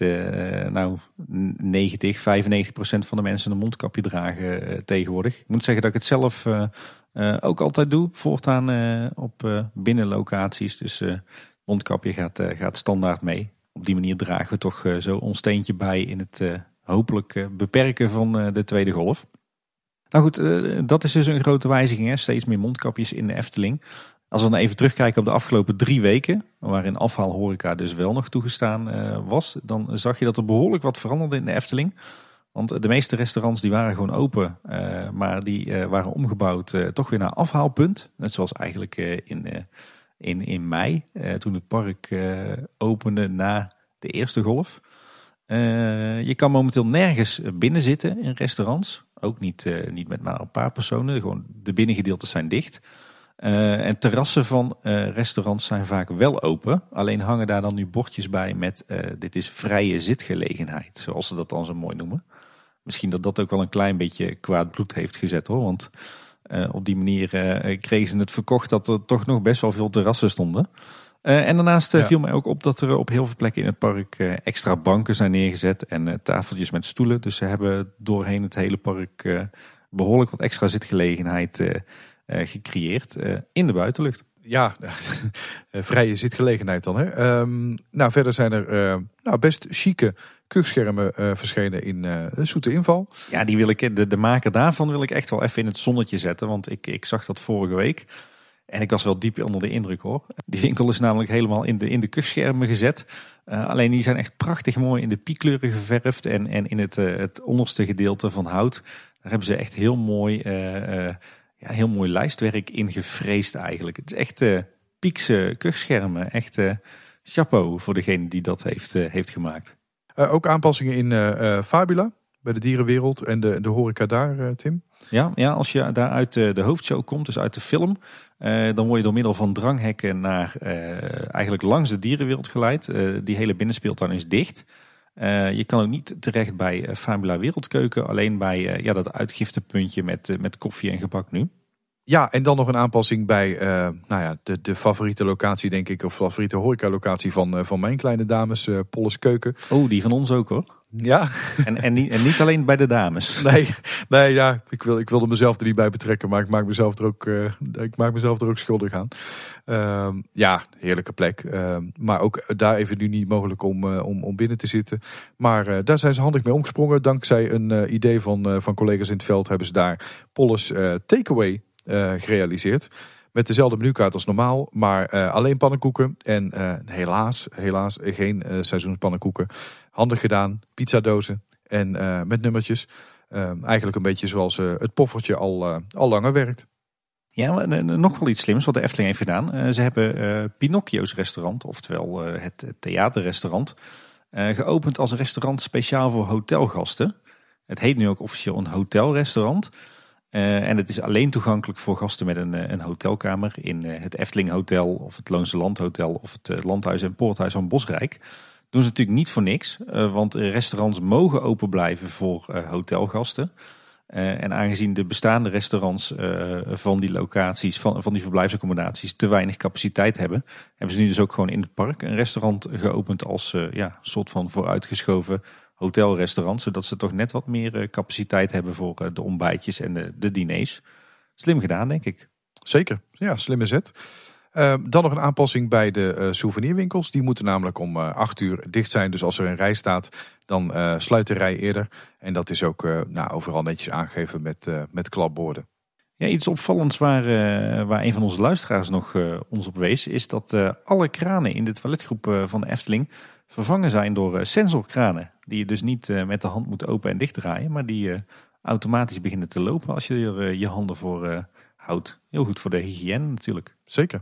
Speaker 2: 95% van de mensen een mondkapje dragen tegenwoordig. Ik moet zeggen dat ik het zelf ook altijd doe, voortaan op binnenlocaties. Dus mondkapje gaat standaard mee. Op die manier dragen we toch zo ons steentje bij in het hopelijk beperken van de tweede golf. Nou goed, dat is dus een grote wijziging. Hè? Steeds meer mondkapjes in de Efteling. Als we dan even terugkijken op de afgelopen 3 weken, waarin afhaalhoreca dus wel nog toegestaan was, dan zag je dat er behoorlijk wat veranderde in de Efteling. Want de meeste restaurants die waren gewoon open, maar die waren omgebouwd toch weer naar afhaalpunt. Net zoals eigenlijk in mei, toen het park opende na de eerste golf. Je kan momenteel nergens binnen zitten in restaurants. Ook niet met maar een paar personen. Gewoon de binnengedeeltes zijn dicht. En terrassen van restaurants zijn vaak wel open. Alleen hangen daar dan nu bordjes bij met dit is vrije zitgelegenheid. Zoals ze dat dan zo mooi noemen. Misschien dat dat ook wel een klein beetje kwaad bloed heeft gezet hoor. Want op die manier kregen ze het verkocht dat er toch nog best wel veel terrassen stonden. En daarnaast viel mij ook op dat er op heel veel plekken in het park extra banken zijn neergezet. En tafeltjes met stoelen. Dus ze hebben doorheen het hele park behoorlijk wat extra zitgelegenheid gecreëerd in de buitenlucht.
Speaker 1: Ja, vrije zitgelegenheid dan. Hè? Verder zijn er best chique kuchschermen verschenen in Zoete Inval.
Speaker 2: Ja, die wil ik, de maker daarvan wil ik echt wel even in het zonnetje zetten. Want ik zag dat vorige week. En ik was wel diep onder de indruk hoor. Die winkel is namelijk helemaal in de kuchschermen gezet. Alleen die zijn echt prachtig mooi in de piekkleuren geverfd. En in het onderste gedeelte van hout. Daar hebben ze echt heel mooi lijstwerk in gefreesd eigenlijk. Het is echt piekse kuchschermen. Echt chapeau voor degene die dat heeft gemaakt.
Speaker 1: Ook aanpassingen in Fabula. Bij de dierenwereld en de horeca daar, Tim.
Speaker 2: Ja, als je daar uit de hoofdshow komt, dus uit de film, dan word je door middel van dranghekken naar eigenlijk langs de dierenwereld geleid. Die hele binnenspeeltuin is dicht. Je kan ook niet terecht bij Fabula Wereldkeuken, alleen bij dat uitgiftepuntje met koffie en gebak nu.
Speaker 1: Ja, en dan nog een aanpassing bij de favoriete locatie, denk ik, of favoriete horecalocatie van mijn kleine dames, Polles Keuken.
Speaker 2: Oh, die van ons ook hoor.
Speaker 1: Ja.
Speaker 2: En niet alleen bij de dames.
Speaker 1: Nee, ik wilde mezelf er niet bij betrekken, maar ik maak mezelf er ook schuldig aan. Heerlijke plek. Maar ook daar even nu niet mogelijk om binnen te zitten. Maar daar zijn ze handig mee omgesprongen. Dankzij een idee van collega's in het veld hebben ze daar Polles Takeaway gerealiseerd. Met dezelfde menukaart als normaal, maar alleen pannenkoeken. En helaas geen seizoenspannenkoeken. Handig gedaan, pizzadozen en met nummertjes. Eigenlijk een beetje zoals het poffertje al langer werkt.
Speaker 2: Ja, maar nog wel iets slims wat de Efteling heeft gedaan. Ze hebben Pinocchio's restaurant, oftewel het theaterrestaurant, geopend als een restaurant speciaal voor hotelgasten. Het heet nu ook officieel een hotelrestaurant. En het is alleen toegankelijk voor gasten met een hotelkamer in het Efteling Hotel of het Loonse Land Hotel of het Landhuis en Poorthuis van Bosrijk. Doen ze natuurlijk niet voor niks, want restaurants mogen open blijven voor hotelgasten. En aangezien de bestaande restaurants van die locaties, van die verblijfsaccommodaties te weinig capaciteit hebben, hebben ze nu dus ook gewoon in het park een restaurant geopend als soort van vooruitgeschoven hotelrestaurant, zodat ze toch net wat meer capaciteit hebben voor de ontbijtjes en de diners. Slim gedaan, denk ik.
Speaker 1: Zeker, ja, slimme zet. Dan nog een aanpassing bij de souvenirwinkels. Die moeten namelijk om 8 uur dicht zijn. Dus als er een rij staat, dan sluit de rij eerder. En dat is ook overal netjes aangegeven met klapborden.
Speaker 2: Ja, iets opvallends waar een van onze luisteraars nog ons op wees, is dat alle kranen in de toiletgroep van de Efteling vervangen zijn door sensorkranen. Die je dus niet met de hand moet open en dichtdraaien, maar die automatisch beginnen te lopen als je er je handen voor houdt. Heel goed voor de hygiëne natuurlijk.
Speaker 1: Zeker.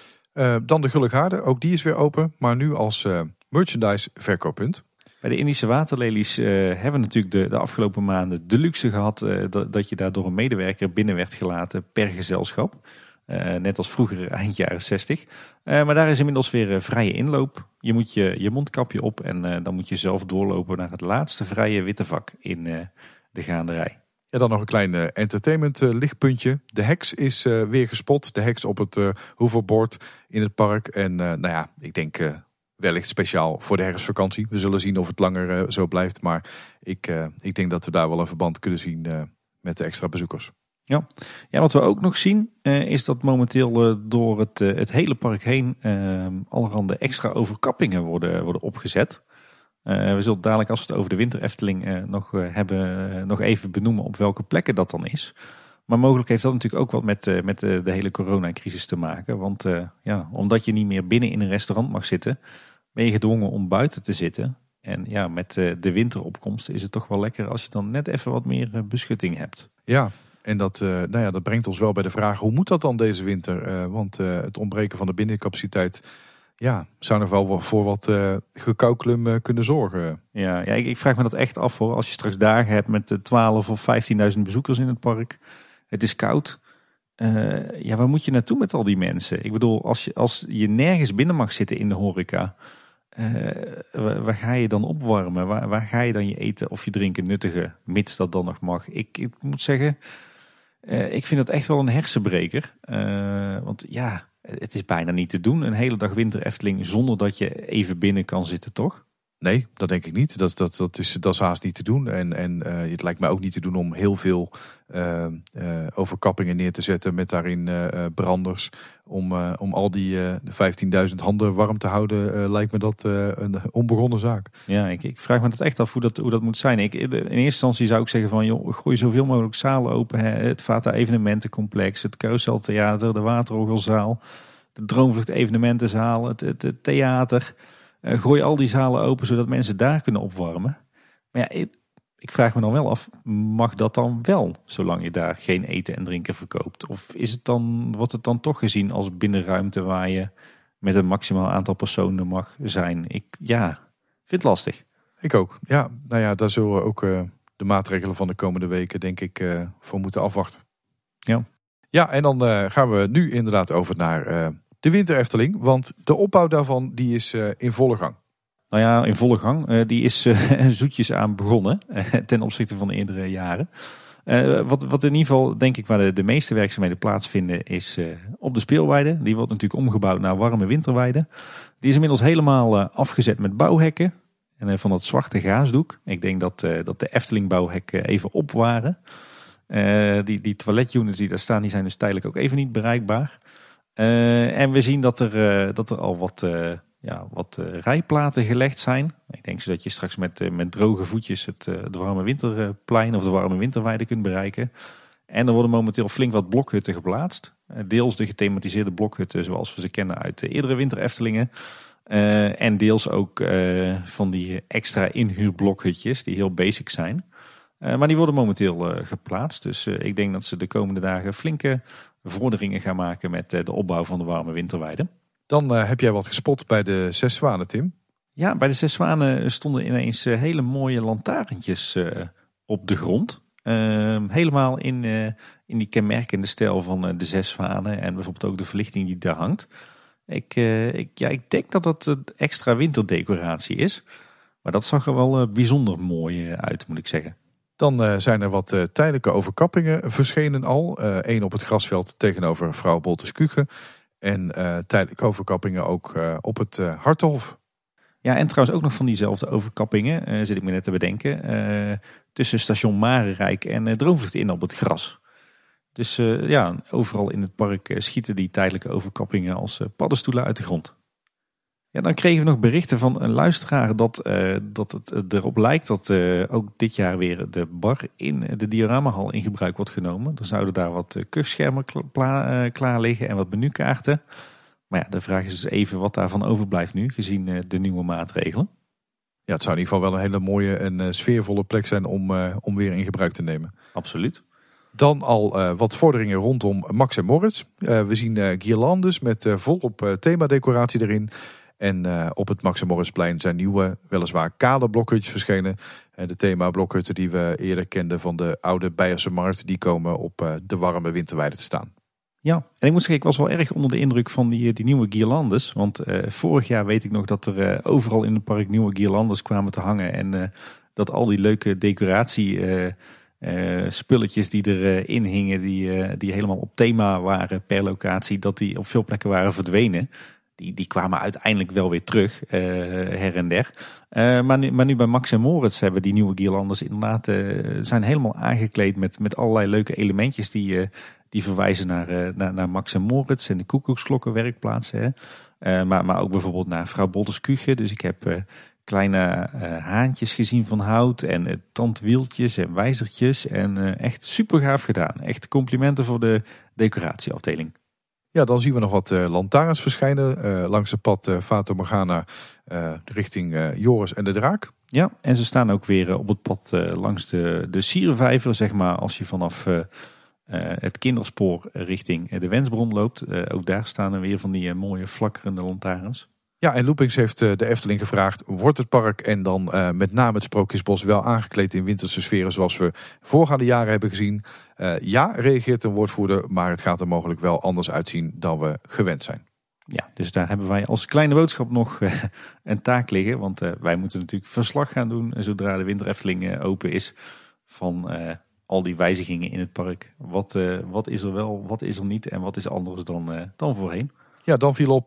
Speaker 1: Dan de Gullegaarde, ook die is weer open, maar nu als merchandise verkooppunt.
Speaker 2: Bij de Indische waterlelies hebben we natuurlijk de afgelopen maanden de luxe gehad dat je daar door een medewerker binnen werd gelaten per gezelschap. Net als vroeger eind jaren 60. Maar daar is inmiddels weer vrije inloop. Je moet je mondkapje op en dan moet je zelf doorlopen naar het laatste vrije witte vak in de gaanderij.
Speaker 1: Ja, dan nog een klein entertainment lichtpuntje. De heks is weer gespot. De heks op het hoverboard in het park. En ik denk wellicht speciaal voor de herfstvakantie. We zullen zien of het langer zo blijft. Maar ik denk dat we daar wel een verband kunnen zien met de extra bezoekers.
Speaker 2: Ja, wat we ook nog zien is dat momenteel door het hele park heen allerhande extra overkappingen worden opgezet. We zullen dadelijk, als we het over de winter Efteling nog hebben, nog even benoemen op welke plekken dat dan is. Maar mogelijk heeft dat natuurlijk ook wat met de hele coronacrisis te maken. Want omdat je niet meer binnen in een restaurant mag zitten, ben je gedwongen om buiten te zitten. En ja, met de winteropkomst is het toch wel lekker als je dan net even wat meer beschutting hebt.
Speaker 1: Ja, en dat brengt ons wel bij de vraag, hoe moet dat dan deze winter? Want het ontbreken van de binnencapaciteit zou nog wel voor wat gekauwklum kunnen zorgen.
Speaker 2: Ja, ik vraag me dat echt af hoor. Als je straks dagen hebt met 12 of 15.000 bezoekers in het park. Het is koud. Waar moet je naartoe met al die mensen? Ik bedoel, als je nergens binnen mag zitten in de horeca, waar ga je dan opwarmen? Waar ga je dan je eten of je drinken nuttigen, mits dat dan nog mag? Ik moet zeggen, ik vind dat echt wel een hersenbreker. Want het is bijna niet te doen. Een hele dag winter Efteling zonder dat je even binnen kan zitten, toch?
Speaker 1: Nee, dat denk ik niet. Dat is haast niet te doen. En het lijkt mij ook niet te doen om heel veel overkappingen neer te zetten met daarin branders. Om al die 15.000 handen warm te houden, lijkt me dat een onbegonnen zaak. Ja,
Speaker 2: ik vraag me dat echt af hoe dat moet zijn. In eerste instantie zou ik zeggen van, joh, gooi zoveel mogelijk zalen open. Hè. Het Vata Evenementencomplex, het Carouseltheater, de Waterorgelzaal, de Droomvlucht Evenementenzaal, het theater. Gooi al die zalen open zodat mensen daar kunnen opwarmen. Maar ja, ik vraag me dan wel af, mag dat dan wel, zolang je daar geen eten en drinken verkoopt? Of wordt het dan toch gezien als binnenruimte waar je met een maximaal aantal personen mag zijn? Ik vind het lastig.
Speaker 1: Ik ook. Ja, daar zullen we ook de maatregelen van de komende weken denk ik voor moeten afwachten. Ja, en dan gaan we nu inderdaad over naar de winter Efteling, want de opbouw daarvan die is in volle gang.
Speaker 2: Nou ja, in volle gang. Die is zoetjes aan begonnen ten opzichte van de eerdere jaren. Wat in ieder geval, denk ik, waar de meeste werkzaamheden plaatsvinden, is op de speelweide. Die wordt natuurlijk omgebouwd naar warme winterweide. Die is inmiddels helemaal afgezet met bouwhekken en van dat zwarte gaasdoek. Ik denk dat de Efteling bouwhekken even op waren. Die toiletunits die daar staan, die zijn dus tijdelijk ook even niet bereikbaar. En we zien dat er al wat rijplaten gelegd zijn. Ik denk zodat je straks met droge voetjes het warme winterplein of de warme winterweide kunt bereiken. En er worden momenteel flink wat blokhutten geplaatst. Deels de gethematiseerde blokhutten zoals we ze kennen uit de eerdere winter Eftelingen. En deels ook van die extra inhuurblokhutjes die heel basic zijn. Maar die worden momenteel geplaatst. Dus ik denk dat ze de komende dagen flinke vorderingen gaan maken met de opbouw van de warme winterweide.
Speaker 1: Dan heb jij wat gespot bij de Zes Zwanen, Tim.
Speaker 2: Ja, bij de Zes Zwanen stonden ineens hele mooie lantaarntjes op de grond. Helemaal in die kenmerkende stijl van de Zes Zwanen en bijvoorbeeld ook de verlichting die daar hangt. Ik denk dat dat extra winterdecoratie is. Maar dat zag er wel bijzonder mooi uit, moet ik zeggen.
Speaker 1: Dan zijn er wat tijdelijke overkappingen verschenen al. Eén op het grasveld tegenover Vrouw Bolters-Kuchen. En tijdelijke overkappingen ook op het Hartenhof.
Speaker 2: Ja, en trouwens ook nog van diezelfde overkappingen, zit ik me net te bedenken. Tussen station Marenrijk en Droomvlucht in op het gras. Dus overal in het park schieten die tijdelijke overkappingen als paddenstoelen uit de grond. Ja, dan kregen we nog berichten van een luisteraar dat het erop lijkt dat ook dit jaar weer de bar in de dioramahal in gebruik wordt genomen. Er zouden daar wat kuchschermen klaar liggen en wat menukaarten. Maar ja, de vraag is dus even wat daarvan overblijft nu, gezien de nieuwe maatregelen.
Speaker 1: Ja, het zou in ieder geval wel een hele mooie en sfeervolle plek zijn om weer in gebruik te nemen.
Speaker 2: Absoluut.
Speaker 1: Dan al wat vorderingen rondom Max en Moritz. We zien guirlandes met volop themadecoratie erin. En op het Max en Moritzplein zijn nieuwe, weliswaar kale blokhutjes verschenen. De thema-blokhutten die we eerder kenden van de oude Beierse markt, die komen op de warme winterweide te staan.
Speaker 2: Ja, en ik moet zeggen, ik was wel erg onder de indruk van die nieuwe guirlandes. Want vorig jaar weet ik nog dat er overal in het park nieuwe guirlandes kwamen te hangen. En dat al die leuke decoratie spulletjes die erin hingen, die helemaal op thema waren per locatie, dat die op veel plekken waren verdwenen. Die kwamen uiteindelijk wel weer terug, her en der. Maar nu bij Max en Moritz hebben die nieuwe guirlandes inderdaad zijn helemaal aangekleed met allerlei leuke elementjes die verwijzen naar Max en Moritz en de koekoeksklokkenwerkplaatsen. Maar ook bijvoorbeeld naar Vrouw Bolders Küche. Dus ik heb kleine haantjes gezien van hout en tandwieltjes en wijzertjes. En echt super gaaf gedaan. Echt complimenten voor de decoratieafdeling.
Speaker 1: Ja, dan zien we nog wat lantaarns verschijnen langs het pad Fata Morgana richting Joris en de Draak.
Speaker 2: Ja, en ze staan ook weer op het pad langs de Sierenvijver, zeg maar, als je vanaf het kinderspoor richting de Wensbron loopt. Ook daar staan er weer van die mooie flakkerende lantaarns.
Speaker 1: Ja, en Loopings heeft de Efteling gevraagd, wordt het park en dan met name het Sprookjesbos wel aangekleed in winterse sferen zoals we voorgaande jaren hebben gezien? Ja, reageert een woordvoerder, maar het gaat er mogelijk wel anders uitzien dan we gewend zijn.
Speaker 2: Ja, dus daar hebben wij als kleine boodschap nog een taak liggen. Want wij moeten natuurlijk verslag gaan doen zodra de Winter Efteling open is van al die wijzigingen in het park. Wat is er wel, wat is er niet en wat is anders dan voorheen? Ja,
Speaker 1: dan viel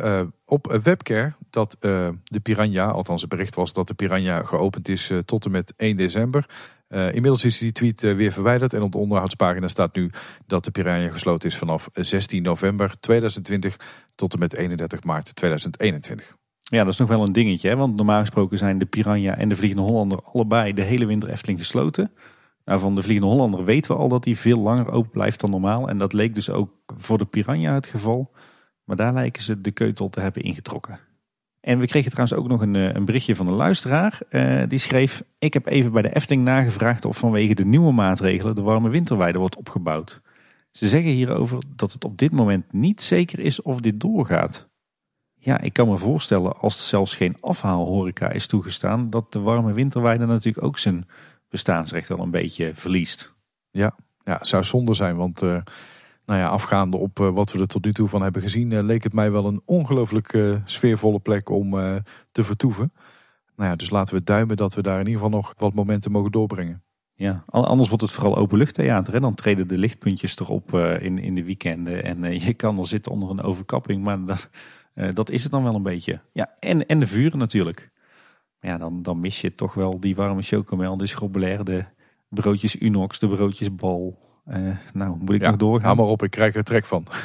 Speaker 1: op Webcare dat de Piranha, althans het bericht was dat de Piranha geopend is tot en met 1 december. Inmiddels is die tweet weer verwijderd en op de onderhoudspagina staat nu dat de Piranha gesloten is vanaf 16 november 2020 tot en met 31 maart 2021.
Speaker 2: Ja, dat is nog wel een dingetje, hè? Want normaal gesproken zijn de Piranha en de Vliegende Hollander allebei de hele Winter Efteling gesloten. Nou, van de Vliegende Hollander weten we al dat die veel langer open blijft dan normaal. En dat leek dus ook voor de Piranha het geval. Maar daar lijken ze de keutel te hebben ingetrokken. En we kregen trouwens ook nog een berichtje van een luisteraar. Die schreef: ik heb even bij de Efteling nagevraagd of vanwege de nieuwe maatregelen de warme winterweide wordt opgebouwd. Ze zeggen hierover dat het op dit moment niet zeker is of dit doorgaat. Ja, ik kan me voorstellen als er zelfs geen afhaalhoreca is toegestaan, dat de warme winterweide natuurlijk ook zijn bestaansrecht wel een beetje verliest.
Speaker 1: Ja, het zou zonde zijn, want afgaande op wat we er tot nu toe van hebben gezien, leek het mij wel een ongelooflijk sfeervolle plek om te vertoeven. Dus laten we duimen dat we daar in ieder geval nog wat momenten mogen doorbrengen.
Speaker 2: Ja, anders wordt het vooral openluchttheater. Dan treden de lichtpuntjes erop in de weekenden. En je kan er zitten onder een overkapping, maar dat is het dan wel een beetje. Ja, en de vuren natuurlijk. Maar ja, dan mis je toch wel die warme chocomel, de schrobbelair, de broodjes Unox, de broodjes Bal. Moet ik nog doorgaan?
Speaker 1: Hou maar op, ik krijg er trek van.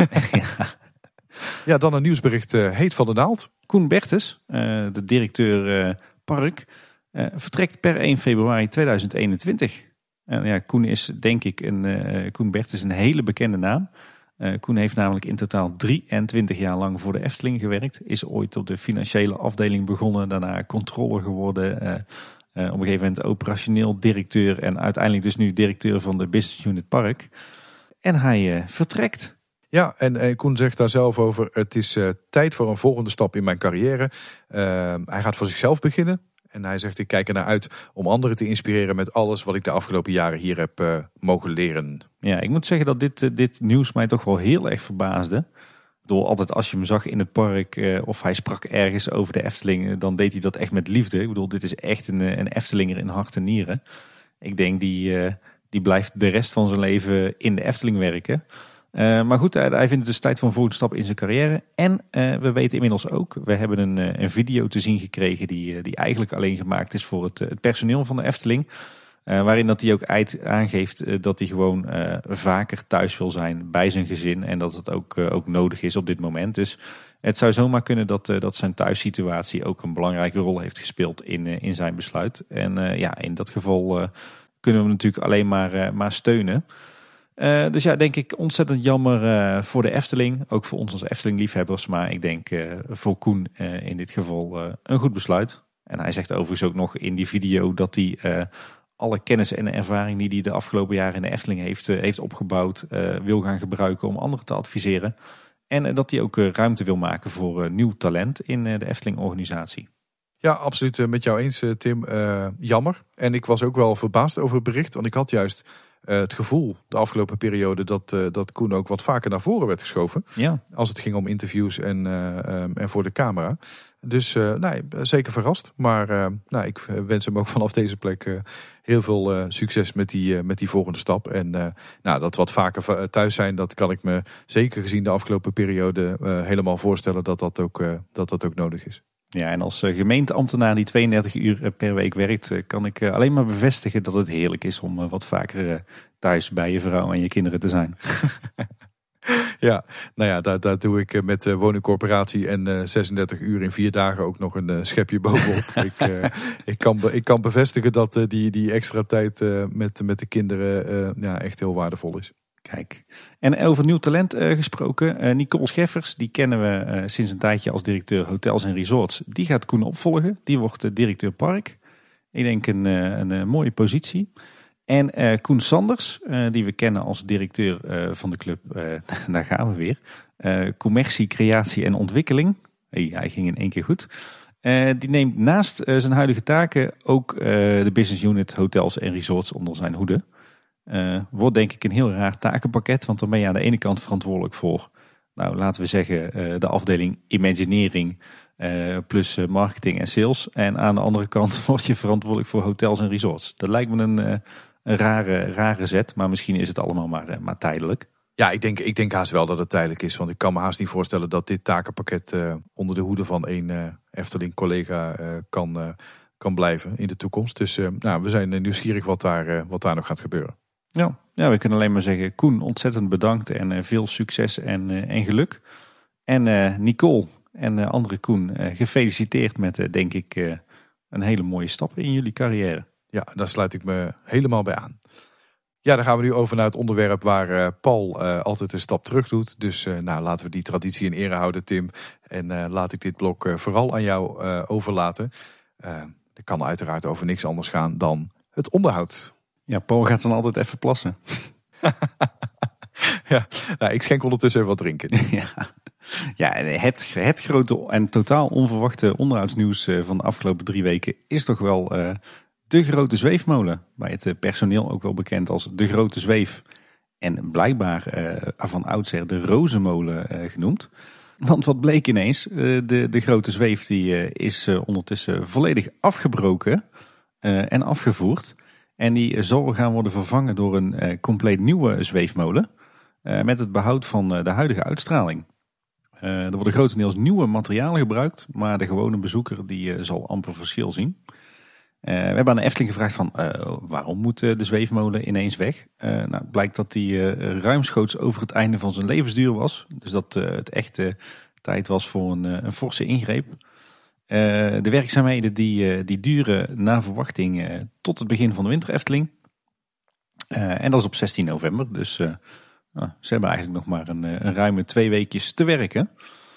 Speaker 1: Ja, dan een nieuwsbericht heet van de naald.
Speaker 2: Koen Bertens, de directeur park, vertrekt per 1 februari 2021. Koen is denk ik Koen Bertens een hele bekende naam. Koen heeft namelijk in totaal 23 jaar lang voor de Efteling gewerkt. Is ooit op de financiële afdeling begonnen, daarna controller geworden. Op een gegeven moment operationeel directeur en uiteindelijk dus nu directeur van de Business Unit Park. En hij vertrekt.
Speaker 1: Ja, en Koen zegt daar zelf over: het is tijd voor een volgende stap in mijn carrière. Hij gaat voor zichzelf beginnen. En hij zegt: ik kijk ernaar uit om anderen te inspireren met alles wat ik de afgelopen jaren hier heb mogen leren.
Speaker 2: Ja, ik moet zeggen dat dit nieuws mij toch wel heel erg verbaasde. Altijd als je hem zag in het park of hij sprak ergens over de Efteling, dan deed hij dat echt met liefde. Ik bedoel, dit is echt een Eftelinger in hart en nieren. Ik denk die blijft de rest van zijn leven in de Efteling werken. Maar goed, hij vindt het dus tijd voor een volgende stap in zijn carrière. En we weten inmiddels ook, we hebben een video te zien gekregen die eigenlijk alleen gemaakt is voor het personeel van de Efteling. Waarin dat hij ook aangeeft dat hij gewoon vaker thuis wil zijn bij zijn gezin. En dat het ook nodig is op dit moment. Dus het zou zomaar kunnen dat zijn thuissituatie ook een belangrijke rol heeft gespeeld in zijn besluit. En in dat geval kunnen we hem natuurlijk alleen maar steunen. Dus ja, denk ik ontzettend jammer voor de Efteling. Ook voor ons als Efteling-liefhebbers. Maar ik denk voor Koen in dit geval een goed besluit. En hij zegt overigens ook nog in die video dat hij alle kennis en ervaring die hij de afgelopen jaren in de Efteling heeft opgebouwd, wil gaan gebruiken om anderen te adviseren. En dat hij ook ruimte wil maken voor nieuw talent in de Efteling-organisatie.
Speaker 1: Ja, absoluut met jou eens, Tim. Jammer. En ik was ook wel verbaasd over het bericht. Want ik had juist het gevoel de afgelopen periode dat Koen ook wat vaker naar voren werd geschoven.
Speaker 2: Ja.
Speaker 1: Als het ging om interviews en voor de camera. Dus zeker verrast. Maar ik wens hem ook vanaf deze plek heel veel succes met die volgende stap. En dat wat vaker thuis zijn, dat kan ik me zeker gezien de afgelopen periode helemaal voorstellen dat ook nodig is.
Speaker 2: Ja, en als gemeenteambtenaar die 32 uur per week werkt, kan ik alleen maar bevestigen dat het heerlijk is om wat vaker thuis bij je vrouw en je kinderen te zijn.
Speaker 1: Ja, daar doe ik met woningcorporatie en 36 uur in 4 dagen ook nog een schepje bovenop. Ik kan bevestigen dat die extra tijd met de kinderen echt heel waardevol is.
Speaker 2: Kijk, en over nieuw talent gesproken. Nicole Scheffers, die kennen we sinds een tijdje als directeur hotels en resorts. Die gaat Koen opvolgen. Die wordt directeur park. Ik denk een mooie positie. En Koen Sanders, die we kennen als directeur van de club, daar gaan we weer. Commercie, creatie en ontwikkeling. Hij ging in 1 keer goed. Die neemt naast zijn huidige taken ook de business unit hotels en resorts onder zijn hoede. Wordt denk ik een heel raar takenpakket. Want dan ben je aan de ene kant verantwoordelijk voor, laten we zeggen, de afdeling Imagineering plus marketing en sales. En aan de andere kant word je verantwoordelijk voor hotels en resorts. Dat lijkt me een rare zet, maar misschien is het allemaal maar tijdelijk.
Speaker 1: Ja, ik denk haast wel dat het tijdelijk is. Want ik kan me haast niet voorstellen dat dit takenpakket onder de hoede van één Efteling-collega kan blijven in de toekomst. Dus we zijn nieuwsgierig wat daar nog gaat gebeuren.
Speaker 2: Ja, we kunnen alleen maar zeggen, Koen, ontzettend bedankt en veel succes en geluk. En Nicole en andere Koen, gefeliciteerd met, denk ik, een hele mooie stap in jullie carrière.
Speaker 1: Ja, daar sluit ik me helemaal bij aan. Ja, dan gaan we nu over naar het onderwerp waar Paul altijd een stap terug doet. Dus laten we die traditie in ere houden, Tim. En laat ik dit blok vooral aan jou overlaten. Er kan uiteraard over niks anders gaan dan het onderhoud.
Speaker 2: Ja, Paul gaat dan altijd even plassen.
Speaker 1: Ja, ik schenk ondertussen even wat drinken.
Speaker 2: Ja, het grote en totaal onverwachte onderhoudsnieuws van de afgelopen 3 weken is toch wel de Grote Zweefmolen. Bij het personeel ook wel bekend als de Grote Zweef. En blijkbaar van oudsher de Rozenmolen genoemd. Want wat bleek ineens, de Grote Zweef die is ondertussen volledig afgebroken en afgevoerd. En die zal gaan worden vervangen door een compleet nieuwe zweefmolen. Met het behoud van de huidige uitstraling. Er worden grotendeels nieuwe materialen gebruikt. Maar de gewone bezoeker die zal amper verschil zien. We hebben aan de Efteling gevraagd van waarom moet de zweefmolen ineens weg? Het blijkt dat die ruimschoots over het einde van zijn levensduur was. Dus dat het echt tijd was voor een forse ingreep. De werkzaamheden die duren naar verwachting tot het begin van de winter Efteling. En dat is op 16 november. Dus ze hebben eigenlijk nog maar een ruime 2 weekjes te werken.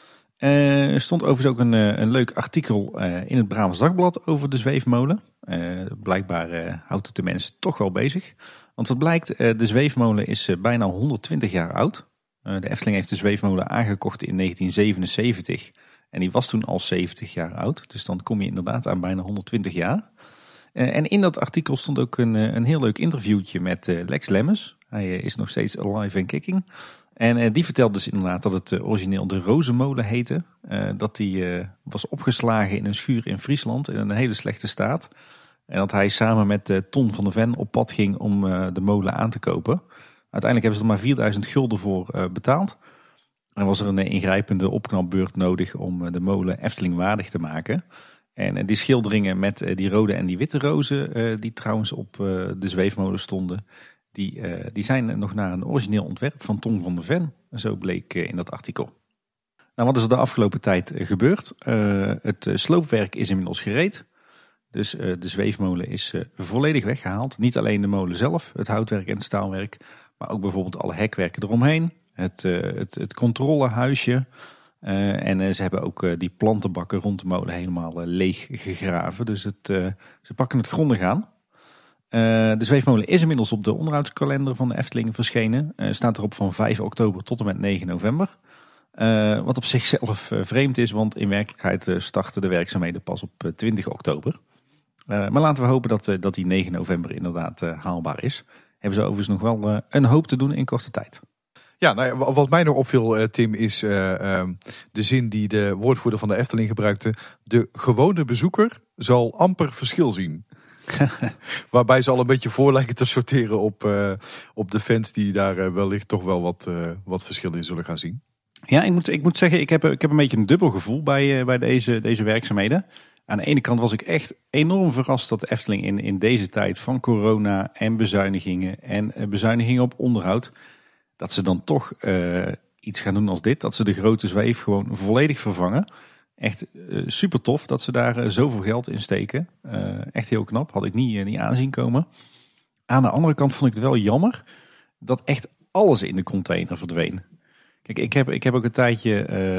Speaker 2: Er stond overigens ook een leuk artikel in het Brabants Dagblad over de zweefmolen. Blijkbaar houdt het de mensen toch wel bezig. Want wat blijkt, de zweefmolen is bijna 120 jaar oud. De Efteling heeft de zweefmolen aangekocht in 1977. En die was toen al 70 jaar oud. Dus dan kom je inderdaad aan bijna 120 jaar. En in dat artikel stond ook een heel leuk interviewtje met Lex Lemmens. Hij is nog steeds alive and kicking. En die vertelt dus inderdaad dat het origineel de Rozenmolen heette. Dat die was opgeslagen in een schuur in Friesland in een hele slechte staat. En dat hij samen met Ton van der Ven op pad ging om de molen aan te kopen. Uiteindelijk hebben ze er maar 4000 gulden voor betaald. En was er een ingrijpende opknapbeurt nodig om de molen Efteling waardig te maken. En die schilderingen met die rode en die witte rozen die trouwens op de zweefmolen stonden. Die zijn nog naar een origineel ontwerp van Ton van der Ven. Zo bleek in dat artikel. Nou, wat is er de afgelopen tijd gebeurd? Het sloopwerk is inmiddels gereed. Dus de zweefmolen is volledig weggehaald. Niet alleen de molen zelf, het houtwerk en het staalwerk. Maar ook bijvoorbeeld alle hekwerken eromheen. Het controlehuisje. En ze hebben ook die plantenbakken rond de molen helemaal leeg gegraven. Dus ze pakken het grondig aan. De zweefmolen is inmiddels op de onderhoudskalender van de Efteling verschenen. Staat erop van 5 oktober tot en met 9 november. Wat op zichzelf vreemd is, want in werkelijkheid starten de werkzaamheden pas op 20 oktober. Maar laten we hopen dat die 9 november inderdaad haalbaar is. hebben ze overigens nog wel een hoop te doen in korte tijd.
Speaker 1: Ja, nou ja, wat mij nog opviel, Tim, is de zin die de woordvoerder van de Efteling gebruikte. De gewone bezoeker zal amper verschil zien. Waarbij ze al een beetje voor lijken te sorteren op de fans die daar wellicht toch wel wat verschil in zullen gaan zien.
Speaker 2: Ja, ik moet zeggen, ik heb een beetje een dubbel gevoel bij deze werkzaamheden. Aan de ene kant was ik echt enorm verrast dat de Efteling in deze tijd van corona en bezuinigingen op onderhoud, dat ze dan toch iets gaan doen als dit. Dat ze de grote zweef gewoon volledig vervangen. Echt super tof dat ze daar zoveel geld in steken. Echt heel knap, had ik niet aanzien komen. Aan de andere kant vond ik het wel jammer dat echt alles in de container verdween. Kijk, ik heb ook een tijdje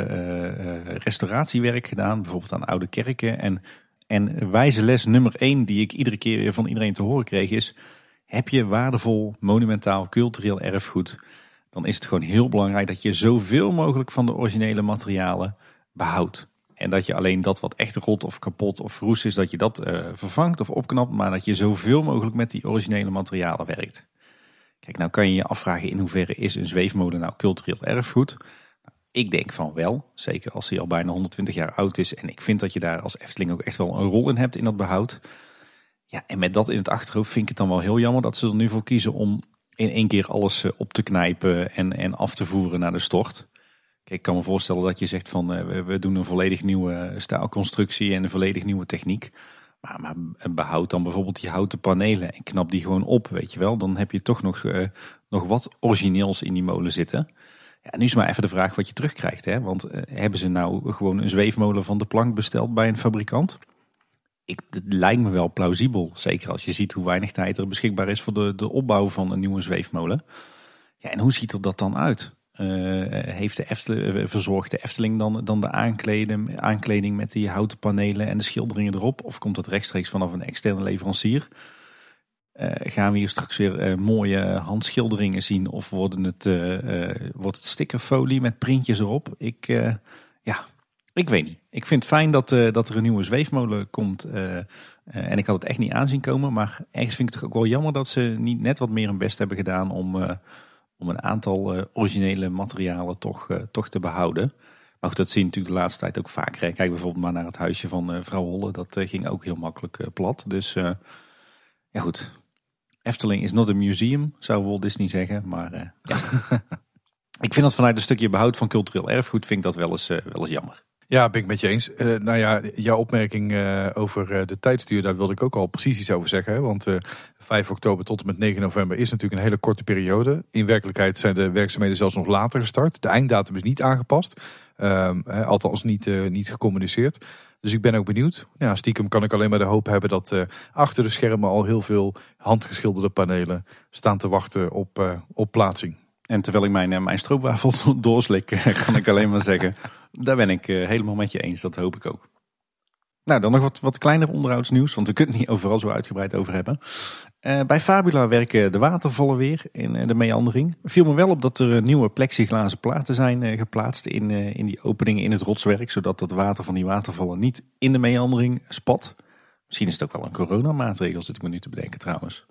Speaker 2: restauratiewerk gedaan, bijvoorbeeld aan oude kerken. En wijze les nummer 1 die ik iedere keer weer van iedereen te horen kreeg is: heb je waardevol, monumentaal, cultureel erfgoed, dan is het gewoon heel belangrijk dat je zoveel mogelijk van de originele materialen behoudt. En dat je alleen dat wat echt rot of kapot of verroest is, dat je dat vervangt of opknapt, maar dat je zoveel mogelijk met die originele materialen werkt. Kijk, nou kan je je afvragen in hoeverre is een zweefmolen nou cultureel erfgoed? Ik denk van wel, zeker als hij al bijna 120 jaar oud is. En ik vind dat je daar als Efteling ook echt wel een rol in hebt in dat behoud. Ja, en met dat in het achterhoofd vind ik het dan wel heel jammer dat ze er nu voor kiezen om in één keer alles op te knijpen en af te voeren naar de stort. Kijk, ik kan me voorstellen dat je zegt van we doen een volledig nieuwe staalconstructie en een volledig nieuwe techniek. Maar behoud dan bijvoorbeeld die houten panelen en knap die gewoon op, weet je wel. Dan heb je toch nog wat origineels in die molen zitten. Ja, nu is maar even de vraag wat je terugkrijgt. Hè? Want hebben ze nou gewoon een zweefmolen van de plank besteld bij een fabrikant? Het lijkt me wel plausibel. Zeker als je ziet hoe weinig tijd er beschikbaar is voor de opbouw van een nieuwe zweefmolen. Ja, en hoe ziet er dat dan uit? Verzorgt de Efteling dan de aankleding met die houten panelen en de schilderingen erop? Of komt dat rechtstreeks vanaf een externe leverancier? Gaan we hier straks weer mooie handschilderingen zien? Of wordt het stickerfolie met printjes erop? Ik weet niet. Ik vind het fijn dat er een nieuwe zweefmolen komt. En ik had het echt niet aanzien komen. Maar ergens vind ik het toch ook wel jammer dat ze niet net wat meer hun best hebben gedaan om een aantal originele materialen toch te behouden. Maar goed, dat zie je natuurlijk de laatste tijd ook vaker. Kijk bijvoorbeeld maar naar het huisje van vrouw Holle. Dat ging ook heel makkelijk plat. Dus ja goed. Efteling is not a museum, zou Walt Disney zeggen. Maar ja. Ik vind dat vanuit een stukje behoud van cultureel erfgoed vind ik dat wel eens jammer.
Speaker 1: Ja, ben ik met je eens. Nou ja, jouw opmerking over de tijdsduur, daar wilde ik ook al precies iets over zeggen. Hè? Want 5 oktober tot en met 9 november is natuurlijk een hele korte periode. In werkelijkheid zijn de werkzaamheden zelfs nog later gestart. De einddatum is niet aangepast. Althans niet gecommuniceerd. Dus ik ben ook benieuwd. Ja, stiekem kan ik alleen maar de hoop hebben dat achter de schermen al heel veel handgeschilderde panelen staan te wachten op plaatsing.
Speaker 2: En terwijl ik mijn stroopwafel doorslik, kan ik alleen maar zeggen, daar ben ik helemaal met je eens. Dat hoop ik ook. Nou, dan nog wat kleiner onderhoudsnieuws, want we kunnen het niet overal zo uitgebreid over hebben. Bij Fabula werken de watervallen weer in de meandering. Viel me wel op dat er nieuwe plexiglazen platen zijn geplaatst in die openingen in het rotswerk, zodat het water van die watervallen niet in de meandering spat. Misschien is het ook wel een coronamaatregel, zit ik me nu te bedenken trouwens.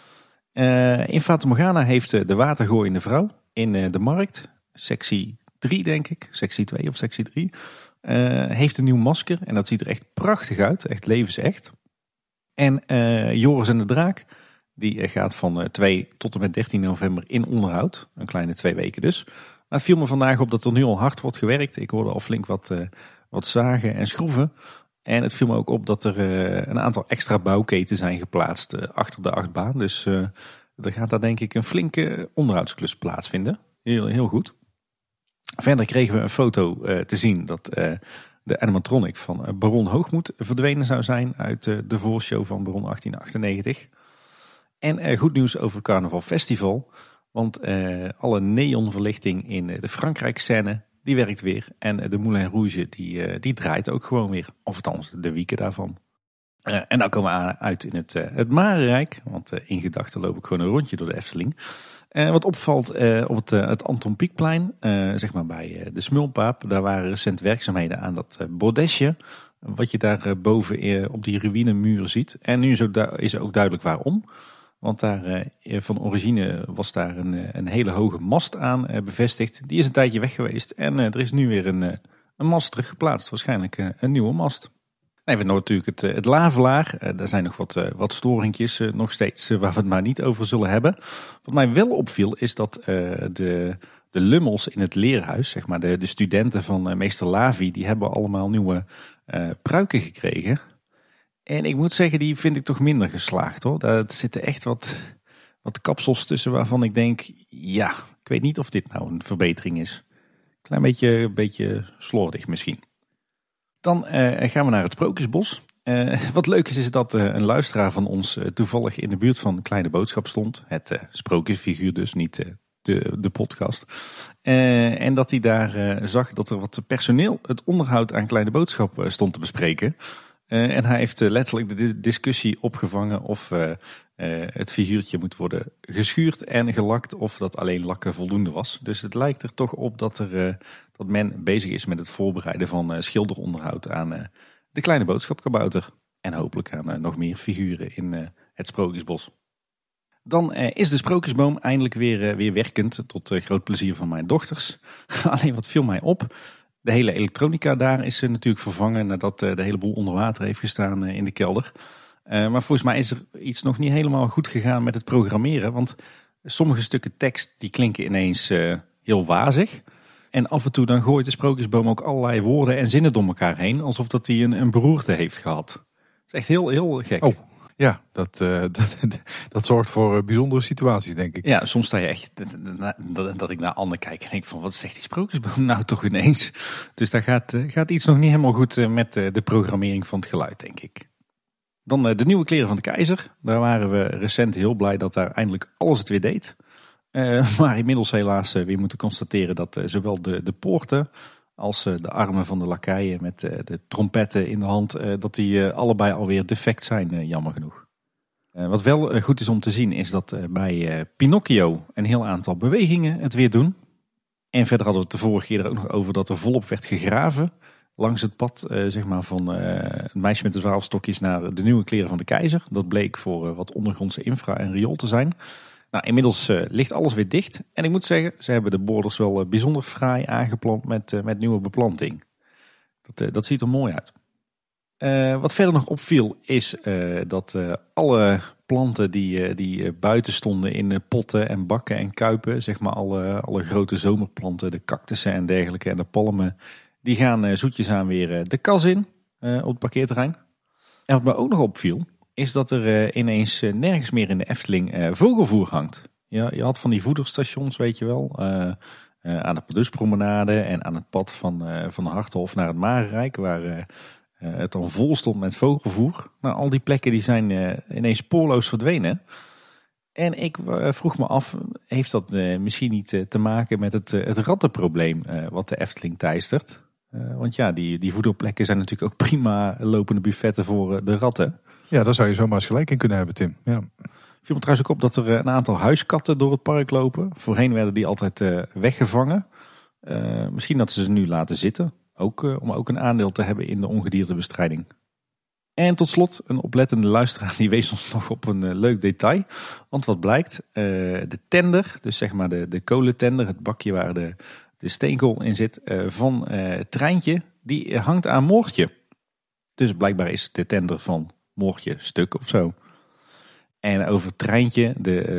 Speaker 2: In Fata Morgana heeft de watergooiende vrouw in de markt, sectie 3 denk ik, sectie 2 of sectie 3, heeft een nieuw masker en dat ziet er echt prachtig uit, echt levensecht. En Joris en de Draak, die gaat van 2 tot en met 13 november in onderhoud, een kleine 2 weken dus. Maar het viel me vandaag op dat er nu al hard wordt gewerkt, ik hoorde al flink wat zagen en schroeven. En het viel me ook op dat er een aantal extra bouwketen zijn geplaatst achter de achtbaan. Dus er gaat daar denk ik een flinke onderhoudsklus plaatsvinden. Heel, heel goed. Verder kregen we een foto te zien dat de animatronic van Baron Hoogmoed verdwenen zou zijn uit de voorshow van Baron 1898. En goed nieuws over Carnaval Festival. Want alle neonverlichting in de Frankrijk-scène, die werkt weer. En de Moulin Rouge, die draait ook gewoon weer. Of althans, de wieken daarvan. En nou komen we uit in het Marenrijk. Want in gedachten loop ik gewoon een rondje door de Efteling. Wat opvalt op het Anton Pieckplein, zeg maar bij de Smulpaap. Daar waren recent werkzaamheden aan dat bordesje. Wat je daar boven op die ruïnemuur ziet. En nu is ook duidelijk waarom. Want daar van origine was daar een hele hoge mast aan bevestigd. Die is een tijdje weg geweest en er is nu weer een mast teruggeplaatst. Waarschijnlijk een nieuwe mast. We hebben natuurlijk het Lavelaar. Daar zijn nog wat storingjes nog steeds waar we het maar niet over zullen hebben. Wat mij wel opviel is dat de lummels in het leerhuis, zeg maar de studenten van meester Lavi, die hebben allemaal nieuwe pruiken gekregen. En ik moet zeggen, die vind ik toch minder geslaagd hoor. Daar zitten echt wat kapsels tussen waarvan ik denk, ja, ik weet niet of dit nou een verbetering is. Klein beetje slordig misschien. Dan gaan we naar het Sprookjesbos. Wat leuk is dat een luisteraar van ons toevallig in de buurt van Kleine Boodschap stond. Het sprookjesfiguur dus, niet de podcast. En dat hij daar zag dat er wat personeel het onderhoud aan Kleine Boodschap stond te bespreken. En hij heeft letterlijk de discussie opgevangen of het figuurtje moet worden geschuurd en gelakt of dat alleen lakken voldoende was. Dus het lijkt er toch op dat men bezig is met het voorbereiden van schilderonderhoud aan de Kleine Boodschapkabouter. En hopelijk aan nog meer figuren in het Sprookjesbos. Dan is de sprookjesboom eindelijk weer werkend, tot groot plezier van mijn dochters. Alleen wat viel mij op, de hele elektronica daar is natuurlijk vervangen nadat de hele boel onder water heeft gestaan in de kelder. Maar volgens mij is er iets nog niet helemaal goed gegaan met het programmeren, want sommige stukken tekst die klinken ineens heel wazig. En af en toe dan gooit de sprookjesboom ook allerlei woorden en zinnen door elkaar heen, alsof dat hij een beroerte heeft gehad. Dat is echt heel gek.
Speaker 1: Oh. Ja, dat zorgt voor bijzondere situaties, denk ik.
Speaker 2: Ja, soms sta je echt dat ik naar Anne kijk en denk van wat zegt die sprookjesboom nou toch ineens? Dus daar gaat iets nog niet helemaal goed met de programmering van het geluid, denk ik. Dan de nieuwe kleren van de keizer. Daar waren we recent heel blij dat daar eindelijk alles het weer deed. Maar inmiddels helaas weer moeten constateren dat zowel de poorten als de armen van de lakeien met de trompetten in de hand, dat die allebei alweer defect zijn, jammer genoeg. Wat wel goed is om te zien is dat bij Pinocchio een heel aantal bewegingen het weer doen. En verder hadden we het de vorige keer er ook nog over dat er volop werd gegraven langs het pad zeg maar van het meisje met de zwavelstokjes naar de nieuwe kleren van de keizer. Dat bleek voor wat ondergrondse infra en riool te zijn. Nou, inmiddels ligt alles weer dicht. En ik moet zeggen, ze hebben de borders wel bijzonder fraai aangeplant met nieuwe beplanting. Dat ziet er mooi uit. Wat verder nog opviel is dat alle planten die buiten stonden in potten en bakken en kuipen, zeg maar alle grote zomerplanten, de cactussen en dergelijke en de palmen, die gaan zoetjes aan weer de kas in op het parkeerterrein. En wat me ook nog opviel, is dat er ineens nergens meer in de Efteling vogelvoer hangt. Je had van die voederstations, weet je wel, aan de Paduspromenade en aan het pad van de Harthof naar het Marenrijk, waar het dan vol stond met vogelvoer. Nou, al die plekken die zijn ineens spoorloos verdwenen. En ik vroeg me af, heeft dat misschien niet te maken met het rattenprobleem wat de Efteling teistert? Want ja, die voederplekken zijn natuurlijk ook prima lopende buffetten voor de ratten.
Speaker 1: Ja, daar zou je zomaar eens gelijk in kunnen hebben, Tim. Ja.
Speaker 2: Viel me trouwens ook op dat er een aantal huiskatten door het park lopen. Voorheen werden die altijd weggevangen. Misschien dat ze nu laten zitten. Om ook een aandeel te hebben in de ongediertebestrijding. En tot slot, een oplettende luisteraar die wees ons nog op een leuk detail. Want wat blijkt, de tender, dus zeg maar de kolentender, het bakje waar de steenkool in zit, van het treintje, die hangt aan Moortje. Dus blijkbaar is de tender van Moortje stuk of zo. En over het treintje,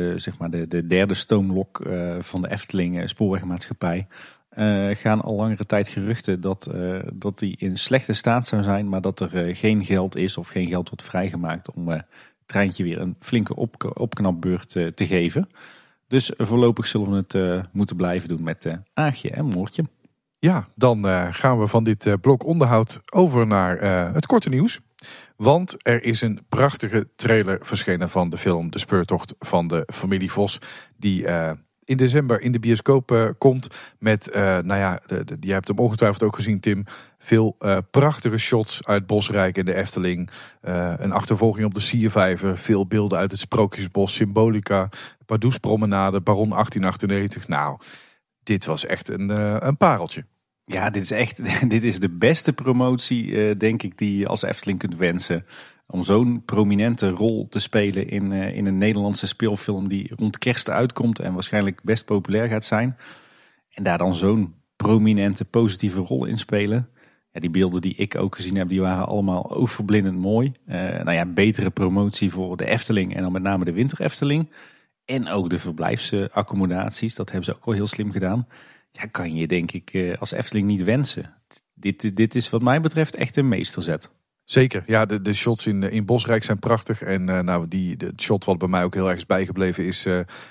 Speaker 2: de derde stoomlok van de Efteling Spoorwegmaatschappij, gaan al langere tijd geruchten dat die in slechte staat zou zijn, maar dat er geen geld is of geen geld wordt vrijgemaakt om het treintje weer een flinke opknapbeurt te geven. Dus voorlopig zullen we het moeten blijven doen met Aagje en Moortje.
Speaker 1: Ja, dan gaan we van dit blok onderhoud over naar het korte nieuws. Want er is een prachtige trailer verschenen van de film De Speurtocht van de familie Vos. Die in december in de bioscoop komt met, jij hebt hem ongetwijfeld ook gezien, Tim. Veel prachtige shots uit Bosrijk en de Efteling. Een achtervolging op de Siervijver. Veel beelden uit het Sprookjesbos, Symbolica, Pardoespromenade, Baron 1898. Nou, dit was echt een pareltje.
Speaker 2: Ja, dit is de beste promotie, denk ik, die je als Efteling kunt wensen. Om zo'n prominente rol te spelen in een Nederlandse speelfilm die rond kerst uitkomt en waarschijnlijk best populair gaat zijn. En daar dan zo'n prominente positieve rol in spelen. Ja, die beelden die ik ook gezien heb, die waren allemaal oogverblindend mooi. Betere promotie voor de Efteling en dan met name de Winter Efteling. En ook de verblijfsaccommodaties, dat hebben ze ook wel heel slim gedaan. Ja, kan je denk ik als Efteling niet wensen. Dit is wat mij betreft echt een meesterzet.
Speaker 1: Zeker, ja, de shots in Bosrijk zijn prachtig. En de shot wat bij mij ook heel erg is bijgebleven is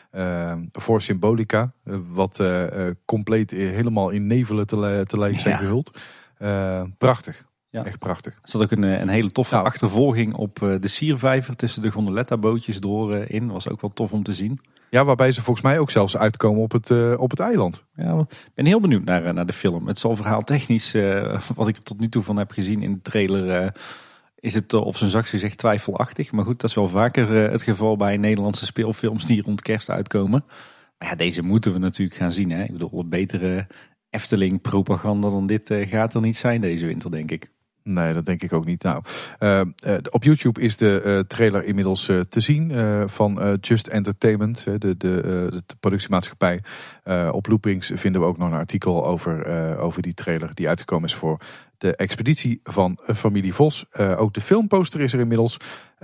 Speaker 1: voor Symbolica. Wat compleet helemaal in nevelen te lijf zijn gehuld. Prachtig, echt prachtig.
Speaker 2: Er zat ook een hele toffe achtervolging op de Siervijver tussen de gondoletta bootjes door in. Was ook wel tof om te zien.
Speaker 1: Ja, waarbij ze volgens mij ook zelfs uitkomen op het eiland.
Speaker 2: Ja, ik ben heel benieuwd naar de film. Het zal verhaaltechnisch, wat ik er tot nu toe van heb gezien in de trailer, is het op zijn zachtst gezegd twijfelachtig. Maar goed, dat is wel vaker het geval bij Nederlandse speelfilms die rond kerst uitkomen. Maar ja, deze moeten we natuurlijk gaan zien. Hè? Ik bedoel, betere Efteling propaganda dan dit gaat er niet zijn deze winter, denk ik.
Speaker 1: Nee, dat denk ik ook niet. Nou, op YouTube is de trailer inmiddels te zien van Just Entertainment, de productiemaatschappij. Op Loopings vinden we ook nog een artikel over die trailer die uitgekomen is voor de expeditie van familie Vos. Ook de filmposter is er inmiddels.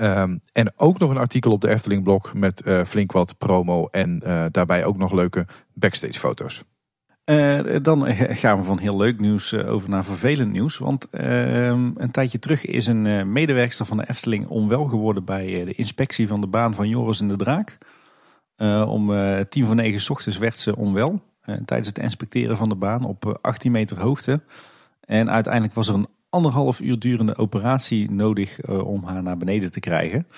Speaker 1: En ook nog een artikel op de Efteling blog met flink wat promo en daarbij ook nog leuke backstage foto's.
Speaker 2: Dan gaan we van heel leuk nieuws over naar vervelend nieuws. Want een tijdje terug is een medewerkster van de Efteling onwel geworden bij de inspectie van de baan van Joris en de Draak. Om 8:50 's ochtends werd ze onwel tijdens het inspecteren van de baan op 18 meter hoogte. En uiteindelijk was er een 1,5 uur durende operatie nodig om haar naar beneden te krijgen.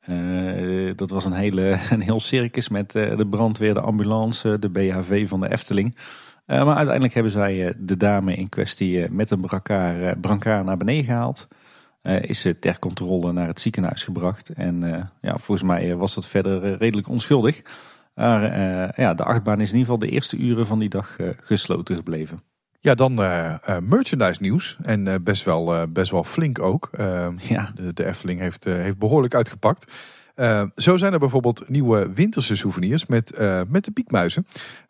Speaker 2: Dat was een heel circus met de brandweer, de ambulance, de BHV van de Efteling. Maar uiteindelijk hebben zij de dame in kwestie met een brancard naar beneden gehaald. Is ze ter controle naar het ziekenhuis gebracht. En volgens mij was dat verder redelijk onschuldig. Maar de achtbaan is in ieder geval de eerste uren van die dag gesloten gebleven.
Speaker 1: Ja, dan merchandise nieuws. En best wel flink ook. De Efteling heeft behoorlijk uitgepakt. Zo zijn er bijvoorbeeld nieuwe winterse souvenirs met de piekmuizen.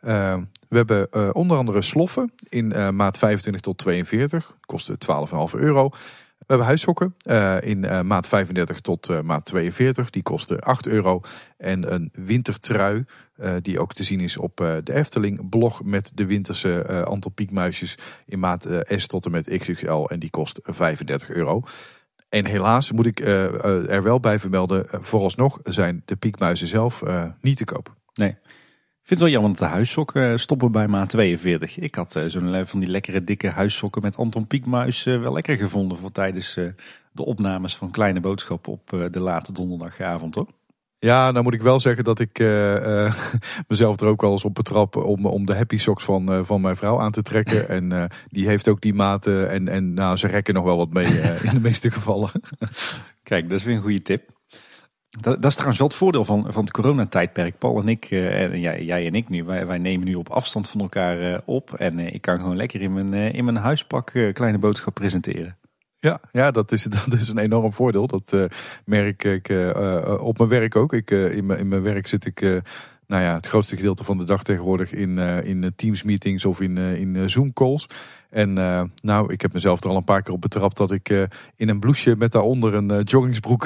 Speaker 1: We hebben onder andere sloffen in maat 25 tot 42. Kosten €12,5. We hebben huissokken in maat 35 tot maat 42. Die kosten €8. En een wintertrui die ook te zien is op de Efteling blog met de winterse aantal piekmuisjes in maat S tot en met XXL. En die kost €35. En helaas moet ik er wel bij vermelden, vooralsnog zijn de piekmuizen zelf niet te koop.
Speaker 2: Nee. Ik vind het wel jammer dat de huissokken stoppen bij maat 42. Ik had zo'n van die lekkere dikke huissokken met Anton Piekmuis wel lekker gevonden voor tijdens de opnames van Kleine Boodschap op de late donderdagavond, hoor.
Speaker 1: Ja, nou moet ik wel zeggen dat ik mezelf er ook wel eens op betrap om de happy socks van mijn vrouw aan te trekken. En die heeft ook die maten en ze rekken nog wel wat mee in de meeste gevallen.
Speaker 2: Kijk, dat is weer een goede tip. Dat is trouwens wel het voordeel van het coronatijdperk. Paul en ik, en jij en ik nu, wij nemen nu op afstand van elkaar op. En ik kan gewoon lekker in mijn huispak Kleine Boodschap presenteren.
Speaker 1: Ja, dat is een enorm voordeel. Dat merk ik op mijn werk ook. In mijn werk zit ik het grootste gedeelte van de dag tegenwoordig in Teams meetings of in Zoom calls. En ik heb mezelf er al een paar keer op betrapt dat ik in een blouseje met daaronder een joggingsbroek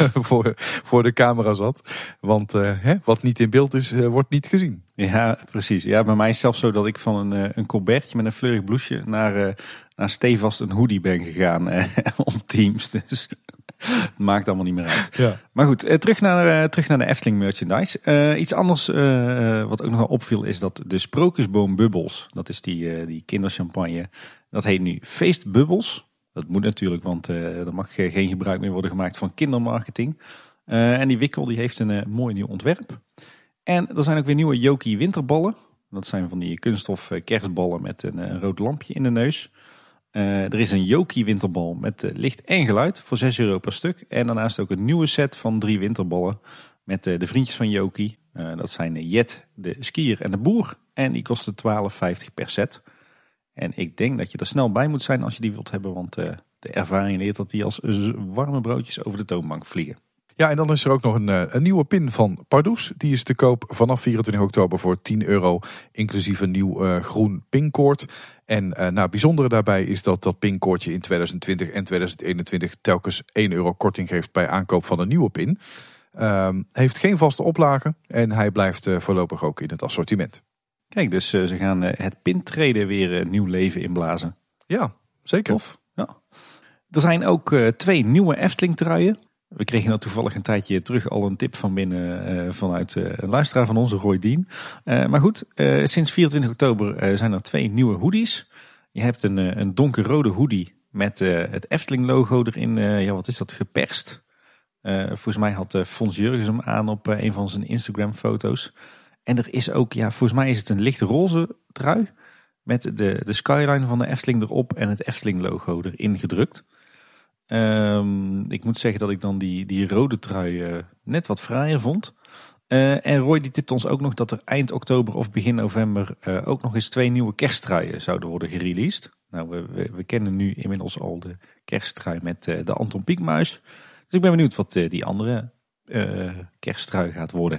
Speaker 1: voor de camera zat. Want wat niet in beeld is, wordt niet gezien.
Speaker 2: Ja, precies. Ja, bij mij is het zelfs zo dat ik van een colbertje met een fleurig blouseje naar stevast een hoodie ben gegaan op Teams. Dus het maakt allemaal niet meer uit. Ja. Maar goed, terug naar de Efteling merchandise. Iets anders wat ook nog wel opviel is dat de Sprookjesboom-bubbels, dat is die kinderchampagne, dat heet nu Feestbubbels. Dat moet natuurlijk, want er mag geen gebruik meer worden gemaakt van kindermarketing. En die wikkel die heeft een mooi nieuw ontwerp. En er zijn ook weer nieuwe Jokie winterballen. Dat zijn van die kunststof kerstballen met een rood lampje in de neus. Er is een Jokie winterbal met licht en geluid voor €6 per stuk. En daarnaast ook een nieuwe set van 3 winterballen met de vriendjes van Jokie. Dat zijn Jet, de skier en de boer. En die kosten €12,50 per set. En ik denk dat je er snel bij moet zijn als je die wilt hebben, want de de ervaring leert dat die als warme broodjes over de toonbank vliegen.
Speaker 1: Ja, en dan is er ook nog een nieuwe pin van Pardoes. Die is te koop vanaf 24 oktober voor €10, inclusief een nieuw groen pinkoord. En het bijzondere daarbij is dat pinkoordje in 2020 en 2021 telkens €1 korting geeft bij aankoop van een nieuwe pin. Heeft geen vaste oplage en hij blijft voorlopig ook in het assortiment.
Speaker 2: Kijk, dus ze gaan het pintreden weer nieuw leven inblazen.
Speaker 1: Ja, zeker.
Speaker 2: Tof. Ja. Er zijn ook 2 nieuwe Efteling truien. We kregen nou toevallig een tijdje terug al een tip van binnen vanuit een luisteraar van onze, Roy Dien. Maar goed, sinds 24 oktober zijn er 2 nieuwe hoodies. Je hebt een donkerrode hoodie met het Efteling logo erin. Wat is dat, geperst? Volgens mij had Fons Jurgens hem aan op een van zijn Instagram foto's. En er is ook, volgens mij is het een licht roze trui. Met de skyline van de Efteling erop en het Efteling logo erin gedrukt. Ik moet zeggen dat ik dan die rode trui net wat fraaier vond. En Roy die tipt ons ook nog dat er eind oktober of begin november ook nog eens 2 nieuwe kersttruien zouden worden gereleased. Nou, we kennen nu inmiddels al de kersttrui met de Anton Pieckmuis. Dus ik ben benieuwd wat die andere kersttrui gaat worden.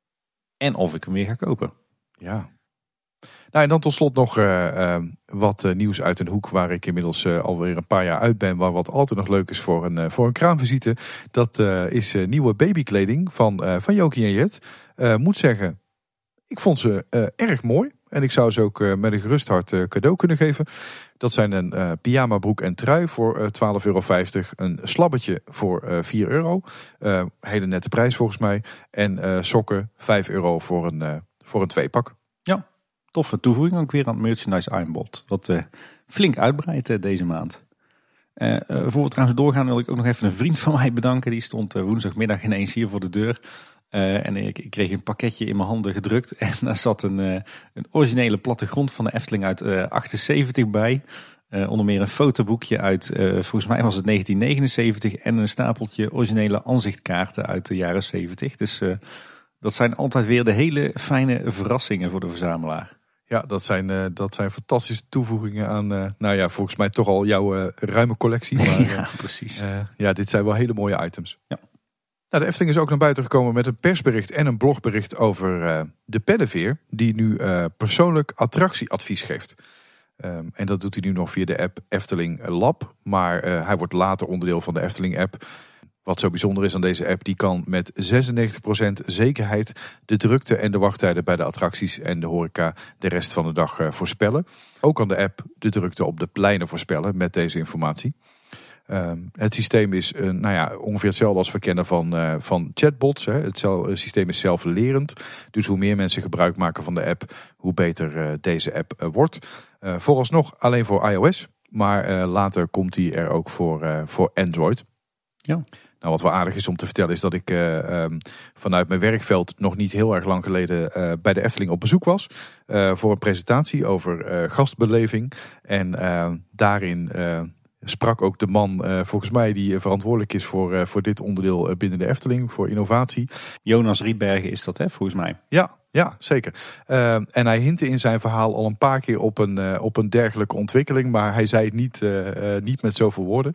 Speaker 2: En of ik hem weer ga kopen.
Speaker 1: Ja. Nou, en dan tot slot nog wat nieuws uit een hoek waar ik inmiddels alweer een paar jaar uit ben. Maar wat altijd nog leuk is voor een kraamvisite. Dat is nieuwe babykleding van Jokie en Jet. Moet zeggen, ik vond ze erg mooi. En ik zou ze ook met een gerust hart cadeau kunnen geven. Dat zijn een pyjama broek en trui voor €12,50. Een slabbetje voor €4. Hele nette prijs volgens mij. En sokken €5 voor een 2-pak.
Speaker 2: Ja, toffe toevoeging ook weer aan het merchandise aanbod. Wat flink uitbreidt deze maand. Voor we trouwens doorgaan wil ik ook nog even een vriend van mij bedanken. Die stond woensdagmiddag ineens hier voor de deur. En ik kreeg een pakketje in mijn handen gedrukt. En daar zat een originele plattegrond van de Efteling uit 78 bij. Onder meer een fotoboekje uit, volgens mij was het 1979. En een stapeltje originele aanzichtkaarten uit de jaren 70. Dus dat zijn altijd weer de hele fijne verrassingen voor de verzamelaar.
Speaker 1: Ja, dat zijn fantastische toevoegingen aan, volgens mij toch al jouw ruime collectie. Maar,
Speaker 2: ja, precies.
Speaker 1: Dit zijn wel hele mooie items.
Speaker 2: Ja.
Speaker 1: Nou, de Efteling is ook naar buiten gekomen met een persbericht en een blogbericht over de Peddeveer. Die nu persoonlijk attractieadvies geeft. En dat doet hij nu nog via de app Efteling Lab. Maar hij wordt later onderdeel van de Efteling app. Wat zo bijzonder is aan deze app, die kan met 96% zekerheid de drukte en de wachttijden bij de attracties en de horeca de rest van de dag voorspellen. Ook kan de app de drukte op de pleinen voorspellen met deze informatie. Het systeem is ongeveer hetzelfde als we kennen van chatbots. Het systeem is zelflerend. Dus hoe meer mensen gebruik maken van de app, hoe beter deze app wordt. Vooralsnog alleen voor iOS. Maar later komt die er ook voor Android.
Speaker 2: Ja.
Speaker 1: Nou, wat wel aardig is om te vertellen is dat ik vanuit mijn werkveld nog niet heel erg lang geleden bij de Efteling op bezoek was. Voor een presentatie over gastbeleving. En daarin sprak ook de man, volgens mij, die verantwoordelijk is voor dit onderdeel binnen de Efteling, voor innovatie.
Speaker 2: Jonas Rietbergen is dat, volgens mij.
Speaker 1: Ja, zeker. En hij hintte in zijn verhaal al een paar keer op een dergelijke ontwikkeling, maar hij zei het niet met zoveel woorden.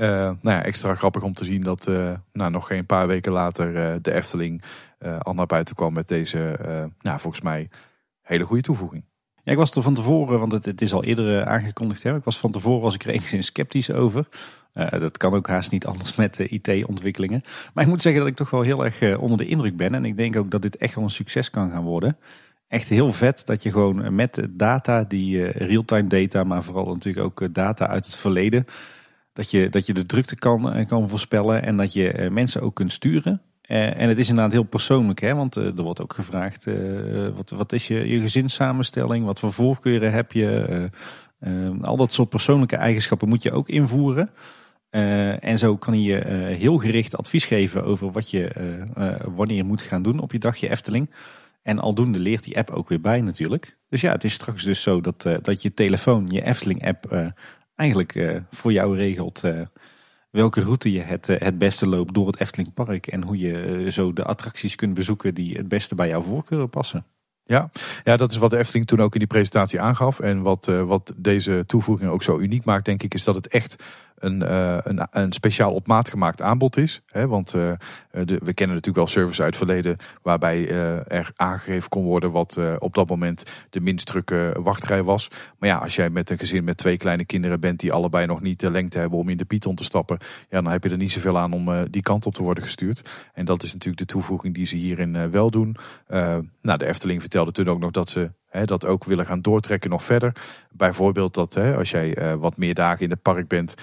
Speaker 1: Extra grappig om te zien dat nog geen paar weken later de Efteling al naar buiten kwam met deze, volgens mij, hele goede toevoeging.
Speaker 2: Ja, ik was er van tevoren, want het is al eerder aangekondigd. Ik was van tevoren was ik er enigszins sceptisch over. Dat kan ook haast niet anders met IT-ontwikkelingen. Maar ik moet zeggen dat ik toch wel heel erg onder de indruk ben. En ik denk ook dat dit echt wel een succes kan gaan worden. Echt heel vet dat je gewoon met data, die real-time data, maar vooral natuurlijk ook data uit het verleden, dat je de drukte kan voorspellen en dat je mensen ook kunt sturen. En het is inderdaad heel persoonlijk, want er wordt ook gevraagd, wat is je gezinssamenstelling, wat voor voorkeuren heb je. Al dat soort persoonlijke eigenschappen moet je ook invoeren. En zo kan hij je heel gericht advies geven over wat je wanneer je moet gaan doen op je dagje Efteling. En aldoende leert die app ook weer bij natuurlijk. Dus ja, het is straks dus zo dat je telefoon, je Efteling app eigenlijk voor jou regelt welke route je het beste loopt door het Eftelingpark. En hoe je zo de attracties kunt bezoeken die het beste bij jouw voorkeuren passen.
Speaker 1: Ja, dat is wat de Efteling toen ook in die presentatie aangaf. En wat deze toevoeging ook zo uniek maakt, denk ik, is dat het echt een speciaal op maat gemaakt aanbod is. Want we kennen natuurlijk wel service uit het verleden waarbij er aangegeven kon worden wat op dat moment de minst drukke wachtrij was. Maar ja, als jij met een gezin met 2 kleine kinderen bent die allebei nog niet de lengte hebben om in de Python te stappen, ja, dan heb je er niet zoveel aan om die kant op te worden gestuurd. En dat is natuurlijk de toevoeging die ze hierin wel doen. De Efteling vertelde toen ook nog dat ze dat ook willen gaan doortrekken nog verder. Bijvoorbeeld dat als jij wat meer dagen in het park bent,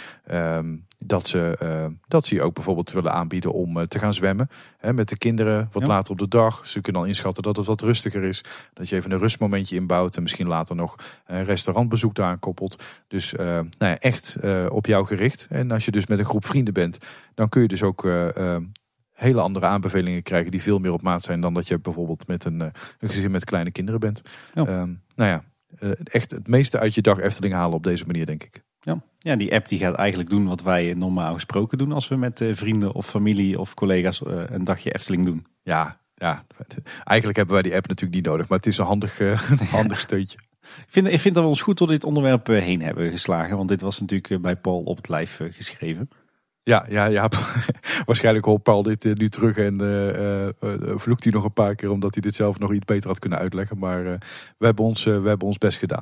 Speaker 1: dat ze je ook bijvoorbeeld willen aanbieden om te gaan zwemmen. Met de kinderen wat later op de dag. Ze kunnen al inschatten dat het wat rustiger is. Dat je even een rustmomentje inbouwt en misschien later nog een restaurantbezoek daaraan koppelt. Dus echt op jou gericht. En als je dus met een groep vrienden bent, dan kun je dus ook hele andere aanbevelingen krijgen die veel meer op maat zijn dan dat je bijvoorbeeld met een gezin met kleine kinderen bent. Ja. Echt het meeste uit je dag Efteling halen op deze manier, denk ik.
Speaker 2: Ja, die app die gaat eigenlijk doen wat wij normaal gesproken doen als we met vrienden of familie of collega's een dagje Efteling doen.
Speaker 1: Ja, eigenlijk hebben wij die app natuurlijk niet nodig, maar het is een handig steuntje.
Speaker 2: Ik vind dat we ons goed door dit onderwerp heen hebben geslagen, want dit was natuurlijk bij Paul op het lijf geschreven.
Speaker 1: Ja. Waarschijnlijk hoort Paul dit nu terug en vloekt hij nog een paar keer omdat hij dit zelf nog iets beter had kunnen uitleggen. Maar we hebben ons best gedaan.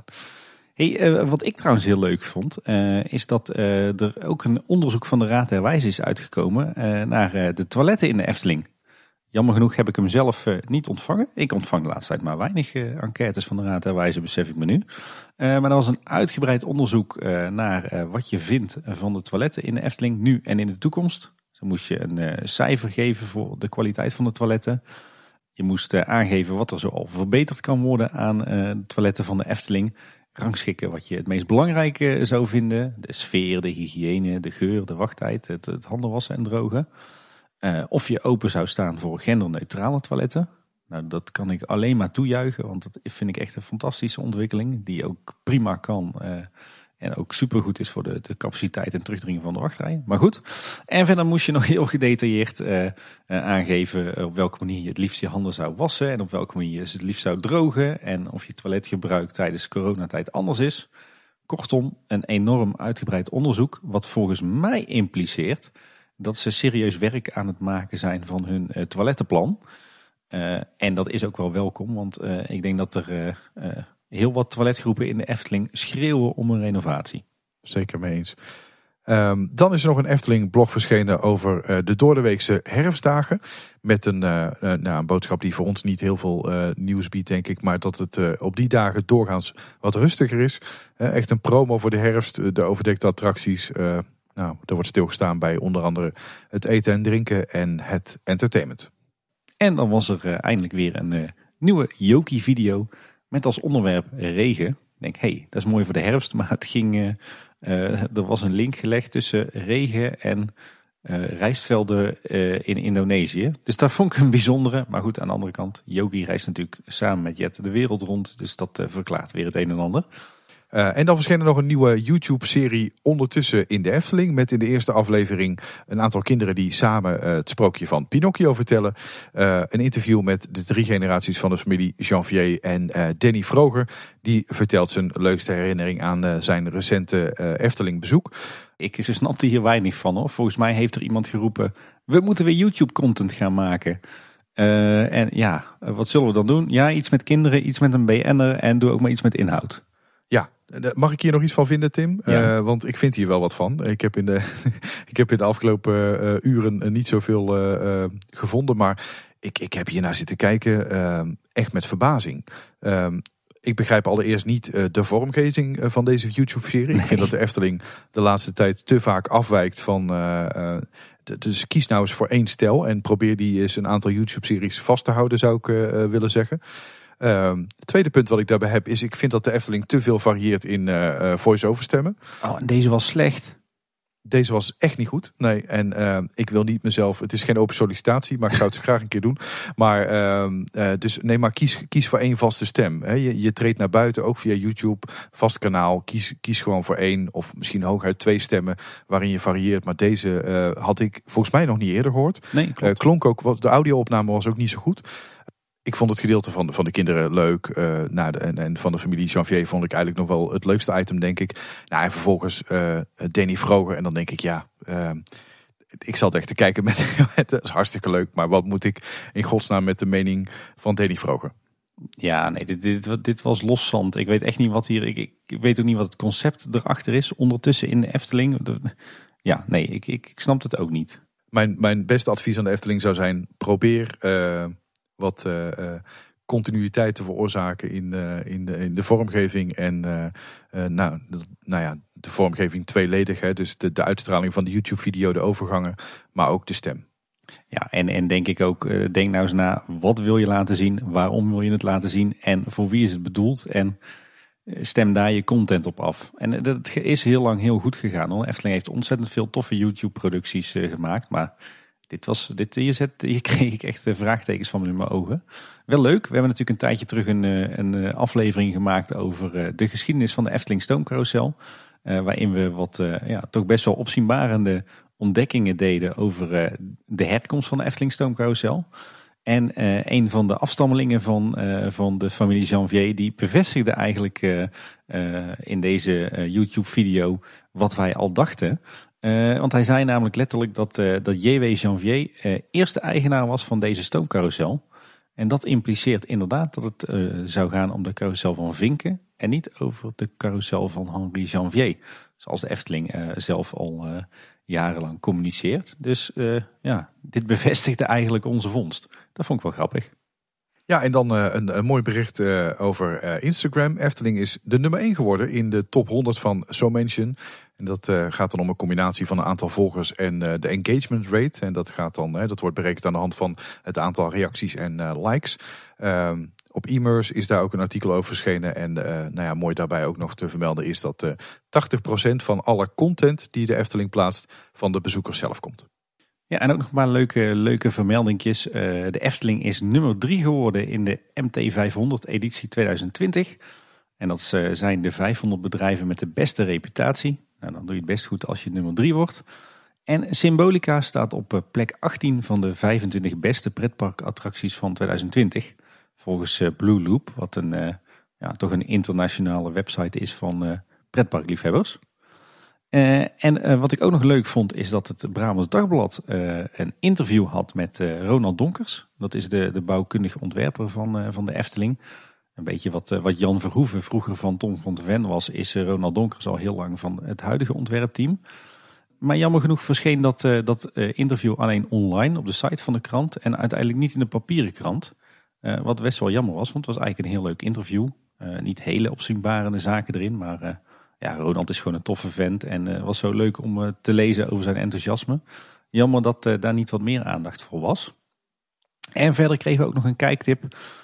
Speaker 2: Wat ik trouwens heel leuk vond, is dat er ook een onderzoek van de Raad der Wijzen is uitgekomen naar de toiletten in de Efteling. Jammer genoeg heb ik hem zelf niet ontvangen. Ik ontvang de laatste tijd maar weinig enquêtes van de Raad der Wijzen, besef ik me nu. Maar er was een uitgebreid onderzoek naar wat je vindt van de toiletten in de Efteling nu en in de toekomst. Dus dan moest je een cijfer geven voor de kwaliteit van de toiletten. Je moest aangeven wat er zoal verbeterd kan worden aan de toiletten van de Efteling. Rangschikken wat je het meest belangrijke zou vinden. De sfeer, de hygiëne, de geur, de wachttijd, het handen wassen en drogen. Of je open zou staan voor genderneutrale toiletten. Nou, dat kan ik alleen maar toejuichen, want dat vind ik echt een fantastische ontwikkeling. Die ook prima kan en ook supergoed is voor de capaciteit en terugdringen van de wachtrij. Maar goed, en verder moest je nog heel gedetailleerd aangeven op welke manier je het liefst je handen zou wassen. En op welke manier je ze het liefst zou drogen. En of je toiletgebruik tijdens coronatijd anders is. Kortom, een enorm uitgebreid onderzoek wat volgens mij impliceert dat ze serieus werk aan het maken zijn van hun toilettenplan. En dat is ook wel welkom, want ik denk dat er heel wat toiletgroepen in de Efteling schreeuwen om een renovatie.
Speaker 1: Zeker mee eens. Dan is er nog een Efteling-blog verschenen over de doordeweekse herfstdagen. Met een boodschap die voor ons niet heel veel nieuws biedt, denk ik. Maar dat het op die dagen doorgaans wat rustiger is. Echt een promo voor de herfst, de overdekte attracties. Er wordt stilgestaan bij onder andere het eten en drinken en het entertainment. En
Speaker 2: dan was er eindelijk weer een nieuwe Jokie-video met als onderwerp regen. Ik denk, dat is mooi voor de herfst, maar het ging, er was een link gelegd tussen regen en rijstvelden in Indonesië. Dus dat vond ik een bijzondere. Maar goed, aan de andere kant, Jokie reist natuurlijk samen met Jet de wereld rond. Dus dat verklaart weer het een en ander.
Speaker 1: En dan verscheen er nog een nieuwe YouTube-serie ondertussen in de Efteling. Met in de eerste aflevering een aantal kinderen die samen het sprookje van Pinocchio vertellen. Een interview met de 3 generaties van de familie Janvier en Danny Vroger. Die vertelt zijn leukste herinnering aan zijn recente Efteling-bezoek.
Speaker 2: Ik snapte hier weinig van, hoor. Volgens mij heeft er iemand geroepen, we moeten weer YouTube-content gaan maken. En ja, wat zullen we dan doen? Ja, iets met kinderen, iets met een BN'er en doe ook maar iets met inhoud.
Speaker 1: Ja, mag ik hier nog iets van vinden, Tim?
Speaker 2: Ja.
Speaker 1: Want ik vind hier wel wat van. Ik heb in de afgelopen uren niet zoveel gevonden. Maar ik heb hiernaar zitten kijken echt met verbazing. Ik begrijp allereerst niet de vormgeving van deze YouTube-serie. Ik vind dat de Efteling de laatste tijd te vaak afwijkt van dus kies nou eens voor 1 stijl en probeer die eens een aantal YouTube-series vast te houden, zou ik willen zeggen. Het tweede punt wat ik daarbij heb is, ik vind dat de Efteling te veel varieert in voice-over stemmen.
Speaker 2: Oh, en deze was slecht.
Speaker 1: Deze was echt niet goed. Nee, en ik wil niet mezelf, het is geen open sollicitatie, maar ik zou het graag een keer doen. Maar maar kies voor 1 vaste stem. Hè. Je treedt naar buiten, ook via YouTube, vast kanaal. Kies gewoon voor 1 of misschien hooguit 2 stemmen waarin je varieert. Maar deze had ik volgens mij nog niet eerder gehoord.
Speaker 2: Nee, klopt.
Speaker 1: Klonk ook, de audio-opname was ook niet zo goed. Ik vond het gedeelte van de kinderen leuk. En van de familie Janvier vond ik eigenlijk nog wel het leukste item, denk ik. Nou, en vervolgens Danny Vroger. En dan denk ik, ik zat echt te kijken dat is hartstikke leuk. Maar wat moet ik in godsnaam met de mening van Danny Vroger?
Speaker 2: Ja, nee, dit was loszand. Ik weet echt niet wat hier... Ik weet ook niet wat het concept erachter is. Ondertussen in de Efteling. Ik snap het ook niet.
Speaker 1: Mijn beste advies aan de Efteling zou zijn... probeer wat continuïteit te veroorzaken in de vormgeving. En de vormgeving tweeledig. Hè, dus de uitstraling van de YouTube-video, de overgangen, maar ook de stem.
Speaker 2: Ja, en denk ik ook, denk nou eens na, wat wil je laten zien? Waarom wil je het laten zien? En voor wie is het bedoeld? En stem daar je content op af. En dat is heel lang heel goed gegaan, hoor. Efteling heeft ontzettend veel toffe YouTube-producties gemaakt, maar hier kreeg ik echt vraagtekens van in mijn ogen. Wel leuk, we hebben natuurlijk een tijdje terug een aflevering gemaakt over de geschiedenis van de Efteling Stoomcarousel. Waarin we wat toch best wel opzienbarende ontdekkingen deden over de herkomst van de Efteling Stoomcarousel. En een van de afstammelingen van de familie Janvier, die bevestigde eigenlijk in deze YouTube-video wat wij al dachten. Want hij zei namelijk letterlijk dat J.W. Janvier eerste eigenaar was van deze stoomcarousel. En dat impliceert inderdaad dat het zou gaan om de carousel van Vinken en niet over de carousel van Henri Janvier. Zoals de Efteling zelf al jarenlang communiceert. Dus dit bevestigde eigenlijk onze vondst. Dat vond ik wel grappig.
Speaker 1: Ja, en dan een mooi bericht over Instagram. Efteling is de nummer 1 geworden in de top 100 van SoMention. En dat gaat dan om een combinatie van een aantal volgers en de engagement rate. En dat wordt berekend aan de hand van het aantal reacties en likes. Op e-merse is daar ook een artikel over verschenen. En mooi daarbij ook nog te vermelden is dat 80% van alle content die de Efteling plaatst van de bezoekers zelf komt.
Speaker 2: Ja, en ook nog maar leuke vermeldingjes. De Efteling is nummer 3 geworden in de MT500 editie 2020. En dat zijn de 500 bedrijven met de beste reputatie. Nou, dan doe je het best goed als je nummer 3 wordt. En Symbolica staat op plek 18 van de 25 beste pretparkattracties van 2020. Volgens Blue Loop, wat toch een internationale website is van pretparkliefhebbers. En wat ik ook nog leuk vond is dat het Brabants Dagblad een interview had met Ronald Donkers. Dat is de bouwkundige ontwerper van de Efteling. Een beetje wat Jan Verhoeven vroeger van Tom van de Ven was, is Ronald Donkers al heel lang van het huidige ontwerpteam. Maar jammer genoeg verscheen dat interview alleen online op de site van de krant en uiteindelijk niet in de papieren krant. Wat best wel jammer was, want het was eigenlijk een heel leuk interview. Niet hele opzienbarende zaken erin, maar Ronald is gewoon een toffe vent en het was zo leuk om te lezen over zijn enthousiasme. Jammer dat daar niet wat meer aandacht voor was. En verder kregen we ook nog een kijktip,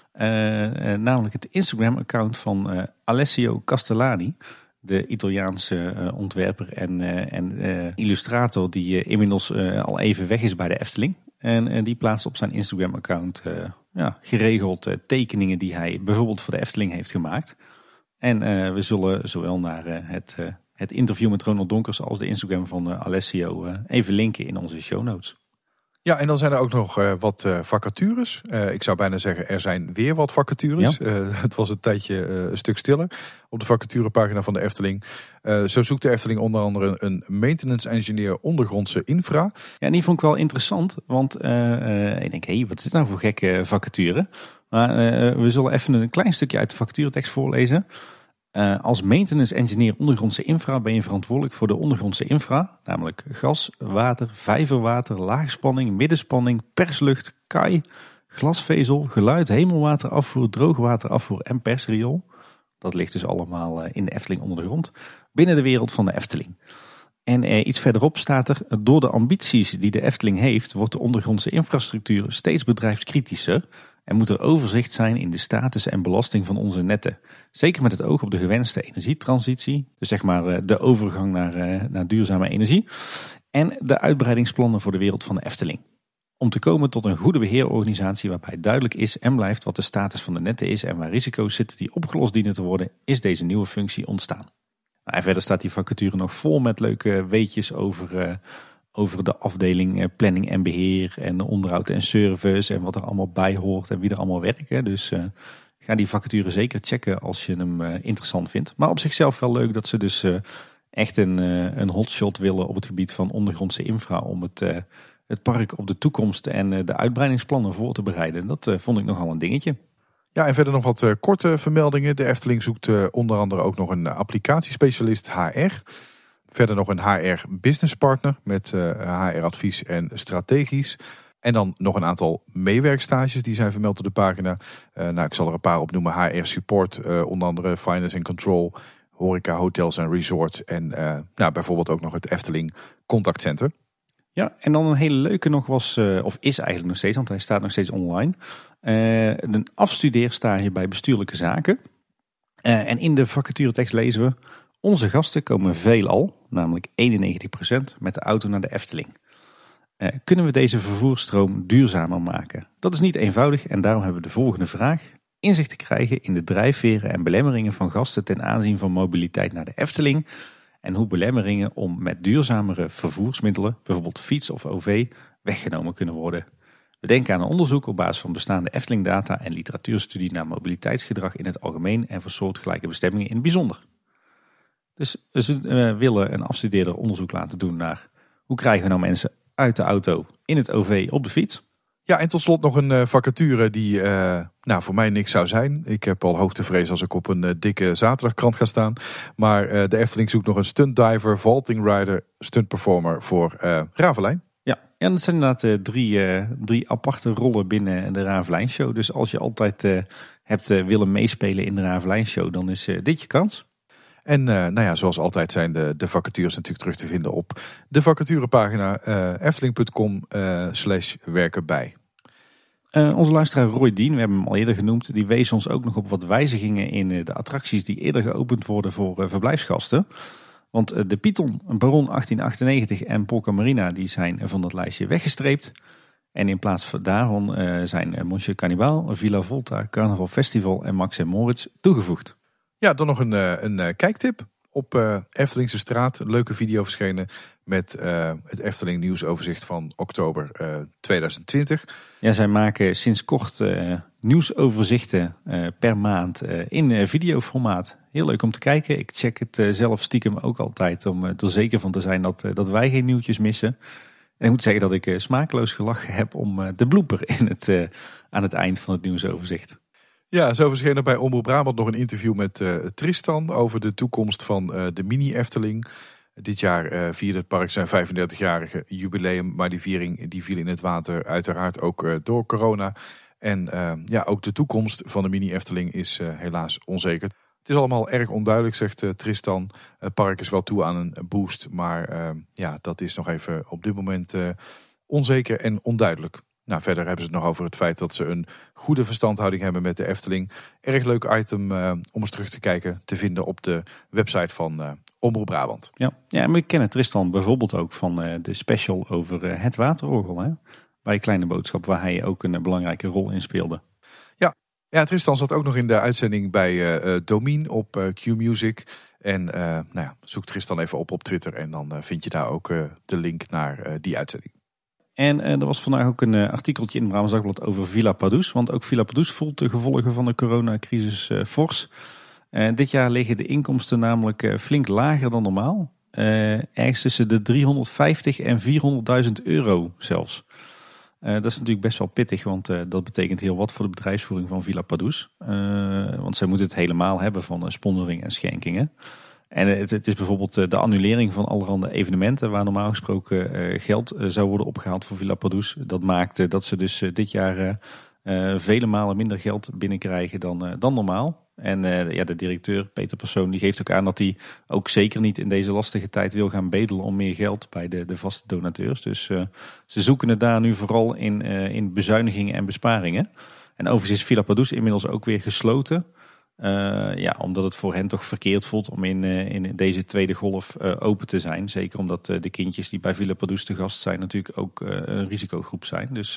Speaker 2: namelijk het Instagram-account van Alessio Castellani, de Italiaanse ontwerper en illustrator die inmiddels al even weg is bij de Efteling. En die plaatst op zijn Instagram-account geregeld tekeningen die hij bijvoorbeeld voor de Efteling heeft gemaakt. En we zullen zowel naar het interview met Ronald Donkers als de Instagram van Alessio even linken in onze show notes.
Speaker 1: Ja, en dan zijn er ook nog wat vacatures. Ik zou bijna zeggen, er zijn weer wat vacatures. Ja. Het was een tijdje een stuk stiller op de vacaturepagina van de Efteling. Zo zoekt de Efteling onder andere een maintenance engineer ondergrondse infra.
Speaker 2: Ja, en die vond ik wel interessant, want ik denk, wat is dit nou voor gekke vacature? Maar we zullen even een klein stukje uit de vacaturetekst voorlezen. Als maintenance engineer ondergrondse infra ben je verantwoordelijk voor de ondergrondse infra, namelijk gas, water, vijverwater, laagspanning, middenspanning, perslucht, kai, glasvezel, geluid, hemelwaterafvoer, droogwaterafvoer en persriool. Dat ligt dus allemaal in de Efteling onder de grond, binnen de wereld van de Efteling. En iets verderop staat er, door de ambities die de Efteling heeft, wordt de ondergrondse infrastructuur steeds bedrijfskritischer. En moet er overzicht zijn in de status en belasting van onze netten. Zeker met het oog op de gewenste energietransitie. Dus zeg maar de overgang naar duurzame energie. En de uitbreidingsplannen voor de wereld van de Efteling. Om te komen tot een goede beheerorganisatie waarbij duidelijk is en blijft wat de status van de netten is en waar risico's zitten die opgelost dienen te worden, is deze nieuwe functie ontstaan. En verder staat die vacature nog vol met leuke weetjes over over de afdeling planning en beheer en onderhoud en service en wat er allemaal bij hoort en wie er allemaal werkt. Dus ga die vacature zeker checken als je hem interessant vindt. Maar op zichzelf wel leuk dat ze dus echt een hotshot willen op het gebied van ondergrondse infra om het park op de toekomst en de uitbreidingsplannen voor te bereiden. Dat vond ik nogal een dingetje.
Speaker 1: Ja, en verder nog wat korte vermeldingen. De Efteling zoekt onder andere ook nog een applicatiespecialist HR. Verder nog een HR business partner met HR advies en strategisch. En dan nog een aantal meewerkstages die zijn vermeld op de pagina. Ik zal er een paar opnoemen. HR support, onder andere finance en control, horeca, hotels en resorts. En bijvoorbeeld ook nog het Efteling contactcenter. Ja,
Speaker 2: en dan een hele leuke nog was, of is eigenlijk nog steeds, want hij staat nog steeds online. Een afstudeerstage bij bestuurlijke zaken. En in de vacaturetekst lezen we: onze gasten komen veelal, namelijk 91%, met de auto naar de Efteling. Kunnen we deze vervoersstroom duurzamer maken? Dat is niet eenvoudig en daarom hebben we de volgende vraag. Inzicht te krijgen in de drijfveren en belemmeringen van gasten ten aanzien van mobiliteit naar de Efteling. En hoe belemmeringen om met duurzamere vervoersmiddelen, bijvoorbeeld fiets of OV, weggenomen kunnen worden. We denken aan een onderzoek op basis van bestaande Efteling-data en literatuurstudie naar mobiliteitsgedrag in het algemeen en voor soortgelijke bestemmingen in het bijzonder. Dus ze willen een afstudeerder onderzoek laten doen naar hoe krijgen we nou mensen uit de auto, in het OV, op de fiets.
Speaker 1: Ja, en tot slot nog een vacature die voor mij niks zou zijn. Ik heb al hoogtevrees als ik op een dikke zaterdagkrant ga staan. Maar de Efteling zoekt nog een stuntdiver, vaulting rider, stuntperformer voor Ravelijn.
Speaker 2: Ja, en dat zijn inderdaad drie aparte rollen binnen de Ravelijn show. Dus als je altijd hebt willen meespelen in de Ravelijn show, dan is dit je kans.
Speaker 1: En zoals altijd zijn de vacatures natuurlijk terug te vinden op de vacaturepagina efteling.com/werkenbij.
Speaker 2: Onze luisteraar Roy Dien, we hebben hem al eerder genoemd, die wees ons ook nog op wat wijzigingen in de attracties die eerder geopend worden voor verblijfsgasten. Want de Python, Baron 1898 en Polka Marina die zijn van dat lijstje weggestreept. En in plaats daarvan zijn Monsieur Cannibal, Villa Volta, Carnaval Festival en Max & Moritz toegevoegd.
Speaker 1: Ja, dan nog een kijktip op Eftelingse straat. Een leuke video verschenen met het Efteling nieuwsoverzicht van oktober 2020.
Speaker 2: Ja, zij maken sinds kort nieuwsoverzichten per maand in videoformaat. Heel leuk om te kijken. Ik check het zelf stiekem ook altijd om er zeker van te zijn dat wij geen nieuwtjes missen. En ik moet zeggen dat ik smakeloos gelachen heb om de blooper aan het eind van het nieuwsoverzicht.
Speaker 1: Ja, zo verscheen er bij Omroep Brabant nog een interview met Tristan over de toekomst van de mini-Efteling. Dit jaar vierde het park zijn 35-jarige jubileum, maar die viering die viel in het water uiteraard ook door corona. En ook de toekomst van de mini-Efteling is helaas onzeker. Het is allemaal erg onduidelijk, zegt Tristan. Het park is wel toe aan een boost, maar dat is nog even op dit moment onzeker en onduidelijk. Nou, verder hebben ze het nog over het feit dat ze een goede verstandhouding hebben met de Efteling. Erg leuk item om eens terug te kijken, te vinden op de website van Omroep Brabant.
Speaker 2: Ja, en we kennen Tristan bijvoorbeeld ook van de special over het waterorgel. Hè? Bij Kleine Boodschap, waar hij ook een belangrijke rol in speelde.
Speaker 1: Ja, Tristan zat ook nog in de uitzending bij Domien op Q-Music. En zoek Tristan even op Twitter en dan vind je daar ook de link naar die uitzending.
Speaker 2: En er was vandaag ook een artikeltje in het Brabants Dagblad over Villa Padus. Want ook Villa Padus voelt de gevolgen van de coronacrisis fors. Dit jaar liggen de inkomsten namelijk flink lager dan normaal. Ergens tussen de 350 en 400.000 euro zelfs. Dat is natuurlijk best wel pittig, want dat betekent heel wat voor de bedrijfsvoering van Villa Padus. Want zij moeten het helemaal hebben van sponsoring en schenkingen. En het is bijvoorbeeld de annulering van allerhande evenementen waar normaal gesproken geld zou worden opgehaald voor Villa Padus. Dat maakt dat ze dus dit jaar vele malen minder geld binnenkrijgen dan normaal. En de directeur Peter Persoon die geeft ook aan dat hij ook zeker niet in deze lastige tijd wil gaan bedelen om meer geld bij de vaste donateurs. Dus ze zoeken het daar nu vooral in bezuinigingen en besparingen. En overigens is Villa Padus inmiddels ook weer gesloten. Omdat het voor hen toch verkeerd voelt om in deze tweede golf open te zijn. Zeker omdat de kindjes die bij Villa Padus te gast zijn natuurlijk ook een risicogroep zijn. Dus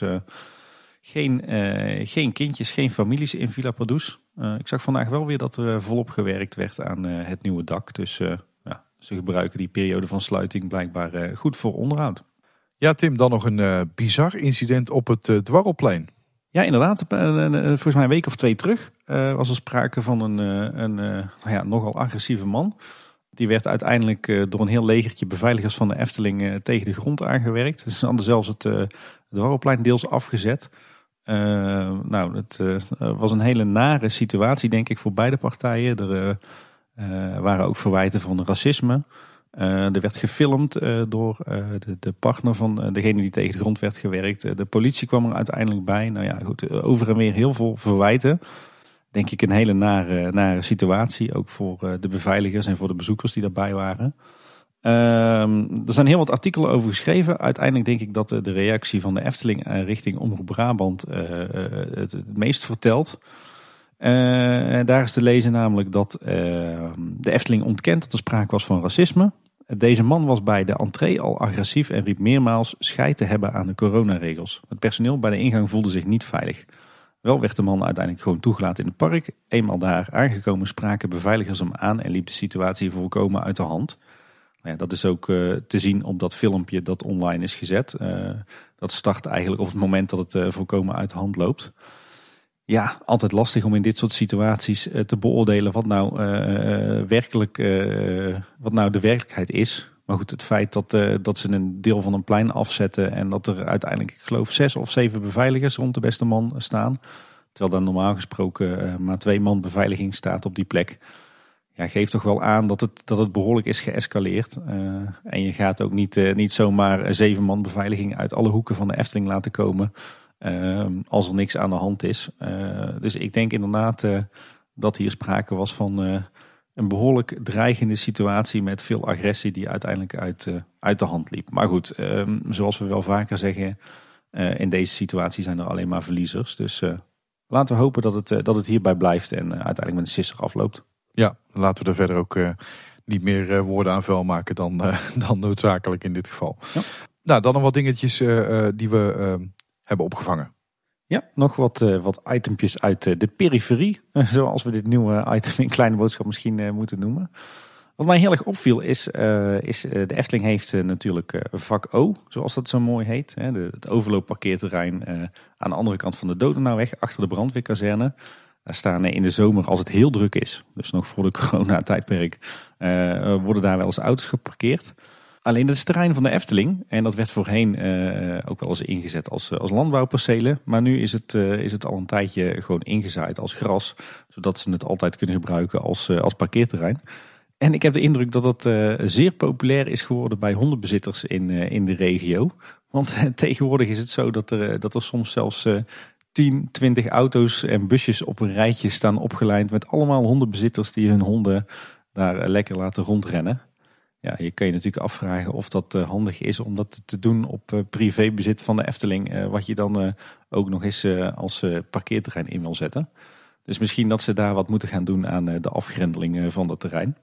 Speaker 2: geen kindjes, geen families in Villa Padus. Ik zag vandaag wel weer dat er volop gewerkt werd aan het nieuwe dak. Dus ze gebruiken die periode van sluiting blijkbaar goed voor onderhoud.
Speaker 1: Ja, Tim, dan nog een bizar incident op het Dwarrelplein.
Speaker 2: Ja, inderdaad. Volgens mij een week of 2 terug was er sprake van een nogal agressieve man. Die werd uiteindelijk door een heel legertje beveiligers van de Efteling tegen de grond aangewerkt. Dus ze hadden zelfs het Dwarrelplein deels afgezet. Het was een hele nare situatie, denk ik, voor beide partijen. Er waren ook verwijten van racisme. Er werd gefilmd door de partner van degene die tegen de grond werd gewerkt. De politie kwam er uiteindelijk bij. Nou ja, goed, over en weer heel veel verwijten. Denk ik een hele nare situatie. Ook voor de beveiligers en voor de bezoekers die daarbij waren. Er zijn heel wat artikelen over geschreven. Uiteindelijk denk ik dat de reactie van de Efteling richting Omroep Brabant het meest vertelt. Daar is te lezen namelijk dat de Efteling ontkent dat er sprake was van racisme. Deze man was bij de entree al agressief en riep meermaals scheid te hebben aan de coronaregels. Het personeel bij de ingang voelde zich niet veilig. Wel werd de man uiteindelijk gewoon toegelaten in het park. Eenmaal daar aangekomen spraken beveiligers hem aan en liep de situatie volkomen uit de hand. Nou ja, dat is ook te zien op dat filmpje dat online is gezet. Dat start eigenlijk op het moment dat het volkomen uit de hand loopt. Ja, altijd lastig om in dit soort situaties te beoordelen wat nou de werkelijkheid is. Maar goed, het feit dat ze een deel van een plein afzetten en dat er uiteindelijk, ik geloof, 6 of 7 beveiligers rond de beste man staan. Terwijl daar normaal gesproken maar 2 man beveiliging staat op die plek. Ja, geeft toch wel aan dat het behoorlijk is geëscaleerd. En je gaat ook niet zomaar 7 man beveiliging uit alle hoeken van de Efteling laten komen. Als er niks aan de hand is. Dus ik denk inderdaad dat hier sprake was van een behoorlijk dreigende situatie met veel agressie die uiteindelijk uit de hand liep. Maar goed, zoals we wel vaker zeggen, in deze situatie zijn er alleen maar verliezers. Dus laten we hopen dat het hierbij blijft en uiteindelijk met een sisser afloopt.
Speaker 1: Ja, laten we er verder ook niet meer woorden aan vuil maken dan noodzakelijk in dit geval. Ja. Nou, dan nog wat dingetjes die we hebben opgevangen.
Speaker 2: Ja, nog wat itempjes uit de periferie. Zoals we dit nieuwe item in Kleine Boodschap misschien moeten noemen. Wat mij heel erg opviel is de Efteling heeft natuurlijk vak O, zoals dat zo mooi heet. Het overloopparkeerterrein aan de andere kant van de Dodenauweg, achter de brandweerkazerne. Daar staan in de zomer, als het heel druk is, dus nog voor de coronatijdperk, worden daar wel eens auto's geparkeerd. Alleen dat is het terrein van de Efteling en dat werd voorheen ook wel eens ingezet als landbouwpercelen. Maar nu is het al een tijdje gewoon ingezaaid als gras, zodat ze het altijd kunnen gebruiken als parkeerterrein. En ik heb de indruk dat het zeer populair is geworden bij hondenbezitters in de regio. Want tegenwoordig is het zo dat er soms zelfs 10, 20 auto's en busjes op een rijtje staan opgelijnd met allemaal hondenbezitters die hun honden daar lekker laten rondrennen. Ja, je kan je natuurlijk afvragen of dat handig is om dat te doen op privébezit van de Efteling. Wat je dan ook nog eens als parkeerterrein in wil zetten. Dus misschien dat ze daar wat moeten gaan doen aan de afgrendeling van dat terrein.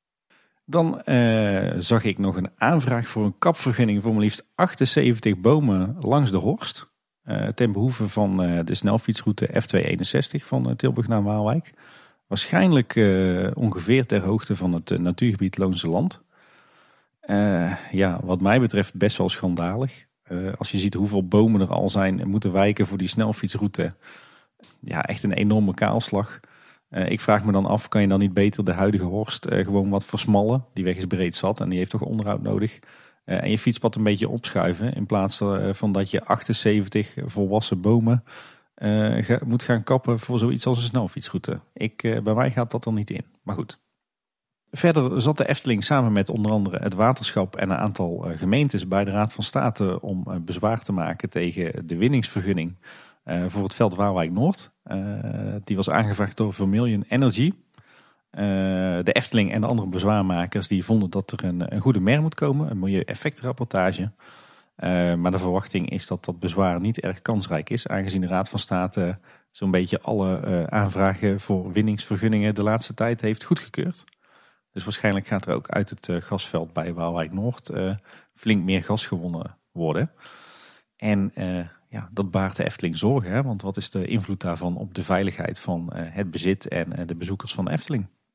Speaker 2: Dan zag ik nog een aanvraag voor een kapvergunning voor maar liefst 78 bomen langs de Horst. Ten behoeve van de snelfietsroute F261 van Tilburg naar Waalwijk. Waarschijnlijk ongeveer ter hoogte van het natuurgebied Loonse Land. Wat mij betreft best wel schandalig. Als je ziet hoeveel bomen er al zijn en moeten wijken voor die snelfietsroute. Ja, echt een enorme kaalslag. Ik vraag me dan af, kan je dan niet beter de huidige Horst gewoon wat versmallen? Die weg is breed zat en die heeft toch onderhoud nodig. En je fietspad een beetje opschuiven in plaats van dat je 78 volwassen bomen moet gaan kappen voor zoiets als een snelfietsroute. Bij mij gaat dat er niet in, maar goed. Verder zat de Efteling samen met onder andere het waterschap en een aantal gemeentes bij de Raad van State om bezwaar te maken tegen de winningsvergunning voor het veld Waalwijk Noord. Die was aangevraagd door Vermilion Energy. De Efteling en de andere bezwaarmakers die vonden dat er een goede MER moet komen, een milieueffectrapportage. Maar de verwachting is dat dat bezwaar niet erg kansrijk is, aangezien de Raad van State zo'n beetje alle aanvragen voor winningsvergunningen de laatste tijd heeft goedgekeurd. Dus waarschijnlijk gaat er ook uit het gasveld bij Waalwijk Noord flink meer gas gewonnen worden. En dat baart de Efteling zorgen, hè? Want wat is de invloed daarvan op de veiligheid van het bezit en de bezoekers van de Efteling?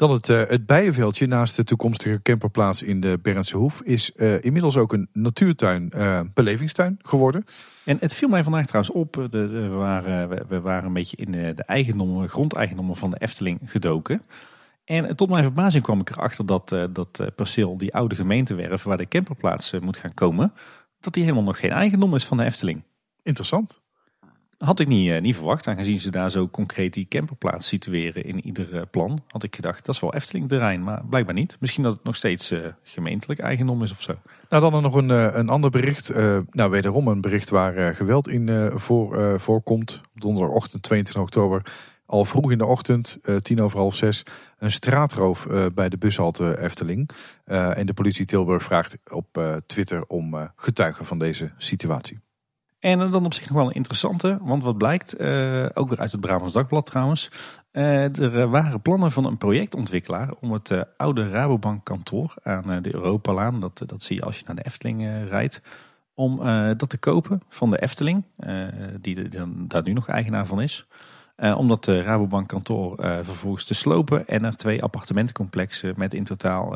Speaker 1: Dan het Bijenveldje naast de toekomstige camperplaats in de Berndse Hoef is inmiddels ook een natuurtuin, belevingstuin geworden.
Speaker 2: En het viel mij vandaag trouwens op, we waren een beetje in de grondeigendommen van de Efteling gedoken. En tot mijn verbazing kwam ik erachter dat perceel, die oude gemeentewerf waar de camperplaats moet gaan komen, dat die helemaal nog geen eigendom is van de Efteling.
Speaker 1: Interessant.
Speaker 2: Had ik niet verwacht, aangezien ze daar zo concreet die camperplaats situeren in ieder plan. Had ik gedacht, dat is wel Efteling terrein, maar blijkbaar niet. Misschien dat het nog steeds gemeentelijk eigendom is of zo.
Speaker 1: Nou, dan nog een ander bericht. Wederom een bericht waar geweld in voorkomt. Donderdagochtend 22 oktober, al vroeg in de ochtend, 5:10, een straatroof bij de bushalte Efteling. En de politie Tilburg vraagt op Twitter om getuigen van deze situatie.
Speaker 2: En dan op zich nog wel een interessante, want wat blijkt, ook weer uit het Brabants Dagblad trouwens. Er waren plannen van een projectontwikkelaar om het oude Rabobank kantoor aan de Europalaan, dat zie je als je naar de Efteling rijdt, om dat te kopen van de Efteling, die daar nu nog eigenaar van is. Om dat Rabobank kantoor vervolgens te slopen en er 2 appartementencomplexen met in totaal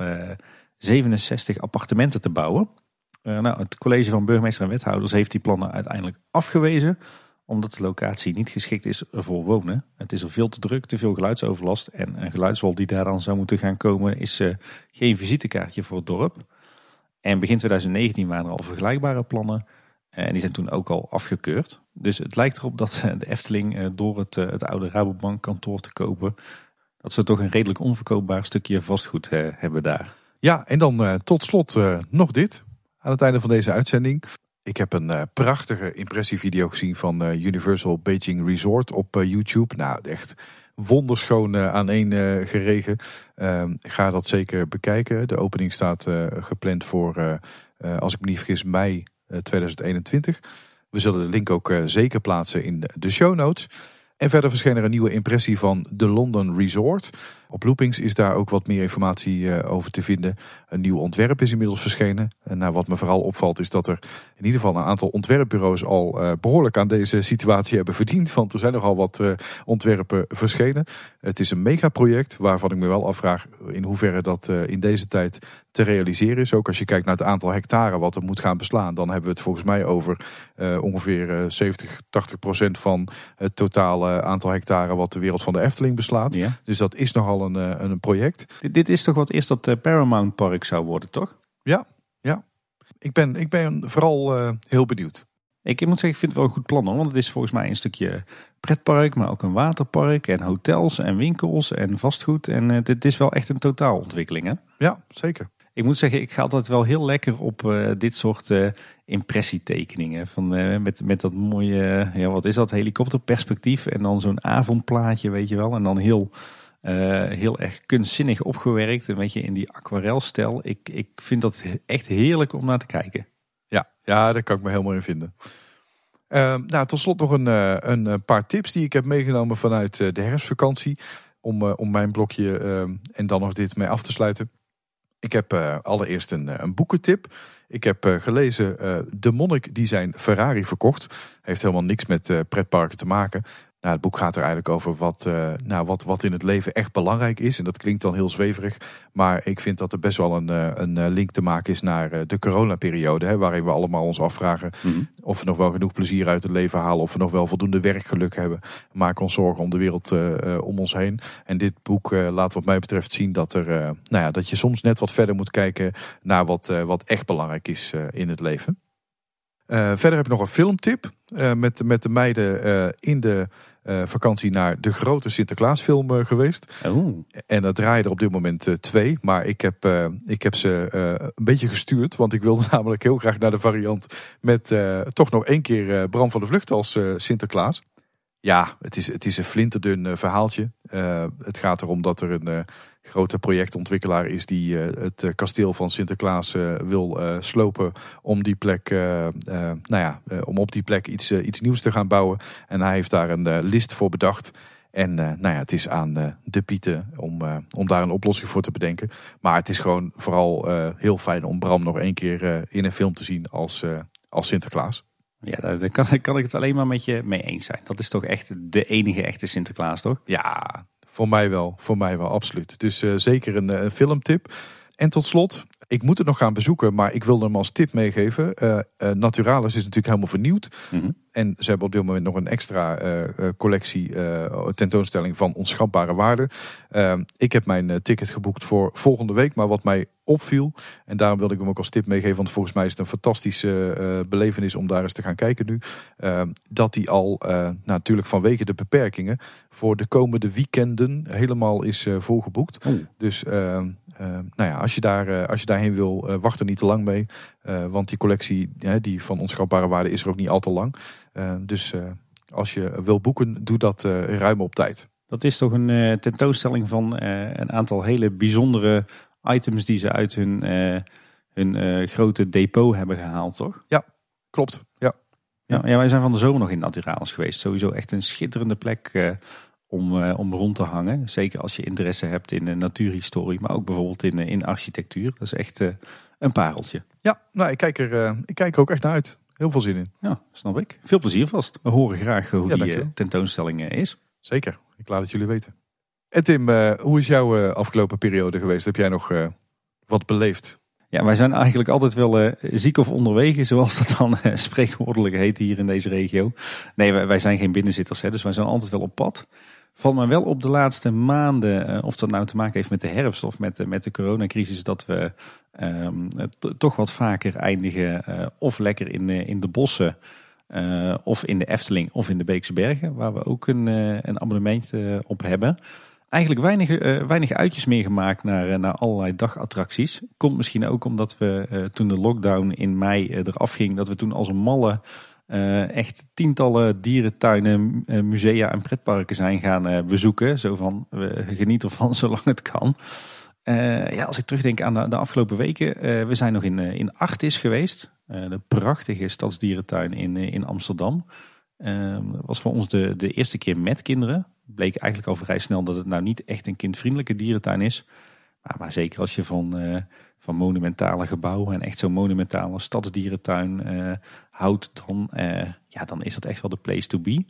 Speaker 2: 67 appartementen te bouwen. Het college van burgemeester en wethouders heeft die plannen uiteindelijk afgewezen, omdat de locatie niet geschikt is voor wonen. Het is er veel te druk, te veel geluidsoverlast en een geluidswal die daar dan zou moeten gaan komen is geen visitekaartje voor het dorp. En begin 2019 waren er al vergelijkbare plannen en die zijn toen ook al afgekeurd. Dus het lijkt erop dat de Efteling door het oude Rabobank kantoor te kopen, dat ze toch een redelijk onverkoopbaar stukje vastgoed hebben daar.
Speaker 1: Ja, en dan tot slot nog dit. Aan het einde van deze uitzending. Ik heb een prachtige impressievideo gezien van Universal Beijing Resort op YouTube. Nou, echt wonderschoon aaneengeregen. Ga dat zeker bekijken. De opening staat gepland voor, als ik me niet vergis, mei 2021. We zullen de link ook zeker plaatsen in de show notes. En verder verscheen er een nieuwe impressie van de London Resort. Op Loopings is daar ook wat meer informatie over te vinden. Een nieuw ontwerp is inmiddels verschenen. En wat me vooral opvalt is dat er in ieder geval een aantal ontwerpbureaus al behoorlijk aan deze situatie hebben verdiend. Want er zijn nogal wat ontwerpen verschenen. Het is een megaproject waarvan ik me wel afvraag in hoeverre dat in deze tijd te realiseren is. Ook als je kijkt naar het aantal hectare wat er moet gaan beslaan. Dan hebben we het volgens mij over ongeveer 70-80% van het totale aantal hectare wat de wereld van de Efteling beslaat. Ja. Dus dat is nogal een project.
Speaker 2: Dit is toch wat eerst dat Paramount Park zou worden, toch?
Speaker 1: Ja. Ik ben vooral heel benieuwd.
Speaker 2: Ik moet zeggen, ik vind het wel een goed plan hoor. Want het is volgens mij een stukje pretpark, maar ook een waterpark en hotels en winkels en vastgoed. En dit is wel echt een totaalontwikkeling, hè?
Speaker 1: Ja, zeker.
Speaker 2: Ik moet zeggen, ik ga altijd wel heel lekker op dit soort impressietekeningen. Met dat mooie, wat is dat, helikopterperspectief. En dan zo'n avondplaatje, weet je wel. En dan heel erg kunstzinnig opgewerkt. Een beetje in die aquarelstijl. Ik vind dat echt heerlijk om naar te kijken.
Speaker 1: Ja, daar kan ik me helemaal in vinden. Tot slot nog een paar tips die ik heb meegenomen vanuit de herfstvakantie. Om mijn blokje en dan nog dit mee af te sluiten. Ik heb allereerst een boekentip. Ik heb gelezen De Monnik die zijn Ferrari verkocht. Heeft helemaal niks met pretparken te maken. Het boek gaat er eigenlijk over wat in het leven echt belangrijk is. En dat klinkt dan heel zweverig. Maar ik vind dat er best wel een link te maken is naar de coronaperiode. Waarin we allemaal ons afvragen of we nog wel genoeg plezier uit het leven halen. Of we nog wel voldoende werkgeluk hebben. We maken ons zorgen om de wereld om ons heen. En dit boek laat wat mij betreft zien dat je soms net wat verder moet kijken naar wat echt belangrijk is in het leven. Verder heb ik nog een filmtip. Met de meiden in de vakantie naar de grote Sinterklaasfilm geweest.
Speaker 2: Oh.
Speaker 1: En dat draaien er op dit moment 2. Maar ik heb ze een beetje gestuurd. Want ik wilde namelijk heel graag naar de variant met toch nog 1 keer Bram van der Vlugt als Sinterklaas. Ja, het is een flinterdun verhaaltje. Het gaat erom dat er een grote projectontwikkelaar is die het kasteel van Sinterklaas wil slopen om die plek, om op die plek iets nieuws te gaan bouwen. En hij heeft daar een list voor bedacht. En het is aan de Pieten om daar een oplossing voor te bedenken. Maar het is gewoon vooral heel fijn om Bram nog 1 keer in een film te zien als Sinterklaas.
Speaker 2: Ja, daar kan ik het alleen maar met je mee eens zijn. Dat is toch echt de enige echte Sinterklaas, toch?
Speaker 1: Ja, Voor mij wel, absoluut. Dus zeker een filmtip. En tot slot, ik moet het nog gaan bezoeken, maar ik wilde hem als tip meegeven. Naturalis is natuurlijk helemaal vernieuwd.
Speaker 2: Mhm.
Speaker 1: En ze hebben op dit moment nog een extra collectie, tentoonstelling van onschatbare waarde. Ik heb mijn ticket geboekt voor volgende week, maar wat mij opviel, en daarom wilde ik hem ook als tip meegeven, want volgens mij is het een fantastische belevenis om daar eens te gaan kijken nu. Dat die al, natuurlijk vanwege de beperkingen, voor de komende weekenden helemaal is volgeboekt. Dus als je daarheen wil, wacht er niet te lang mee. Want die collectie die van onschatbare waarde is er ook niet al te lang. Dus als je wil boeken, doe dat ruim op tijd.
Speaker 2: Dat is toch een tentoonstelling van een aantal hele bijzondere items die ze uit hun grote depot hebben gehaald, toch?
Speaker 1: Ja, klopt.
Speaker 2: Ja, wij zijn van de zomer nog in Naturalis geweest. Sowieso echt een schitterende plek om rond te hangen. Zeker als je interesse hebt in natuurhistorie, maar ook bijvoorbeeld in architectuur. Dat is echt een pareltje.
Speaker 1: Ja, nou, ik kijk er ook echt naar uit. Heel veel zin in.
Speaker 2: Ja, snap ik. Veel plezier vast. We horen graag hoe die
Speaker 1: dankjewel.
Speaker 2: tentoonstelling is.
Speaker 1: Zeker, ik laat het jullie weten. En Tim, hoe is jouw afgelopen periode geweest? Heb jij nog wat beleefd?
Speaker 2: Ja, wij zijn eigenlijk altijd wel ziek of onderwegen, zoals dat dan spreekwoordelijk heet hier in deze regio. Nee, wij zijn geen binnenzitters, dus wij zijn altijd wel op pad. Valt me wel op de laatste maanden, of dat nou te maken heeft met de herfst of met de coronacrisis, dat we toch wat vaker eindigen of lekker in de bossen, of in de Efteling of in de Beekse Bergen, waar we ook een abonnement op hebben. Eigenlijk weinig uitjes meer gemaakt naar allerlei dagattracties. Komt misschien ook omdat we toen de lockdown in mei eraf ging, dat we toen als een malle echt tientallen dierentuinen, musea en pretparken zijn gaan bezoeken. Zo van, we genieten ervan zolang het kan. Als ik terugdenk aan de afgelopen weken. We zijn nog in Artis geweest. De prachtige stadsdierentuin in Amsterdam. Dat was voor ons de eerste keer met kinderen. Bleek eigenlijk al vrij snel dat het nou niet echt een kindvriendelijke dierentuin is. Maar zeker als je van monumentale gebouwen en echt zo'n monumentale stadsdierentuin houdt, dan is dat echt wel de place to be.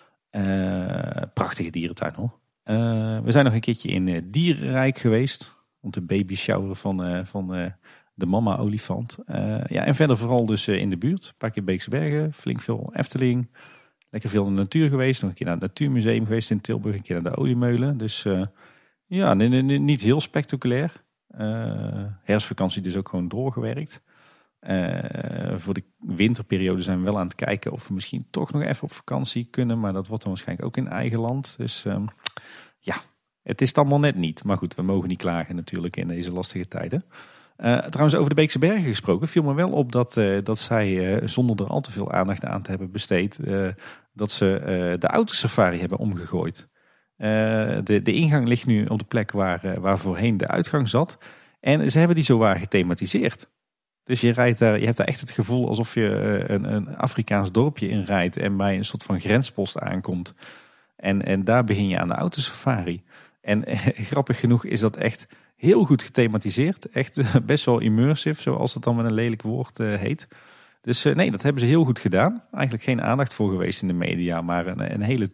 Speaker 2: Prachtige dierentuin hoor. We zijn nog een keertje in Dierenrijk geweest. Om de baby shower van de mama olifant. En verder vooral dus in de buurt. Een paar keer Beekse Bergen, flink veel Efteling. Lekker veel in de natuur geweest. Nog een keer naar het Natuurmuseum geweest in Tilburg. Een keer naar de Oliemeulen. Dus niet heel spectaculair. Herfstvakantie dus ook gewoon doorgewerkt. Voor de winterperiode zijn we wel aan het kijken of we misschien toch nog even op vakantie kunnen. Maar dat wordt dan waarschijnlijk ook in eigen land. Dus het is het allemaal net niet. Maar goed, we mogen niet klagen natuurlijk in deze lastige tijden. Trouwens, over de Beekse Bergen gesproken, viel me wel op dat zij, zonder er al te veel aandacht aan te hebben besteed, dat ze de autosafari hebben omgegooid. De ingang ligt nu op de plek waar voorheen de uitgang zat. En ze hebben die zowaar gethematiseerd. Dus je hebt daar echt het gevoel alsof je een Afrikaans dorpje inrijdt en bij een soort van grenspost aankomt. En daar begin je aan de autosafari. En grappig genoeg is dat echt heel goed gethematiseerd. Echt best wel immersive, zoals het dan met een lelijk woord heet. Dus nee, dat hebben ze heel goed gedaan. Eigenlijk geen aandacht voor geweest in de media, maar een hele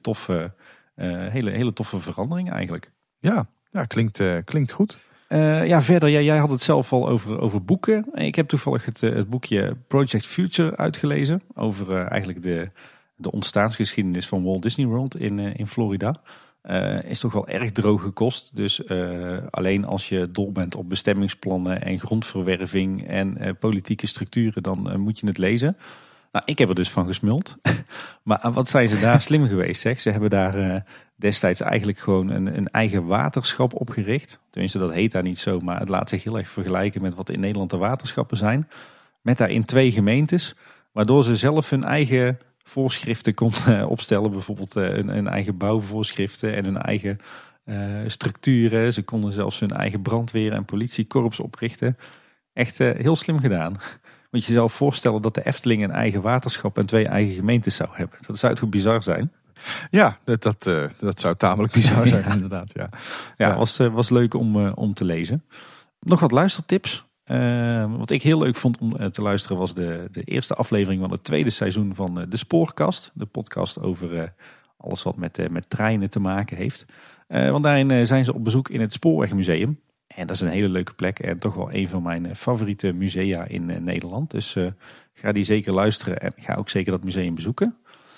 Speaker 2: toffe verandering eigenlijk. Ja,
Speaker 1: klinkt goed.
Speaker 2: Verder, jij had het zelf al over boeken. Ik heb toevallig het boekje Project Future uitgelezen. Over eigenlijk de ontstaansgeschiedenis van Walt Disney World in Florida. Is toch wel erg droge kost. Dus alleen als je dol bent op bestemmingsplannen en grondverwerving en politieke structuren, dan moet je het lezen. Nou, ik heb er dus van gesmuld. Maar wat zijn ze daar slim geweest, zeg. Ze hebben daar destijds eigenlijk gewoon een eigen waterschap opgericht. Tenminste, dat heet daar niet zo, maar het laat zich heel erg vergelijken met wat in Nederland de waterschappen zijn. Met daarin 2 gemeentes, waardoor ze zelf hun eigen voorschriften kon opstellen. Bijvoorbeeld een eigen bouwvoorschriften en hun eigen structuren. Ze konden zelfs hun eigen brandweer- en politiekorps oprichten. Echt heel slim gedaan. Moet je jezelf voorstellen dat de Efteling een eigen waterschap en 2 eigen gemeentes zou hebben. Dat zou toch bizar zijn?
Speaker 1: Ja, dat zou tamelijk bizar zijn inderdaad. Ja,
Speaker 2: was leuk om te lezen. Nog wat luistertips. Wat ik heel leuk vond om te luisteren was de eerste aflevering van het 2e seizoen van De Spoorkast. De podcast over Alles wat met treinen te maken heeft. Want daarin zijn ze op bezoek in het Spoorwegmuseum. En dat is een hele leuke plek en toch wel een van mijn favoriete musea in Nederland. Dus ga die zeker luisteren en ga ook zeker dat museum bezoeken.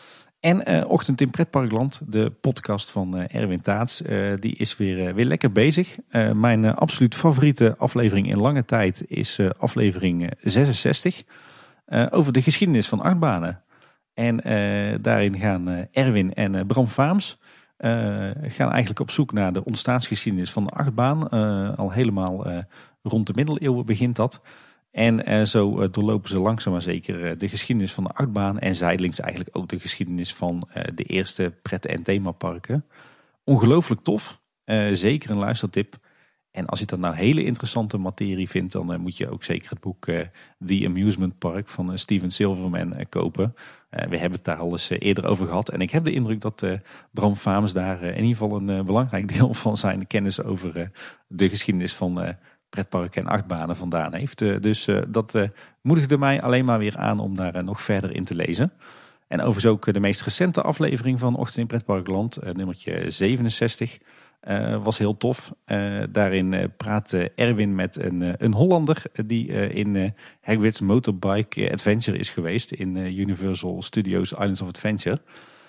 Speaker 2: En Ochtend in Pretparkland, de podcast van Erwin Taats, die is weer lekker bezig. Mijn absoluut favoriete aflevering in lange tijd is aflevering 66 over de geschiedenis van achtbanen. En daarin gaan Erwin en Bram Faams gaan eigenlijk op zoek naar de ontstaansgeschiedenis van de achtbaan. Al helemaal rond de middeleeuwen begint dat. En zo doorlopen ze langzaam maar zeker de geschiedenis van de achtbaan. En zijdelings eigenlijk ook de geschiedenis van de eerste pret- en themaparken. Ongelooflijk tof. Zeker een luistertip. En als je dat nou hele interessante materie vindt, dan moet je ook zeker het boek The Amusement Park van Steven Silverman kopen. We hebben het daar al eens eerder over gehad. En ik heb de indruk dat Bram Faams daar in ieder geval een belangrijk deel van zijn kennis over de geschiedenis van pretparken en achtbanen vandaan heeft. Dus dat moedigde mij alleen maar weer aan om daar nog verder in te lezen. En overigens ook de meest recente aflevering van Ochtend in Pretparkland, nummertje 67, was heel tof. Daarin praat Erwin met een Hollander die in Hagrid's Motorbike Adventure is geweest in Universal Studios Islands of Adventure.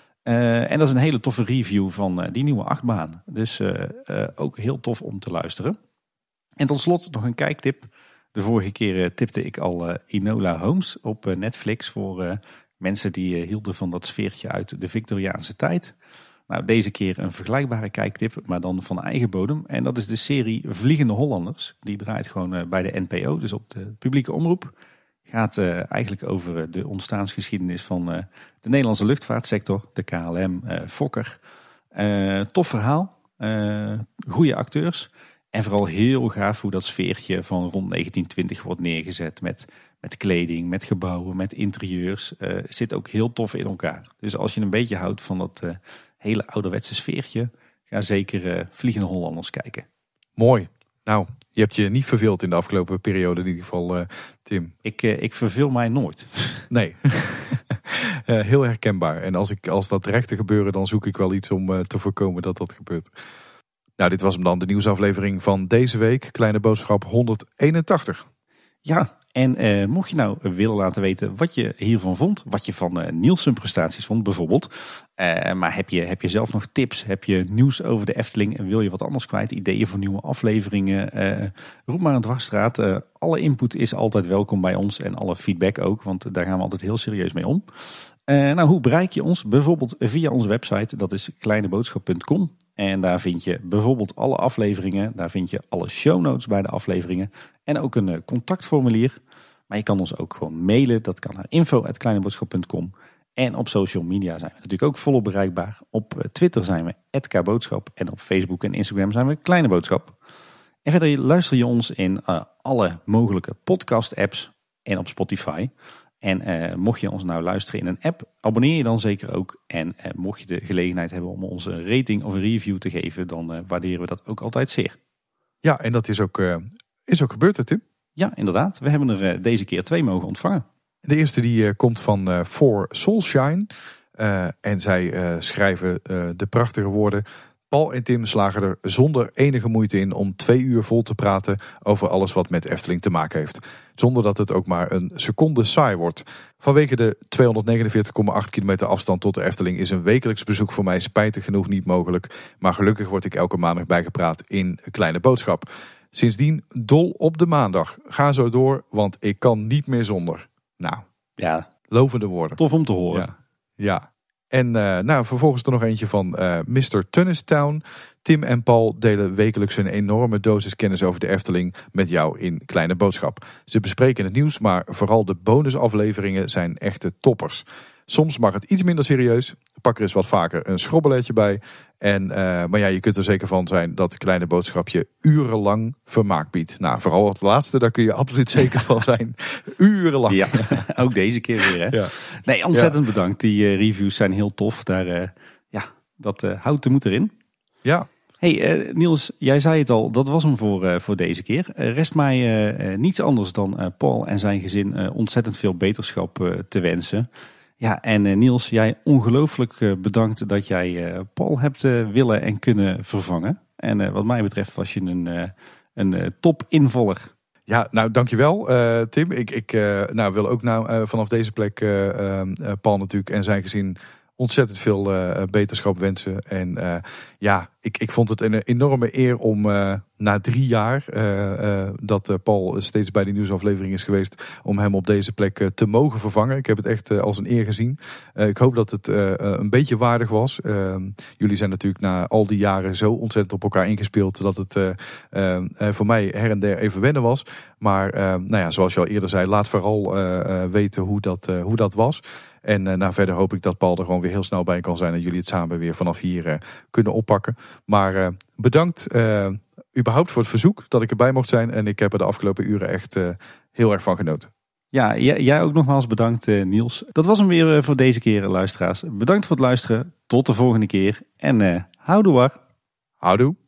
Speaker 2: En dat is een hele toffe review van die nieuwe achtbaan. Dus ook heel tof om te luisteren. En tot slot nog een kijktip. De vorige keer tipte ik al Enola Holmes op Netflix voor mensen die hielden van dat sfeertje uit de Victoriaanse tijd. Nou, deze keer een vergelijkbare kijktip, maar dan van eigen bodem. En dat is de serie Vliegende Hollanders. Die draait gewoon bij de NPO, dus op de publieke omroep. Gaat eigenlijk over de ontstaansgeschiedenis van de Nederlandse luchtvaartsector, de KLM, Fokker. Tof verhaal, goede acteurs. En vooral heel gaaf hoe dat sfeertje van rond 1920 wordt neergezet met kleding, met gebouwen, met interieurs. Zit ook heel tof in elkaar. Dus als je een beetje houdt van dat hele ouderwetse sfeertje, ga zeker Vliegende Hollanders kijken.
Speaker 1: Mooi. Nou, je hebt je niet verveeld in de afgelopen periode in ieder geval, Tim.
Speaker 2: Ik verveel mij nooit.
Speaker 1: Nee. Heel herkenbaar. En als dat recht te gebeuren, dan zoek ik wel iets om te voorkomen dat dat gebeurt. Nou, dit was hem dan, de nieuwsaflevering van deze week. Kleine boodschap 181.
Speaker 2: Ja, en mocht je nou willen laten weten wat je hiervan vond, wat je van Niels' zijn prestaties vond bijvoorbeeld. Maar heb je zelf nog tips? Heb je nieuws over de Efteling en wil je wat anders kwijt? Ideeën voor nieuwe afleveringen? Roep maar een dwarsstraat. Alle input is altijd welkom bij ons en alle feedback ook, want daar gaan we altijd heel serieus mee om. Nou, hoe bereik je ons? Bijvoorbeeld via onze website, dat is kleineboodschap.com. En daar vind je bijvoorbeeld alle afleveringen. Daar vind je alle show notes bij de afleveringen. En ook een contactformulier. Maar je kan ons ook gewoon mailen. Dat kan naar info@kleineboodschap.com. En op social media zijn we natuurlijk ook volop bereikbaar. Op Twitter zijn we @kboodschap. En op Facebook en Instagram zijn we Kleine Boodschap. En verder luister je ons in alle mogelijke podcast apps. En op Spotify. En mocht je ons nou luisteren in een app, abonneer je dan zeker ook. En mocht je de gelegenheid hebben om ons een rating of een review te geven, dan waarderen we dat ook altijd zeer.
Speaker 1: Ja, en dat is ook gebeurd, hè, Tim?
Speaker 2: Ja, inderdaad. We hebben er deze keer 2 mogen ontvangen.
Speaker 1: De eerste die komt van For Soulshine. En zij schrijven de prachtige woorden: Paul en Tim slagen er zonder enige moeite in om 2 uur vol te praten over alles wat met Efteling te maken heeft. Zonder dat het ook maar een seconde saai wordt. Vanwege de 249,8 kilometer afstand tot de Efteling is een wekelijks bezoek voor mij spijtig genoeg niet mogelijk. Maar gelukkig word ik elke maandag bijgepraat in een Kleine Boodschap. Sindsdien dol op de maandag. Ga zo door, want ik kan niet meer zonder. Nou,
Speaker 2: ja,
Speaker 1: lovende woorden.
Speaker 2: Tof om te horen.
Speaker 1: Ja. En vervolgens er nog eentje van Mr. Tunnistown. Tim en Paul delen wekelijks een enorme dosis kennis over de Efteling met jou in Kleine Boodschap. Ze bespreken het nieuws, maar vooral de bonusafleveringen zijn echte toppers. Soms mag het iets minder serieus. Pak er eens wat vaker een schrobbeletje bij. Maar ja, je kunt er zeker van zijn dat de Kleine Boodschap je urenlang vermaak biedt. Nou, vooral het laatste, daar kun je absoluut zeker van zijn. Urenlang.
Speaker 2: Ja, ook deze keer weer. Hè? Ja. Nee, ontzettend bedankt. Die reviews zijn heel tof. Dat houdt de moed erin.
Speaker 1: Ja.
Speaker 2: Hey Niels, jij zei het al, dat was hem voor deze keer. Rest mij niets anders dan Paul en zijn gezin ontzettend veel beterschap te wensen. Ja, en Niels, jij ongelooflijk bedankt dat jij Paul hebt willen en kunnen vervangen. En wat mij betreft was je een top invaller.
Speaker 1: Ja, nou dankjewel Tim. Ik wil ook vanaf deze plek Paul natuurlijk en zijn gezin ontzettend veel beterschap wensen. En ik vond het een enorme eer om na 3 jaar dat Paul steeds bij die nieuwsaflevering is geweest, om hem op deze plek te mogen vervangen. Ik heb het echt als een eer gezien. Ik hoop dat het een beetje waardig was. Jullie zijn natuurlijk na al die jaren zo ontzettend op elkaar ingespeeld dat het voor mij her en der even wennen was. Maar zoals je al eerder zei, laat vooral weten hoe dat was. En verder hoop ik dat Paul er gewoon weer heel snel bij kan zijn en jullie het samen weer vanaf hier kunnen oppakken. Maar bedankt überhaupt voor het verzoek dat ik erbij mocht zijn. En ik heb er de afgelopen uren echt heel erg van genoten.
Speaker 2: Ja, jij ook nogmaals bedankt Niels. Dat was hem weer voor deze keer, luisteraars. Bedankt voor het luisteren. Tot de volgende keer. En houdoe war.
Speaker 1: Houdoe.